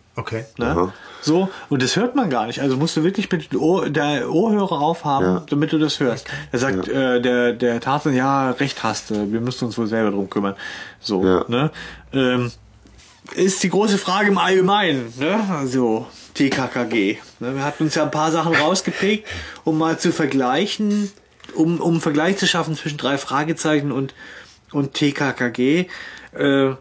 Okay. Ne? So, und das hört man gar nicht. Also musst du wirklich mit Ohr, der Ohrhörer aufhaben, Ja. damit du das hörst. Er sagt, Ja. äh, der, der Tarzan, ja, recht hast du, wir müssen uns wohl selber drum kümmern. So, Ja. ne? Ähm, ist die große Frage im Allgemeinen, ne? Also, T K K G. Ne? Wir hatten uns ja ein paar Sachen rausgepickt, um mal zu vergleichen, um, um einen Vergleich zu schaffen zwischen drei Fragezeichen und, und T K K G. Äh,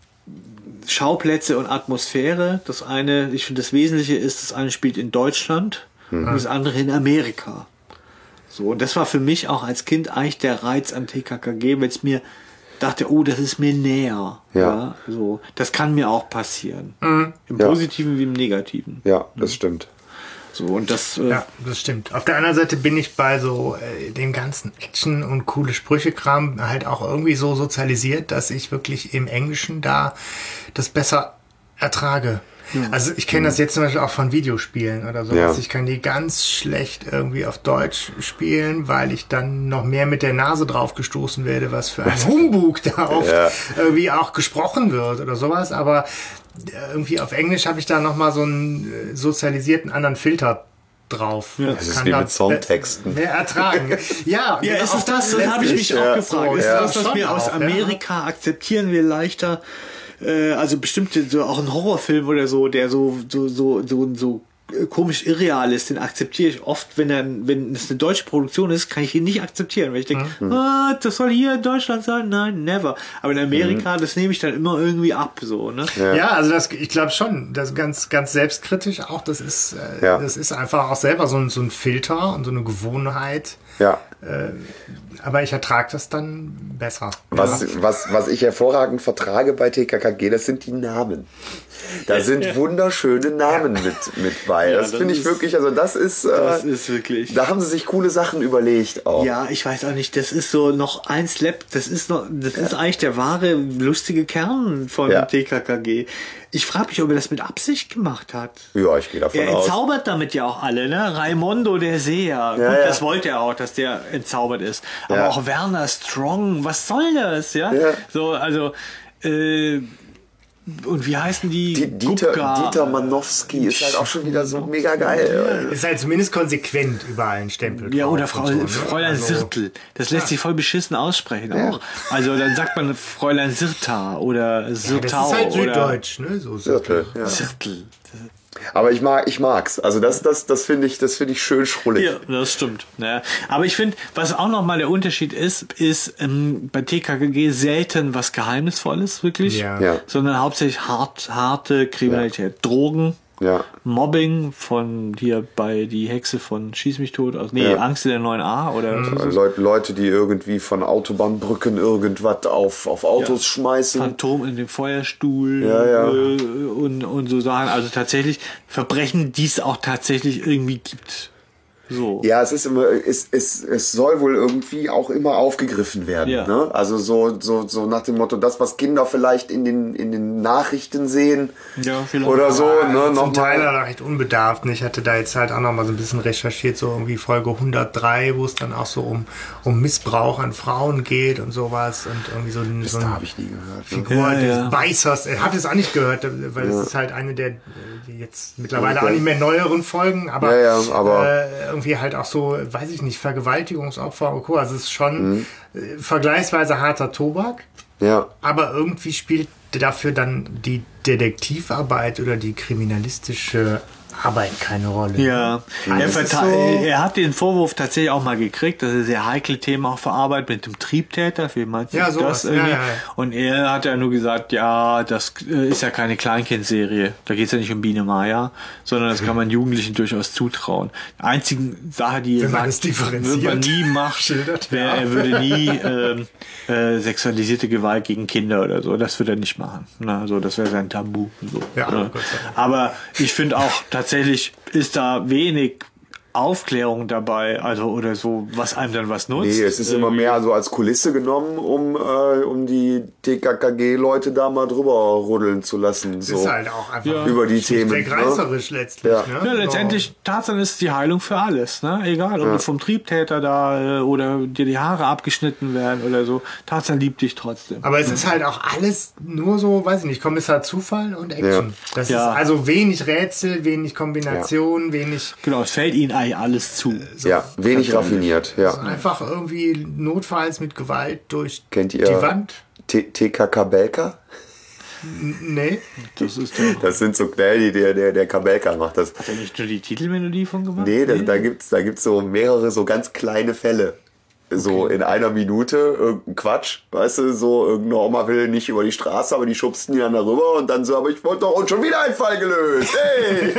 Schauplätze und Atmosphäre. Das eine, ich finde, das Wesentliche ist, das eine spielt in Deutschland mhm. und das andere in Amerika. So, und das war für mich auch als Kind eigentlich der Reiz an T K K G, weil es mir dachte, oh, das ist mir näher. Ja. Ja, so, das kann mir auch passieren. Mhm. Im Ja. Positiven wie im Negativen. Ja, das stimmt. So, und das, äh, Ja, das stimmt. Auf der anderen Seite bin ich bei so äh, dem ganzen Action- und coole Sprüche-Kram halt auch irgendwie so sozialisiert, dass ich wirklich im Englischen da das besser ertrage. Also ich kenne das jetzt zum Beispiel auch von Videospielen oder sowas. Ja. Ich kann die ganz schlecht irgendwie auf Deutsch spielen, weil ich dann noch mehr mit der Nase drauf gestoßen werde, was für ein Humbug da oft Ja. irgendwie auch gesprochen wird oder sowas. Aber irgendwie auf Englisch habe ich da nochmal so einen äh, sozialisierten anderen Filter drauf. Ja. Das ist Kann wie da mit Songtexten. Mehr ertragen. Ja, ja, ist es das? Das habe ich mich Ja. auch gefragt. So, ist ja. das, was Schon wir aus auch, ja. Amerika akzeptieren wir leichter? Äh, also bestimmte, so auch ein Horrorfilm oder so, der so, so, so, so, so komisch irreal ist, den akzeptiere ich oft, wenn er, wenn es eine deutsche Produktion ist, kann ich ihn nicht akzeptieren, weil ich denke, Mhm. ah, das soll hier in Deutschland sein? Nein, never. Aber in Amerika, das nehme ich dann immer irgendwie ab, so, ne? Ja. Ja, also das, ich glaube schon, das ganz, ganz selbstkritisch auch, das ist, äh, Ja. das ist einfach auch selber so ein, so ein Filter und so eine Gewohnheit. Ja. Aber ich ertrage das dann besser. Was, Ja. was, was ich hervorragend vertrage bei T K K G, das sind die Namen. Da sind wunderschöne Namen mit, mit bei. Ja, das das finde ich ist- wirklich, also das ist, äh, Das ist wirklich. da haben sie sich coole Sachen überlegt auch. Ja, ich weiß auch nicht, das ist so noch ein Slap, das ist noch, das ist eigentlich der wahre lustige Kern von Ja. T K K G. Ich frage mich, ob er das mit Absicht gemacht hat. Ja, ich gehe davon Er aus. entzaubert damit ja auch alle, ne? Raimondo der Seher. Gut, ja. das wollte er auch, dass der entzaubert ist. Aber Ja. auch Werner Strong, was soll das, ja? Ja. So, also, äh, und wie heißen die? Die, Dieter, Gubka. Dieter Manowski ist halt auch schon wieder so mega geil. Ist halt zumindest konsequent überall ein Stempel. Ja, drauf oder und Frau, so, ne? Fräulein Also, Sirtel. Das lässt sich voll beschissen aussprechen auch. Also dann sagt man Fräulein Sirta oder Ja, das Sirtau ist halt oder süddeutsch, ne? So Viertel, ja. Sirtel. Aber ich mag, ich mag's. Also das, das, das finde ich, das finde ich schön schrullig. Ja, das stimmt. Ja. Aber ich finde, was auch nochmal der Unterschied ist, ist ähm, bei T K K G selten was Geheimnisvolles, wirklich. Ja. Ja. Sondern hauptsächlich hart, harte Kriminalität. Drogen, Ja. Mobbing von hier bei die Hexe von Schieß mich tot aus. Nee, Ja. Angst in der neuen A oder was ist das? Leute, Leute, die irgendwie von Autobahnbrücken irgendwas auf, auf Autos Ja. schmeißen. Phantom in dem Feuerstuhl Ja, ja. Äh, und, und so Sachen. Also tatsächlich Verbrechen, die es auch tatsächlich irgendwie gibt. So. Ja, es ist immer, es, es, es soll wohl irgendwie auch immer aufgegriffen werden. Ja. Ne? Also so, so, so nach dem Motto, das, was Kinder vielleicht in den, in den Nachrichten sehen Ja, vielleicht. oder so. Ne? Also zum Noch Teil mal. halt recht unbedarft. Ich hatte da jetzt halt auch noch mal so ein bisschen recherchiert, so irgendwie Folge hundertdrei, wo es dann auch so um, um Missbrauch an Frauen geht und sowas und irgendwie so, ein- so Da eine habe ich nie gehört. Ne? Figur Ja, des ja. Beißers. Ich habe es auch nicht gehört, weil es ist halt eine der die jetzt mittlerweile Okay. auch nicht mehr neueren Folgen, aber, Ja, ja, aber- äh, irgendwie halt auch so, weiß ich nicht, Vergewaltigungsopfer und Co. Also es ist schon Mhm. äh, vergleichsweise harter Tobak. Ja. Aber irgendwie spielt dafür dann die Detektivarbeit oder die kriminalistische Arbeit keine Rolle. Ja, er, Alles ist verta- so- er hat den Vorwurf tatsächlich auch mal gekriegt, dass er sehr heikle Themen auch verarbeitet mit dem Triebtäter, wie meinst du Ja, das sowas. irgendwie? Ja, ja, ja. Und er hat ja nur gesagt, ja, das äh, ist ja keine Kleinkindserie, da geht es ja nicht um Biene Maya, sondern das kann man Jugendlichen durchaus zutrauen. Die einzige Sache, die er Wenn man sagt, es differenziert würde man nie machen, schildert, wäre, ja. er würde nie ähm, äh, sexualisierte Gewalt gegen Kinder oder so, das würde er nicht machen. Na, also das wäre sein Tabu. So, Ja, ne? Gott sei Dank. Aber ich finde auch tatsächlich ist da wenig Aufklärung dabei, also oder so, was einem dann was nutzt. Nee, es ist immer mehr so als Kulisse genommen, um, äh, um die T K K G-Leute da mal drüber ruddeln zu lassen. Das So. ist halt auch einfach Ja. Über die Themen. sehr reißerisch Ne? letztlich. Ja. Ne? Ja, letztendlich, Tarzan ist die Heilung für alles, ne? Egal, ob Ja. du vom Triebtäter da äh, oder dir die Haare abgeschnitten werden oder so. Tarzan liebt dich trotzdem. Aber es ist halt auch alles nur so, weiß ich nicht, Kommissar Zufall und Action. Ja. Das Ja. ist also wenig Rätsel, wenig Kombination, wenig Genau, es fällt ihnen eigentlich alles zu. Ja, wenig raffiniert. Ja. einfach irgendwie notfalls mit Gewalt durch Kennt ihr die Wand. T- TK Kabelka? N- Nee. Das ist doch. Das sind so Knäli, der, der, der Kabelka macht das. Hat er nicht nur die Titelmelodie von gemacht? Nee, da, da gibt's da gibt's so mehrere so ganz kleine Fälle. So in einer Minute irgendein Quatsch, weißt du, so irgendeine Oma will nicht über die Straße, aber die schubsten die dann darüber und dann so, aber ich wollte doch, und schon wieder ein Fall gelöst. Hey!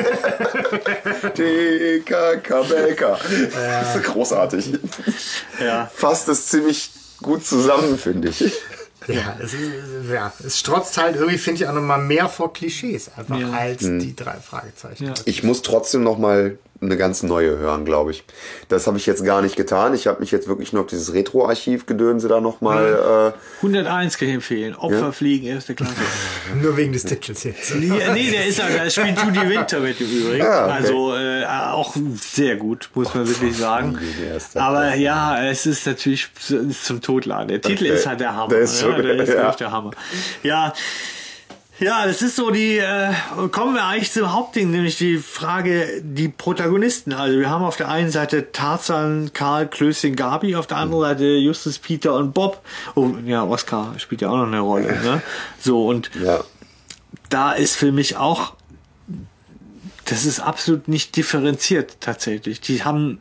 T K Kabelka. Das ist großartig. Ja. Fasst es ziemlich gut zusammen, finde ich. Ja, es, ist, ja, es strotzt halt irgendwie, finde ich, auch nochmal mehr vor Klischees einfach Ja. als die drei Fragezeichen. Ja. Ich muss trotzdem noch mal eine ganz neue hören, glaube ich. Das habe ich jetzt gar nicht getan. Ich habe mich jetzt wirklich nur auf dieses Retro-Archiv-Gedönse da noch mal... Äh, hunderteins kann ich empfehlen. Opferfliegen, erste Klasse. Nur wegen des Titels jetzt. Nee, nee, der ist ja, da spielt Judy Winter mit im Übrigen. Ah, okay. Also äh, auch sehr gut, muss man wirklich sagen. die erste. Aber ja, es ist natürlich ist zum Totladen. Der Titel Okay. ist halt der Hammer. Der ist ja, schon- der ist ja. wirklich der Hammer. Ja. Ja, das ist so die, äh, kommen wir eigentlich zum Hauptding, nämlich die Frage, die Protagonisten. Also wir haben auf der einen Seite Tarzan, Karl, Klößchen, Gabi, auf der anderen Seite Justus, Peter und Bob. Oh, ja, Oskar spielt ja auch noch eine Rolle, ne? So, und ja. da ist für mich auch, das ist absolut nicht differenziert tatsächlich. Die haben,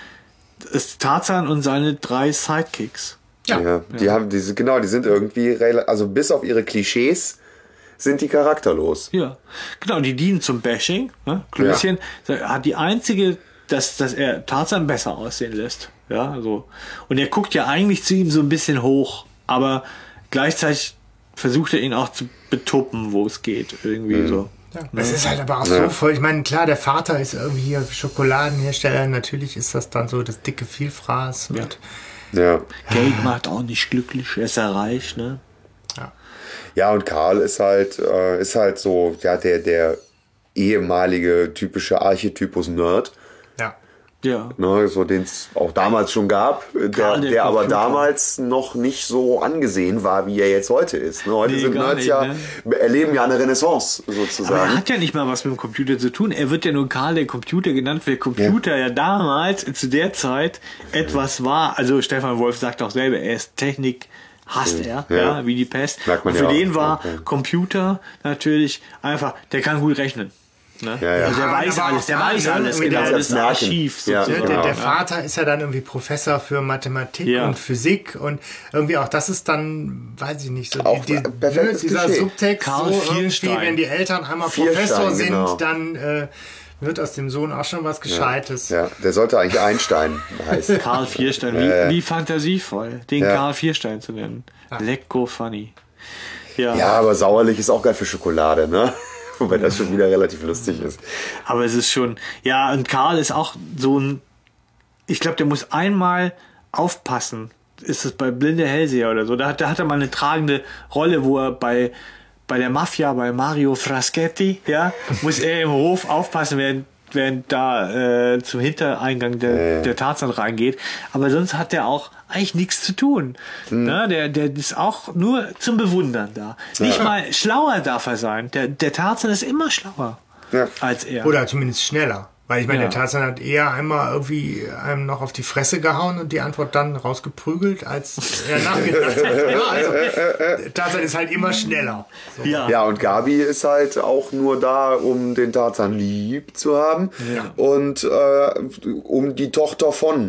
es ist Tarzan und seine drei Sidekicks. Ja. Ja, die haben diese, genau, die sind irgendwie, rela- also bis auf ihre Klischees sind die charakterlos. Ja, genau, die dienen zum Bashing. Ne? Klößchen hat die einzige, dass, dass er Tarzan besser aussehen lässt. Ja, so. Und er guckt ja eigentlich zu ihm so ein bisschen hoch, aber gleichzeitig versucht er ihn auch zu betuppen, wo es geht. Irgendwie so. Ja, es ist halt aber auch so voll. Ich meine, klar, der Vater ist irgendwie hier Schokoladenhersteller. Natürlich ist das dann so das dicke Vielfraß. Ja. Und Ja. Geld macht auch nicht glücklich, er ist ja reich, ne? ja. Ja, und Karl ist halt, äh, ist halt so, ja, der, der ehemalige typische Archetypus-Nerd. Ja. Ja. Ne, so den es auch damals schon gab, der, Karl, der, der aber Computer. damals noch nicht so angesehen war, wie er jetzt heute ist. Ne, heute Nee, sind gar Nerds nicht, ja, ne? erleben ja eine Renaissance Aber er sozusagen. hat ja nicht mal was mit dem Computer zu tun. Er wird ja nur Karl der Computer genannt, weil Computer ja, ja damals, zu der Zeit, etwas war. Also Stefan Wolf sagt auch selber, er ist Technik, hasst er, ja, Ja. wie die Pest. Merkt man Und für ja auch. den war Ja, ja. Computer natürlich einfach, der kann gut rechnen. Ne? Ja, ja. Also der Ja, weiß aber alles, auch der da, weiß ne, alles, irgendwie genau, der- das ist das Merken. Archiv Ja, sozusagen. Der, genau. der Vater ist ja dann irgendwie Professor für Mathematik Ja. und Physik und irgendwie auch das ist dann, weiß ich nicht, so Auch die, die, ein perfektes dieser Klischee. Subtext, Karl so irgendwie, Vierstein. wenn die Eltern einmal Vierstein, Professor sind, genau. dann äh, wird aus dem Sohn auch schon was Gescheites. Ja, der sollte eigentlich Einstein heißen. Karl Vierstein, wie, Ja, ja. wie fantasievoll, den Ja. Karl Vierstein zu nennen. Lecko funny. Ja. Ja, aber sauerlich ist auch geil für Schokolade, ne? Wobei das schon wieder relativ lustig ist. Aber es ist schon, ja, und Karl ist auch so ein, ich glaube, der muss einmal aufpassen. Ist es bei Blinde Hellseher oder so? Da hat, da hat er mal eine tragende Rolle, wo er bei, bei der Mafia, bei Mario Fraschetti, ja, muss er im Hof aufpassen, während, während da äh, zum Hintereingang der, der Tarzan reingeht. Aber sonst hat er auch eigentlich nichts zu tun. Ja, der, der ist auch nur zum Bewundern da. Nicht mal schlauer darf er sein. Der, der Tarzan ist immer schlauer Ja. als er. Oder zumindest schneller. Weil ich meine, Ja. der Tarzan hat eher einmal irgendwie einem noch auf die Fresse gehauen und die Antwort dann rausgeprügelt, als er nachgedacht hat. Ja, also, der Tarzan ist halt immer schneller. So. Ja. Ja, und Gabi ist halt auch nur da, um den Tarzan lieb zu haben Ja. und äh, um die Tochter von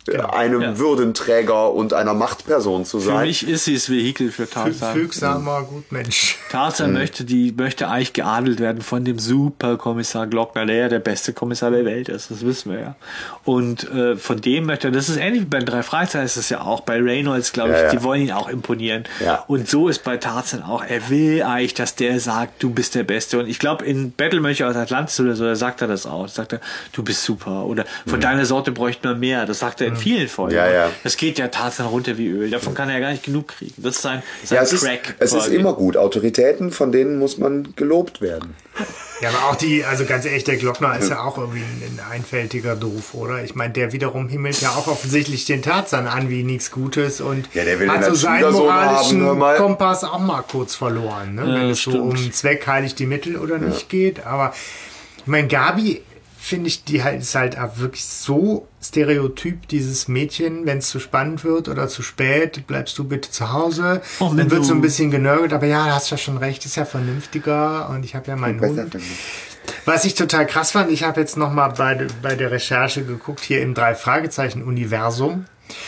genau. einem ja. Würdenträger und einer Machtperson zu sein. Für mich ist sie das Vehikel für Tarzan. Fügsamer mhm. Gutmensch. Tarzan mhm. möchte, die, möchte eigentlich geadelt werden von dem Superkommissar Glockner, der ja der beste Kommissar der Welt ist, das wissen wir ja. Und äh, von dem möchte er, das ist ähnlich wie bei den drei Fragezeichen, ist es ja auch bei Reynolds, glaube ich, ja, ja. die wollen ihn auch imponieren. Ja. Und so ist bei Tarzan auch, er will eigentlich, dass der sagt, du bist der Beste. Und ich glaube, in Battlemönche aus Atlantis oder so, da sagt er das auch. Da sagt er, du bist super. Oder von mhm. deiner Sorte bräuchte man mehr. Das sagt er in vielen Folgen. Ja, ja. Das geht ja Tarzan runter wie Öl. Davon kann er ja gar nicht genug kriegen. Das ist sein, sein ja, es Crack. Ist, es ist immer gut. Autoritäten, von denen muss man gelobt werden. Ja, aber auch die, also ganz ehrlich, der Glockner ist ja auch irgendwie ein, ein einfältiger Doof, oder? Ich meine, der wiederum himmelt ja auch offensichtlich den Tarzan an wie nichts Gutes und ja, der will hat so seinen moralischen haben, Kompass auch mal kurz verloren, ne? Ja, wenn es so um Zweck heiligt die Mittel oder nicht ja. geht. Aber ich meine, Gabi, finde ich, die halt ist halt auch wirklich so stereotyp, dieses Mädchen, wenn es zu spannend wird oder zu spät, bleibst du bitte zu Hause. Oh, dann wird so ein bisschen genörgelt, aber ja, du hast ja schon recht, ist ja vernünftiger und ich habe ja meinen Hund. Was ich total krass fand, ich habe jetzt nochmal bei, bei der Recherche geguckt, hier im Drei-Fragezeichen-Universum.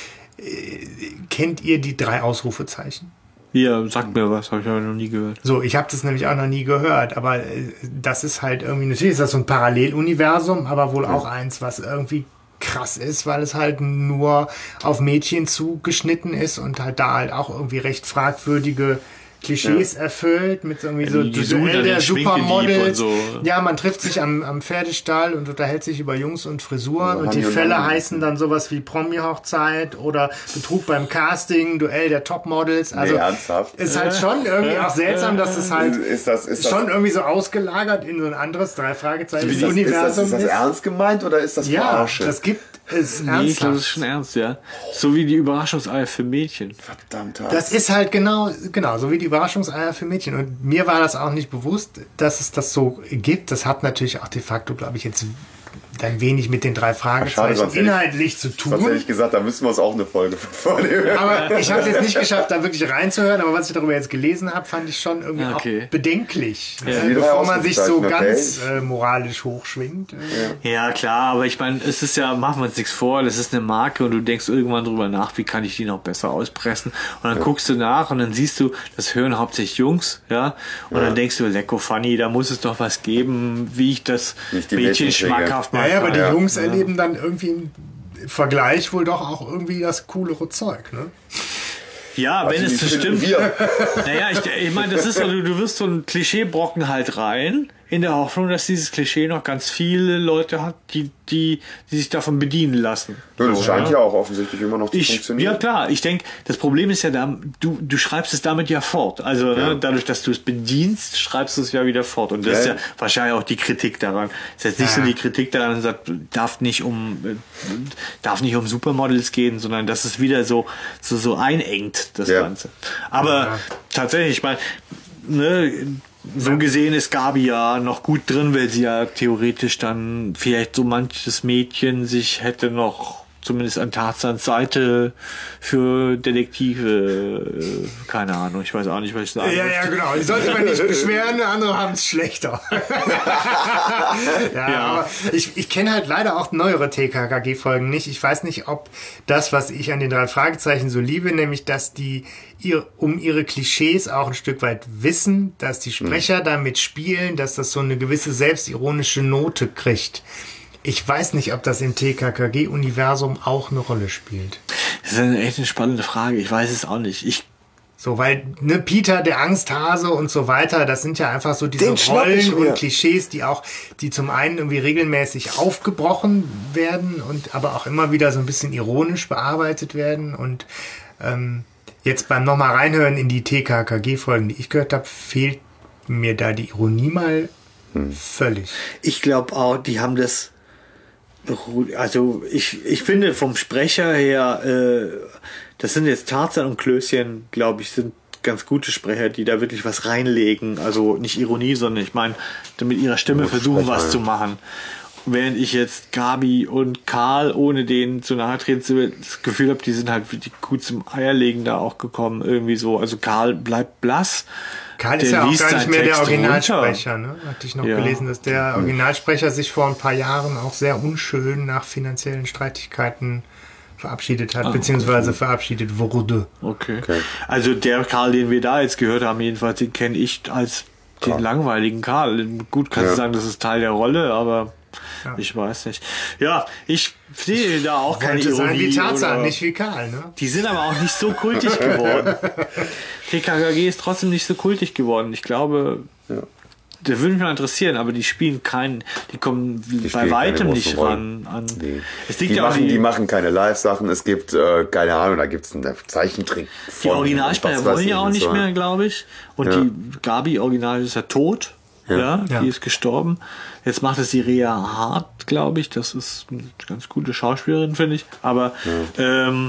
Äh, kennt ihr die drei Ausrufezeichen? Ja, sagt mir was, habe ich aber noch nie gehört. So, ich habe das nämlich auch noch nie gehört, aber äh, das ist halt irgendwie, natürlich ist das so ein Paralleluniversum, aber wohl ja. auch eins, was irgendwie krass ist, weil es halt nur auf Mädchen zugeschnitten ist und halt da halt auch irgendwie recht fragwürdige Klischees ja. erfüllt, mit so irgendwie so die Duell der Supermodels. So. Ja, man trifft sich am, am Pferdestall und unterhält sich über Jungs und Frisuren ja, und die Fälle und heißen dann sowas wie Promi-Hochzeit oder Betrug beim Casting, Duell der Topmodels. Also nee, ernsthaft? Ist halt schon irgendwie auch seltsam, dass es halt ist das, ist schon das, irgendwie so ausgelagert in so ein anderes Drei-Fragezeichen-Universum ist. Das, ist das ernst gemeint oder ist das ja, Verarsche? Ja, das gibt es nee, ernsthaft. Ich glaube, das ist schon ernst, ja. So wie die Überraschungseier für Mädchen. Verdammt. Das ist halt genau, genau, so wie die Überraschungseier für Mädchen. Und mir war das auch nicht bewusst, dass es das so gibt. Das hat natürlich auch de facto, glaube ich, jetzt dann wenig mit den drei Fragezeichen Schade, inhaltlich ich, zu tun. Sonst hätte ich gesagt, da müssen wir uns auch eine Folge vornehmen. Aber ich habe es jetzt nicht geschafft, da wirklich reinzuhören. Aber was ich darüber jetzt gelesen habe, fand ich schon irgendwie okay. auch bedenklich. Ja. Äh, bevor man sich so okay. ganz äh, moralisch hochschwingt. Äh. Ja, klar. Aber ich meine, es ist ja, machen wir uns nichts vor, das ist eine Marke und du denkst irgendwann drüber nach, wie kann ich die noch besser auspressen. Und dann ja. guckst du nach und dann siehst du, das hören hauptsächlich Jungs. ja. Und ja. dann denkst du, lecko funny, da muss es doch was geben, wie ich das Mädchen schmackhaft mache. Ja, aber die ja. Jungs erleben dann irgendwie im Vergleich wohl doch auch irgendwie das coolere Zeug, ne? Ja, also wenn es so stimmt. Wir. Naja, ich, ich meine, das ist so, du, du wirst so ein Klischeebrocken halt rein, in der Hoffnung, dass dieses Klischee noch ganz viele Leute hat, die, die, die sich davon bedienen lassen. Ja, das so, scheint ja. ja auch offensichtlich immer noch zu ich, funktionieren. Ja klar, ich denke, das Problem ist ja, da, du, du schreibst es damit ja fort. Also ja. ne, dadurch, dass du es bedienst, schreibst du es ja wieder fort. Und das ja. ist ja wahrscheinlich auch die Kritik daran. Das ist jetzt nicht ja. so die Kritik daran, dass darf nicht um darf nicht um Supermodels gehen, sondern dass es wieder so, so, so einengt, das ja. Ganze. Aber ja. tatsächlich, ich meine, ne, so gesehen ist Gabi ja noch gut drin, weil sie ja theoretisch dann vielleicht so manches Mädchen sich hätte noch zumindest an Tarzans Seite für Detektive, äh, keine Ahnung, ich weiß auch nicht, was ich sagen Ja, möchte. ja, genau. Ich sollte mich nicht beschweren, andere haben es schlechter. ja, ja, aber ich, ich kenne halt leider auch neuere T K K G-Folgen nicht. Ich weiß nicht, ob das, was ich an den drei Fragezeichen so liebe, nämlich, dass die ihr, um ihre Klischees auch ein Stück weit wissen, dass die Sprecher mhm. damit spielen, dass das so eine gewisse selbstironische Note kriegt. Ich weiß nicht, ob das im T K K G-Universum auch eine Rolle spielt. Das ist eine echt eine spannende Frage. Ich weiß es auch nicht. Ich so, weil ne, Peter, der Angsthase und so weiter, das sind ja einfach so diese Rollen und Klischees, die auch, die zum einen irgendwie regelmäßig aufgebrochen werden und aber auch immer wieder so ein bisschen ironisch bearbeitet werden. Und ähm, jetzt beim nochmal reinhören in die T K K G-Folgen, die ich gehört habe, fehlt mir da die Ironie mal hm. völlig. Ich glaube auch, die haben das Also ich, ich finde vom Sprecher her, äh, das sind jetzt Tarzan und Klößchen, glaube ich, sind ganz gute Sprecher, die da wirklich was reinlegen. Also nicht Ironie, sondern ich meine, mit ihrer Stimme versuchen, was zu machen. Während ich jetzt Gabi und Karl, ohne denen zu nahe treten zu will, das Gefühl habe, die sind halt wirklich gut zum Eierlegen da auch gekommen. Irgendwie so. Also Karl bleibt blass. Karl ist ja auch gar nicht mehr der Originalsprecher, ne? Hatte ich noch ja. gelesen, dass der Originalsprecher sich vor ein paar Jahren auch sehr unschön nach finanziellen Streitigkeiten verabschiedet hat, Ah, beziehungsweise verabschiedet wurde. Okay. okay. Also der Karl, den wir da jetzt gehört haben, jedenfalls, den kenne ich als den Karl. langweiligen Karl. Gut, kannst du Ja. sagen, das ist Teil der Rolle, aber Ja. ich weiß nicht. Ja, ich sehe da auch keine Könnte sein Ironie. wie Tarzan, oder- nicht wie Karl, ne? Die sind aber auch nicht so kultig geworden. T K K G ist trotzdem nicht so kultig geworden. Ich glaube, Ja. der würde mich mal interessieren, aber die spielen keinen, die kommen bei spielen weitem keine nicht großen ran an. Nee. Es liegt Die, ja auch machen, die, die machen keine Live-Sachen. Es gibt, äh, keine Ahnung, da gibt es einen Zeichentrick. die von- Originalsprecher was weiß wollen ja ich auch und nicht so. mehr, glaube ich. Und Ja. die Gabi Original ist ja tot. Ja, Ja. die Ja. ist gestorben. Jetzt macht es die Rea Hart, glaube ich. Das ist eine ganz gute Schauspielerin, finde ich. Aber ähm,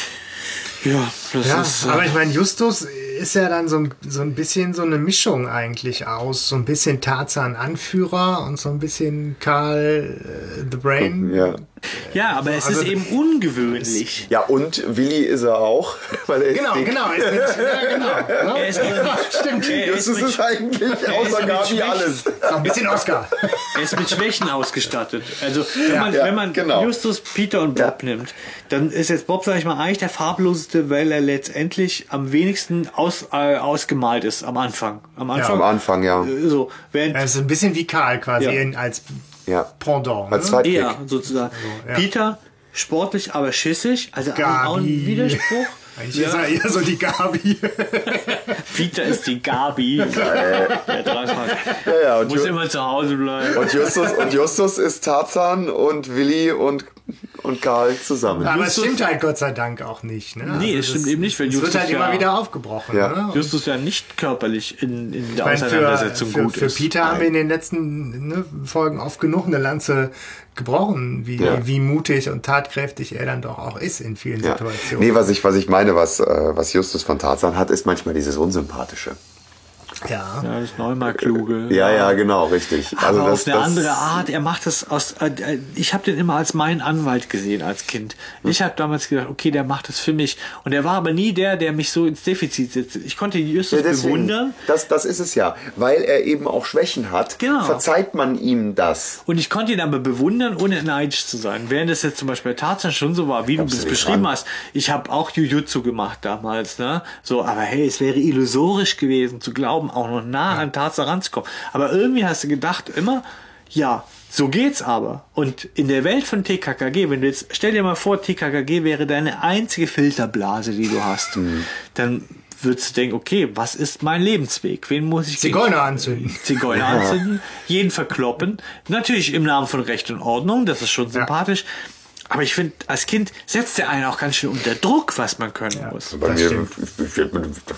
ja, das Ja, ist. äh, aber ich meine, Justus ist ja dann so ein, so ein bisschen so eine Mischung eigentlich aus. So ein bisschen Tarzan-Anführer und so ein bisschen Karl äh, the Brain. Ja. ja, aber es also- ist eben ungewöhnlich. ja, und Willi ist er auch. Weil er ist Genau, dick. genau. Ist mit, ja, genau. Er ist, Stimmt. er Das ist, ist mit, es eigentlich, außer mit Gabi Schwächen. alles. So ein bisschen Oscar. er ist mit Schwächen ausgestattet. Also wenn man, Ja, wenn man genau. Justus, Peter und Bob nimmt, dann ist jetzt Bob, sag ich mal, eigentlich der farbloseste, weil er letztendlich am wenigsten aus, äh, ausgemalt ist am Anfang. Am Anfang. Am Anfang, ja. äh, So, während Er ist ein bisschen wie Karl quasi Ja. in, als Ja. Pendant. Als Ne? Zweitblick. eher sozusagen. ja. Peter sportlich, aber schissig. Also auch Gabi. ein Widerspruch. Eigentlich ist er eher so die Gabi. Peter ist die Gabi. Der Dreifach. Ja, ja, und, Muss Ju immer zu Hause bleiben. und, Justus, und Justus ist Tarzan und Willi und, und Karl zusammen. Aber es Justus- stimmt halt Gott sei Dank auch nicht. Ne? Nee, es stimmt eben nicht, weil es wird Justus halt ja- immer wieder aufgebrochen. Ja. Ne? Und Justus ja nicht körperlich in, in der ich meine, für, Auseinandersetzung für, gut für ist. Peter haben wir in den letzten ne, Folgen oft genug eine Lanze gebrochen, wie, Ja. wie mutig und tatkräftig er dann doch auch ist in vielen Ja. Situationen. Nee, was ich, was ich meine, was, äh, was Justus von Tarzan hat, ist manchmal dieses Unsympathische. Ja. Ja, das neunmal kluge. Ja, ja, genau, richtig. Aber Also auf das, eine das, andere Art. Er macht das aus. Äh, äh, ich habe den immer als meinen Anwalt gesehen als Kind. Ich habe damals gedacht, okay, der macht das für mich. Und er war aber nie der, der mich so ins Defizit setzt. Ich konnte Justus Ja, deswegen, bewundern. Das, das ist es ja. Weil er eben auch Schwächen hat, Genau. verzeiht man ihm das. Und ich konnte ihn aber bewundern, ohne neidisch zu sein. Während das jetzt zum Beispiel bei Tarzan schon so war, wie du Kommst du das nicht beschrieben ran. hast. Ich habe auch Jujutsu gemacht damals, ne? So, aber hey, es wäre illusorisch gewesen zu glauben, auch noch nah an Tarzan ranzukommen. Aber irgendwie hast du gedacht immer, ja, so geht's aber. Und in der Welt von T K K G, wenn du jetzt, stell dir mal vor, T K K G wäre deine einzige Filterblase, die du hast, Mhm. dann würdest du denken, okay, was ist mein Lebensweg? Wen muss ich gegen- Zigeuner anzünden. Zigeuner anzünden, jeden verkloppen. Natürlich im Namen von Recht und Ordnung, das ist schon sympathisch. Aber ich finde, als Kind setzt der einen auch ganz schön unter Druck, was man können muss. Bei Das mir stimmt. ich, ich,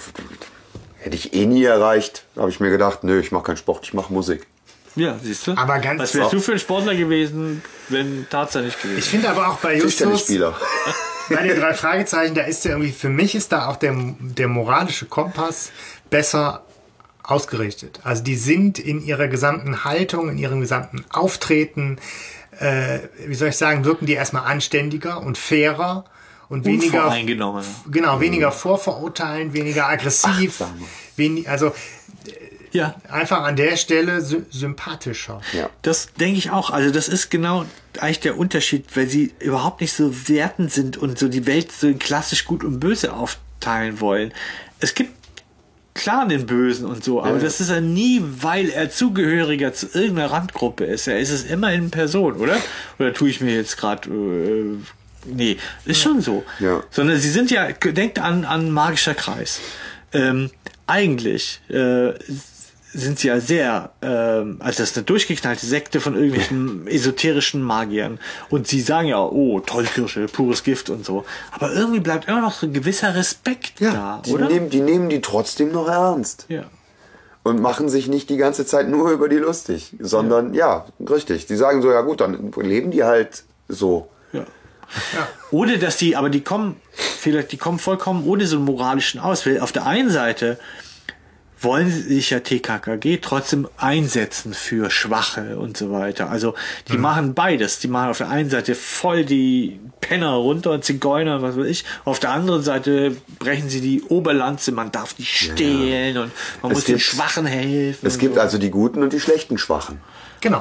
hätte ich eh nie erreicht. Da habe ich mir gedacht, nö, ich mache keinen Sport, ich mache Musik. Ja, siehst du? Aber ganz- was wärst du für ein Sportler gewesen, wenn Tarzan nicht gewesen Ich finde aber auch bei Justus, Tischtennisspieler. bei den drei Fragezeichen, da ist der irgendwie, für mich ist da auch der, der moralische Kompass besser ausgerichtet. Also die sind in ihrer gesamten Haltung, in ihrem gesamten Auftreten, äh, wie soll ich sagen, wirken die erstmal anständiger und fairer und weniger, Unvoreingenommen. genau, weniger vorverurteilen, weniger aggressiv, Achtsamer. wenig, also Ja, einfach an der Stelle sy sympathischer. Ja. das denke ich auch. Also das ist genau eigentlich der Unterschied, weil sie überhaupt nicht so wertend sind und so die Welt so in klassisch gut und böse aufteilen wollen. Es gibt klar den Bösen und so, aber Ja. das ist er nie, weil er Zugehöriger zu irgendeiner Randgruppe ist. Er ist es immer in Person, oder? Oder tue ich mir jetzt gerade... Äh, nee, ist schon so. Ja. Sondern sie sind ja... Denkt an, an Magischer Kreis. Ähm, eigentlich... Äh, sind sie ja sehr, ähm, also das ist eine durchgeknallte Sekte von irgendwelchen esoterischen Magiern. Und sie sagen ja, oh, Tollkirsche, pures Gift und so. Aber irgendwie bleibt immer noch so ein gewisser Respekt Ja, da, die, oder? Nehmen, die nehmen die trotzdem noch ernst. Ja. Und machen sich nicht die ganze Zeit nur über die lustig, sondern ja, richtig. Die sagen so, ja gut, dann leben die halt so. Ja. Ohne dass die, aber die kommen, vielleicht, die kommen vollkommen ohne so einen moralischen aus. Weil auf der einen Seite wollen sie sich ja T K K G trotzdem einsetzen für Schwache und so weiter. Also die machen beides. Die machen auf der einen Seite voll die Penner runter und Zigeuner, was weiß ich. Auf der anderen Seite brechen sie die Oberlanze, man darf nicht stehlen und man Es muss den gibt- Schwachen helfen. Es und gibt so. also die guten und die schlechten Schwachen. Genau.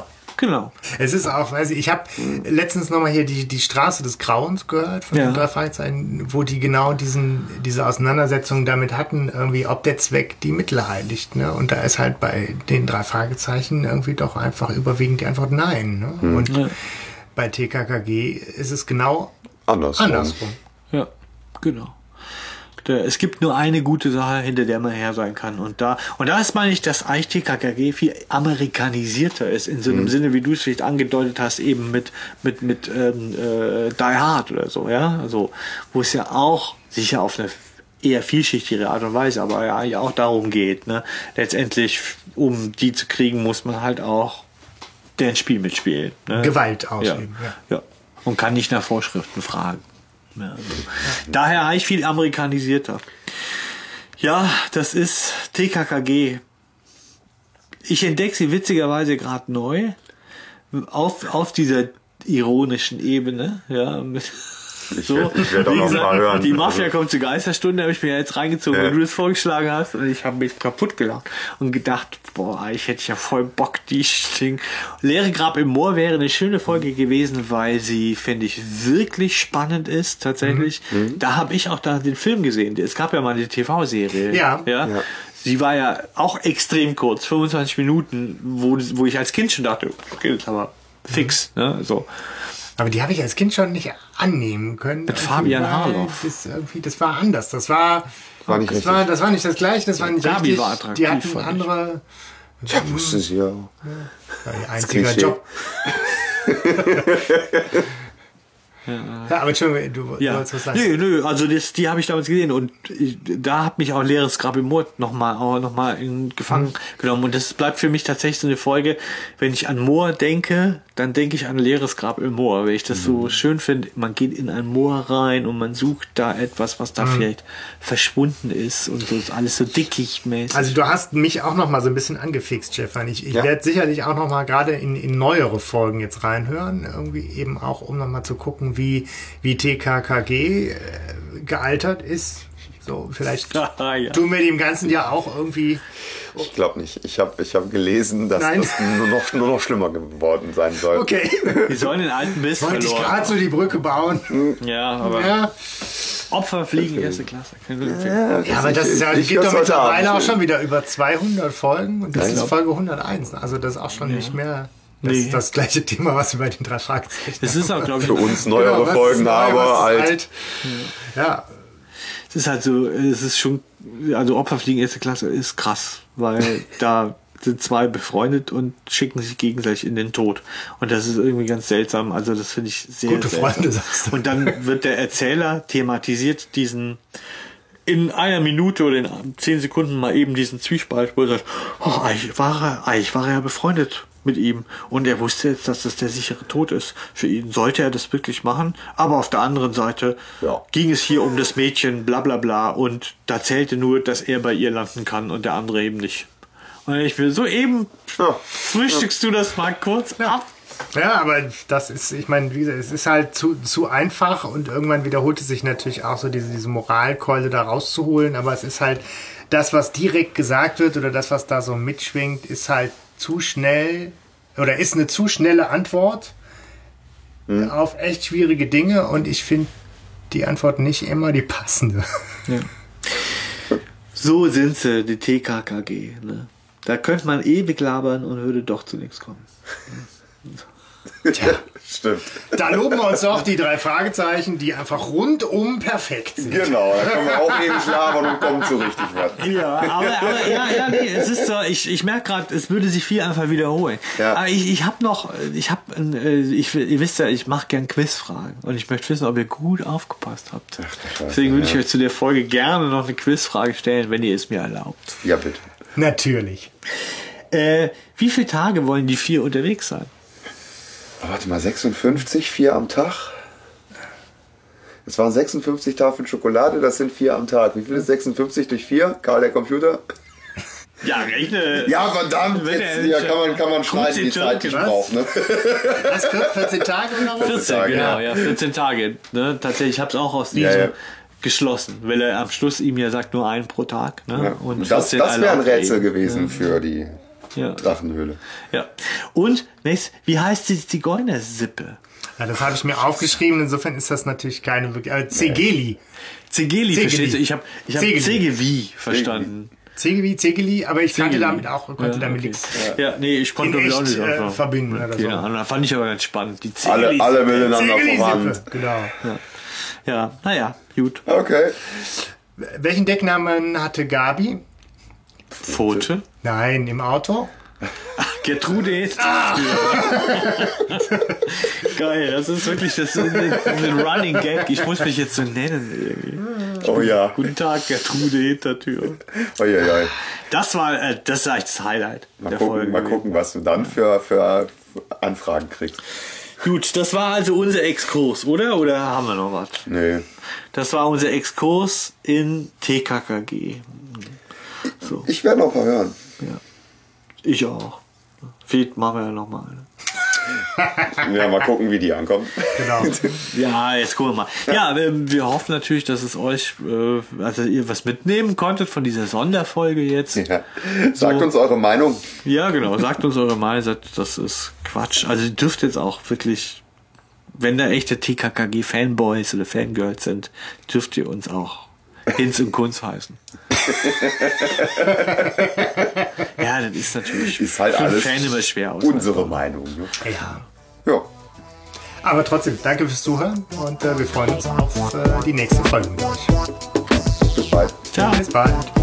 Genau. Es ist auch, weiß ich, ich habe letztens nochmal hier die, die Straße des Grauens gehört von Ja. den drei Fragezeichen, wo die genau diesen, diese Auseinandersetzung damit hatten, irgendwie, ob der Zweck die Mittel heiligt. Ne? Und da ist halt bei den drei Fragezeichen irgendwie doch einfach überwiegend die Antwort nein. Ne? Hm. Und Ja. bei T K K G ist es genau Andersrum. andersrum. Ja, genau. Der, es gibt nur eine gute Sache, hinter der man her sein kann. Und da, und da ist, meine ich, dass eigentlich T K K G viel amerikanisierter ist, in so einem Sinne, wie du es vielleicht angedeutet hast, eben mit, mit, mit ähm, äh, Die Hard oder so, ja. Also, wo es ja auch sicher auf eine eher vielschichtigere Art und Weise, aber ja, ja auch darum geht, ne. Letztendlich, um die zu kriegen, muss man halt auch deren Spiel mitspielen. Ne? Gewalt ausüben. Ja. Ja. Ja. Und kann nicht nach Vorschriften fragen. Ja, also. Daher eigentlich viel amerikanisierter. Ja, das ist T K K G. Ich entdecke sie witzigerweise gerade neu. Auf, auf dieser ironischen Ebene. Ja, mit Ich so, werd- ich werd auch wie noch gesagt, mal hören. die Mafia kommt zur Geisterstunde, habe ich mir jetzt reingezogen, Ja. weil du das vorgeschlagen hast, und ich habe mich kaputt gelacht und gedacht, boah, ich hätte ja voll Bock, die Ding. Leere Grab im Moor wäre eine schöne Folge gewesen, weil sie, finde ich, wirklich spannend ist, tatsächlich. Mhm. Da habe ich auch da den Film gesehen. Es gab ja mal eine T V-Serie. Ja. ja. Ja. Sie war ja auch extrem kurz, fünfundzwanzig Minuten, wo, wo ich als Kind schon dachte, okay, das ist aber fix, ne, so. Aber die habe ich als Kind schon nicht annehmen können. Mit Fabian Harloff. Das, irgendwie, das war anders. Das war, War nicht das richtig. war, das war nicht das Gleiche. Das war nicht Darby richtig. war attraktiv, Die hatten fand ich. andere. Ja, wusste sie ja. War ihr einziger Klischee. Job. Ja, aber Entschuldigung, du, du Ja, wolltest was sagen. nö, nö, also das, die habe ich damals gesehen und ich, da hat mich auch Leeres Grab im Moor nochmal auch noch mal in Gefangen Mhm. genommen, und das bleibt für mich tatsächlich so eine Folge, wenn ich an Moor denke, dann denke ich an Leeres Grab im Moor, weil ich das Mhm. so schön finde, man geht in ein Moor rein und man sucht da etwas, was Mhm. da vielleicht verschwunden ist, und so ist alles so dickig mäßig. Also du hast mich auch noch mal so ein bisschen angefixt, Stefan. Ich, ich Ja. werde sicherlich auch noch mal gerade in, in neuere Folgen jetzt reinhören, irgendwie eben auch, um noch mal zu gucken, wie, wie T K K G äh, gealtert ist. So, vielleicht Ja. tun wir dem Ganzen ja auch irgendwie. Ich glaube nicht. Ich habe ich hab gelesen, dass Nein. das nur noch, nur noch schlimmer geworden sein soll. Okay, Die sollen den alten Biss wollte ich verloren. gerade so die Brücke bauen. Ja, aber Ja, Opfer fliegen erste Klasse. Ja, ja aber das ist ja, ich gibt doch hör's heute mittlerweile Abend. auch schon wieder über zweihundert Folgen und das Ja, ist ja. Folge hunderteins. Also das ist auch schon nicht mehr das, Nee. ist das gleiche Thema, was wir bei den drei Fragezeichen Das ist auch, glaube ich, Für uns neuere Genau, was ist Folgen, neu, aber was ist alt. Ja, es ist halt so, es ist schon, also Opferfliegen erste Klasse ist krass, weil da sind zwei befreundet und schicken sich gegenseitig in den Tod. Und das ist irgendwie ganz seltsam. Also das finde ich sehr Gute seltsam. Freunde, sagst du. Und dann wird der Erzähler thematisiert diesen in einer Minute oder in zehn Sekunden mal eben diesen Zwiespalt, wo er sagt, oh, eigentlich war er, eigentlich war er ja befreundet mit ihm und er wusste jetzt, dass das der sichere Tod ist. Für ihn sollte er das wirklich machen, aber auf der anderen Seite Ja. ging es hier um das Mädchen, bla bla bla, und da zählte nur, dass er bei ihr landen kann und der andere eben nicht. Und ich will so eben, Ja. frühstückst du das mal kurz ab? Ja, aber das ist, ich meine, wie gesagt, es ist halt zu, zu einfach und irgendwann wiederholt es sich natürlich auch so, diese, diese Moralkeule da rauszuholen, aber es ist halt das, was direkt gesagt wird oder das, was da so mitschwingt, ist halt zu schnell oder ist eine zu schnelle Antwort auf echt schwierige Dinge und ich finde die Antwort nicht immer die passende. So sind sie, die T K K G. Ne? Da könnte man ewig labern und würde doch zu nichts kommen. Tja, Stimmt. da loben wir uns doch die drei Fragezeichen, die einfach rundum perfekt sind. Genau, da können wir auch ewig labern und kommen zu richtig was. Ja, aber, aber ja, ja, nee, es ist so, ich, ich merke gerade, es würde sich viel einfach wiederholen. Ja. Aber ich, ich habe noch, ich habe, ich, ihr wisst ja, ich mache gern Quizfragen und ich möchte wissen, ob ihr gut aufgepasst habt. Deswegen würde ich euch zu der Folge gerne noch eine Quizfrage stellen, wenn ihr es mir erlaubt. Ja, bitte. Natürlich. Äh, wie viele Tage wollen die vier unterwegs sein? Oh, warte mal, sechsundfünfzig, vier am Tag? Es waren sechsundfünfzig Tafeln Schokolade, das sind vier am Tag. Wie viel ist sechsundfünfzig durch vier? Karl, der Computer? Ja, rechne. Ja, verdammt, Wenn jetzt er- hier kann man, kann man schneiden, wie Zeit ich was? brauche. Ne? Was, vierzehn Tage oder was? vierzehn, Tage, genau, ja. ja, vierzehn Tage. Ne? Tatsächlich, ich habe es auch aus diesem Ja, ja. geschlossen, weil er am Schluss ihm ja sagt, nur einen pro Tag. Ne? Ja. Und Das, vierzehn das wäre ein erlaubt er Rätsel ihm. gewesen für die Ja. Drachenhöhle. Ja. Und, nächstes, wie heißt die Zigeunersippe? Ja, das habe ich mir aufgeschrieben, insofern ist das natürlich keine wirklich. Äh, Zegeli. Zegeli, verstehst du? Ich habe ich hab Zegeli. Zegewi verstanden. Zegewi, Zegeli, aber ich kannte Zegeli. damit auch, konnte Ja, damit okay. nichts Ja, nee, ich konnte in damit auch echt nicht äh, einfach. verbinden oder Keine so. Ahnung, fand ich aber ganz spannend. Die Alle, Zegeli. alle miteinander voran. Zegeli-Sippe, genau. Ja, naja, gut. Okay. Welchen Decknamen hatte Gabi? Pfote. Nein, im Auto. Gertrude. Ah. Geil, das ist wirklich das ist ein, ein Running Gag. Ich muss mich jetzt so nennen. Irgendwie. Oh ja. Guten Tag, Gertrude Hintertür. Uiuiui. Das war, äh, das ist eigentlich das Highlight Mal der gucken, Folge. mal gucken, was du dann für, für Anfragen kriegst. Gut, das war also unser Exkurs, oder? Oder haben wir noch was? Nee. Das war unser Exkurs in T K K G. So, Ich werde noch mal hören. ja. Ich auch. Vielleicht machen wir ja nochmal. Ja, mal gucken, wie die ankommen. Genau. Ja, jetzt gucken wir mal. Ja, wir, wir hoffen natürlich, dass es euch, äh, also ihr was mitnehmen konntet von dieser Sonderfolge jetzt. Ja. Sagt So. uns eure Meinung. Ja, genau. Sagt uns eure Meinung. Sagt, das ist Quatsch. Also ihr dürft jetzt auch wirklich, wenn da echte T K K G-Fanboys oder Fangirls sind, dürft ihr uns auch Hinz und Kunz heißen. Ja, das ist natürlich Ist halt für einen alles Fan immer schwer aus. unsere Meinung. Ne? Ja. Ja. Aber trotzdem, danke fürs Zuhören und äh, wir freuen uns auf äh, die nächste Folge mit euch. Bis bald. Ciao. Bis bald.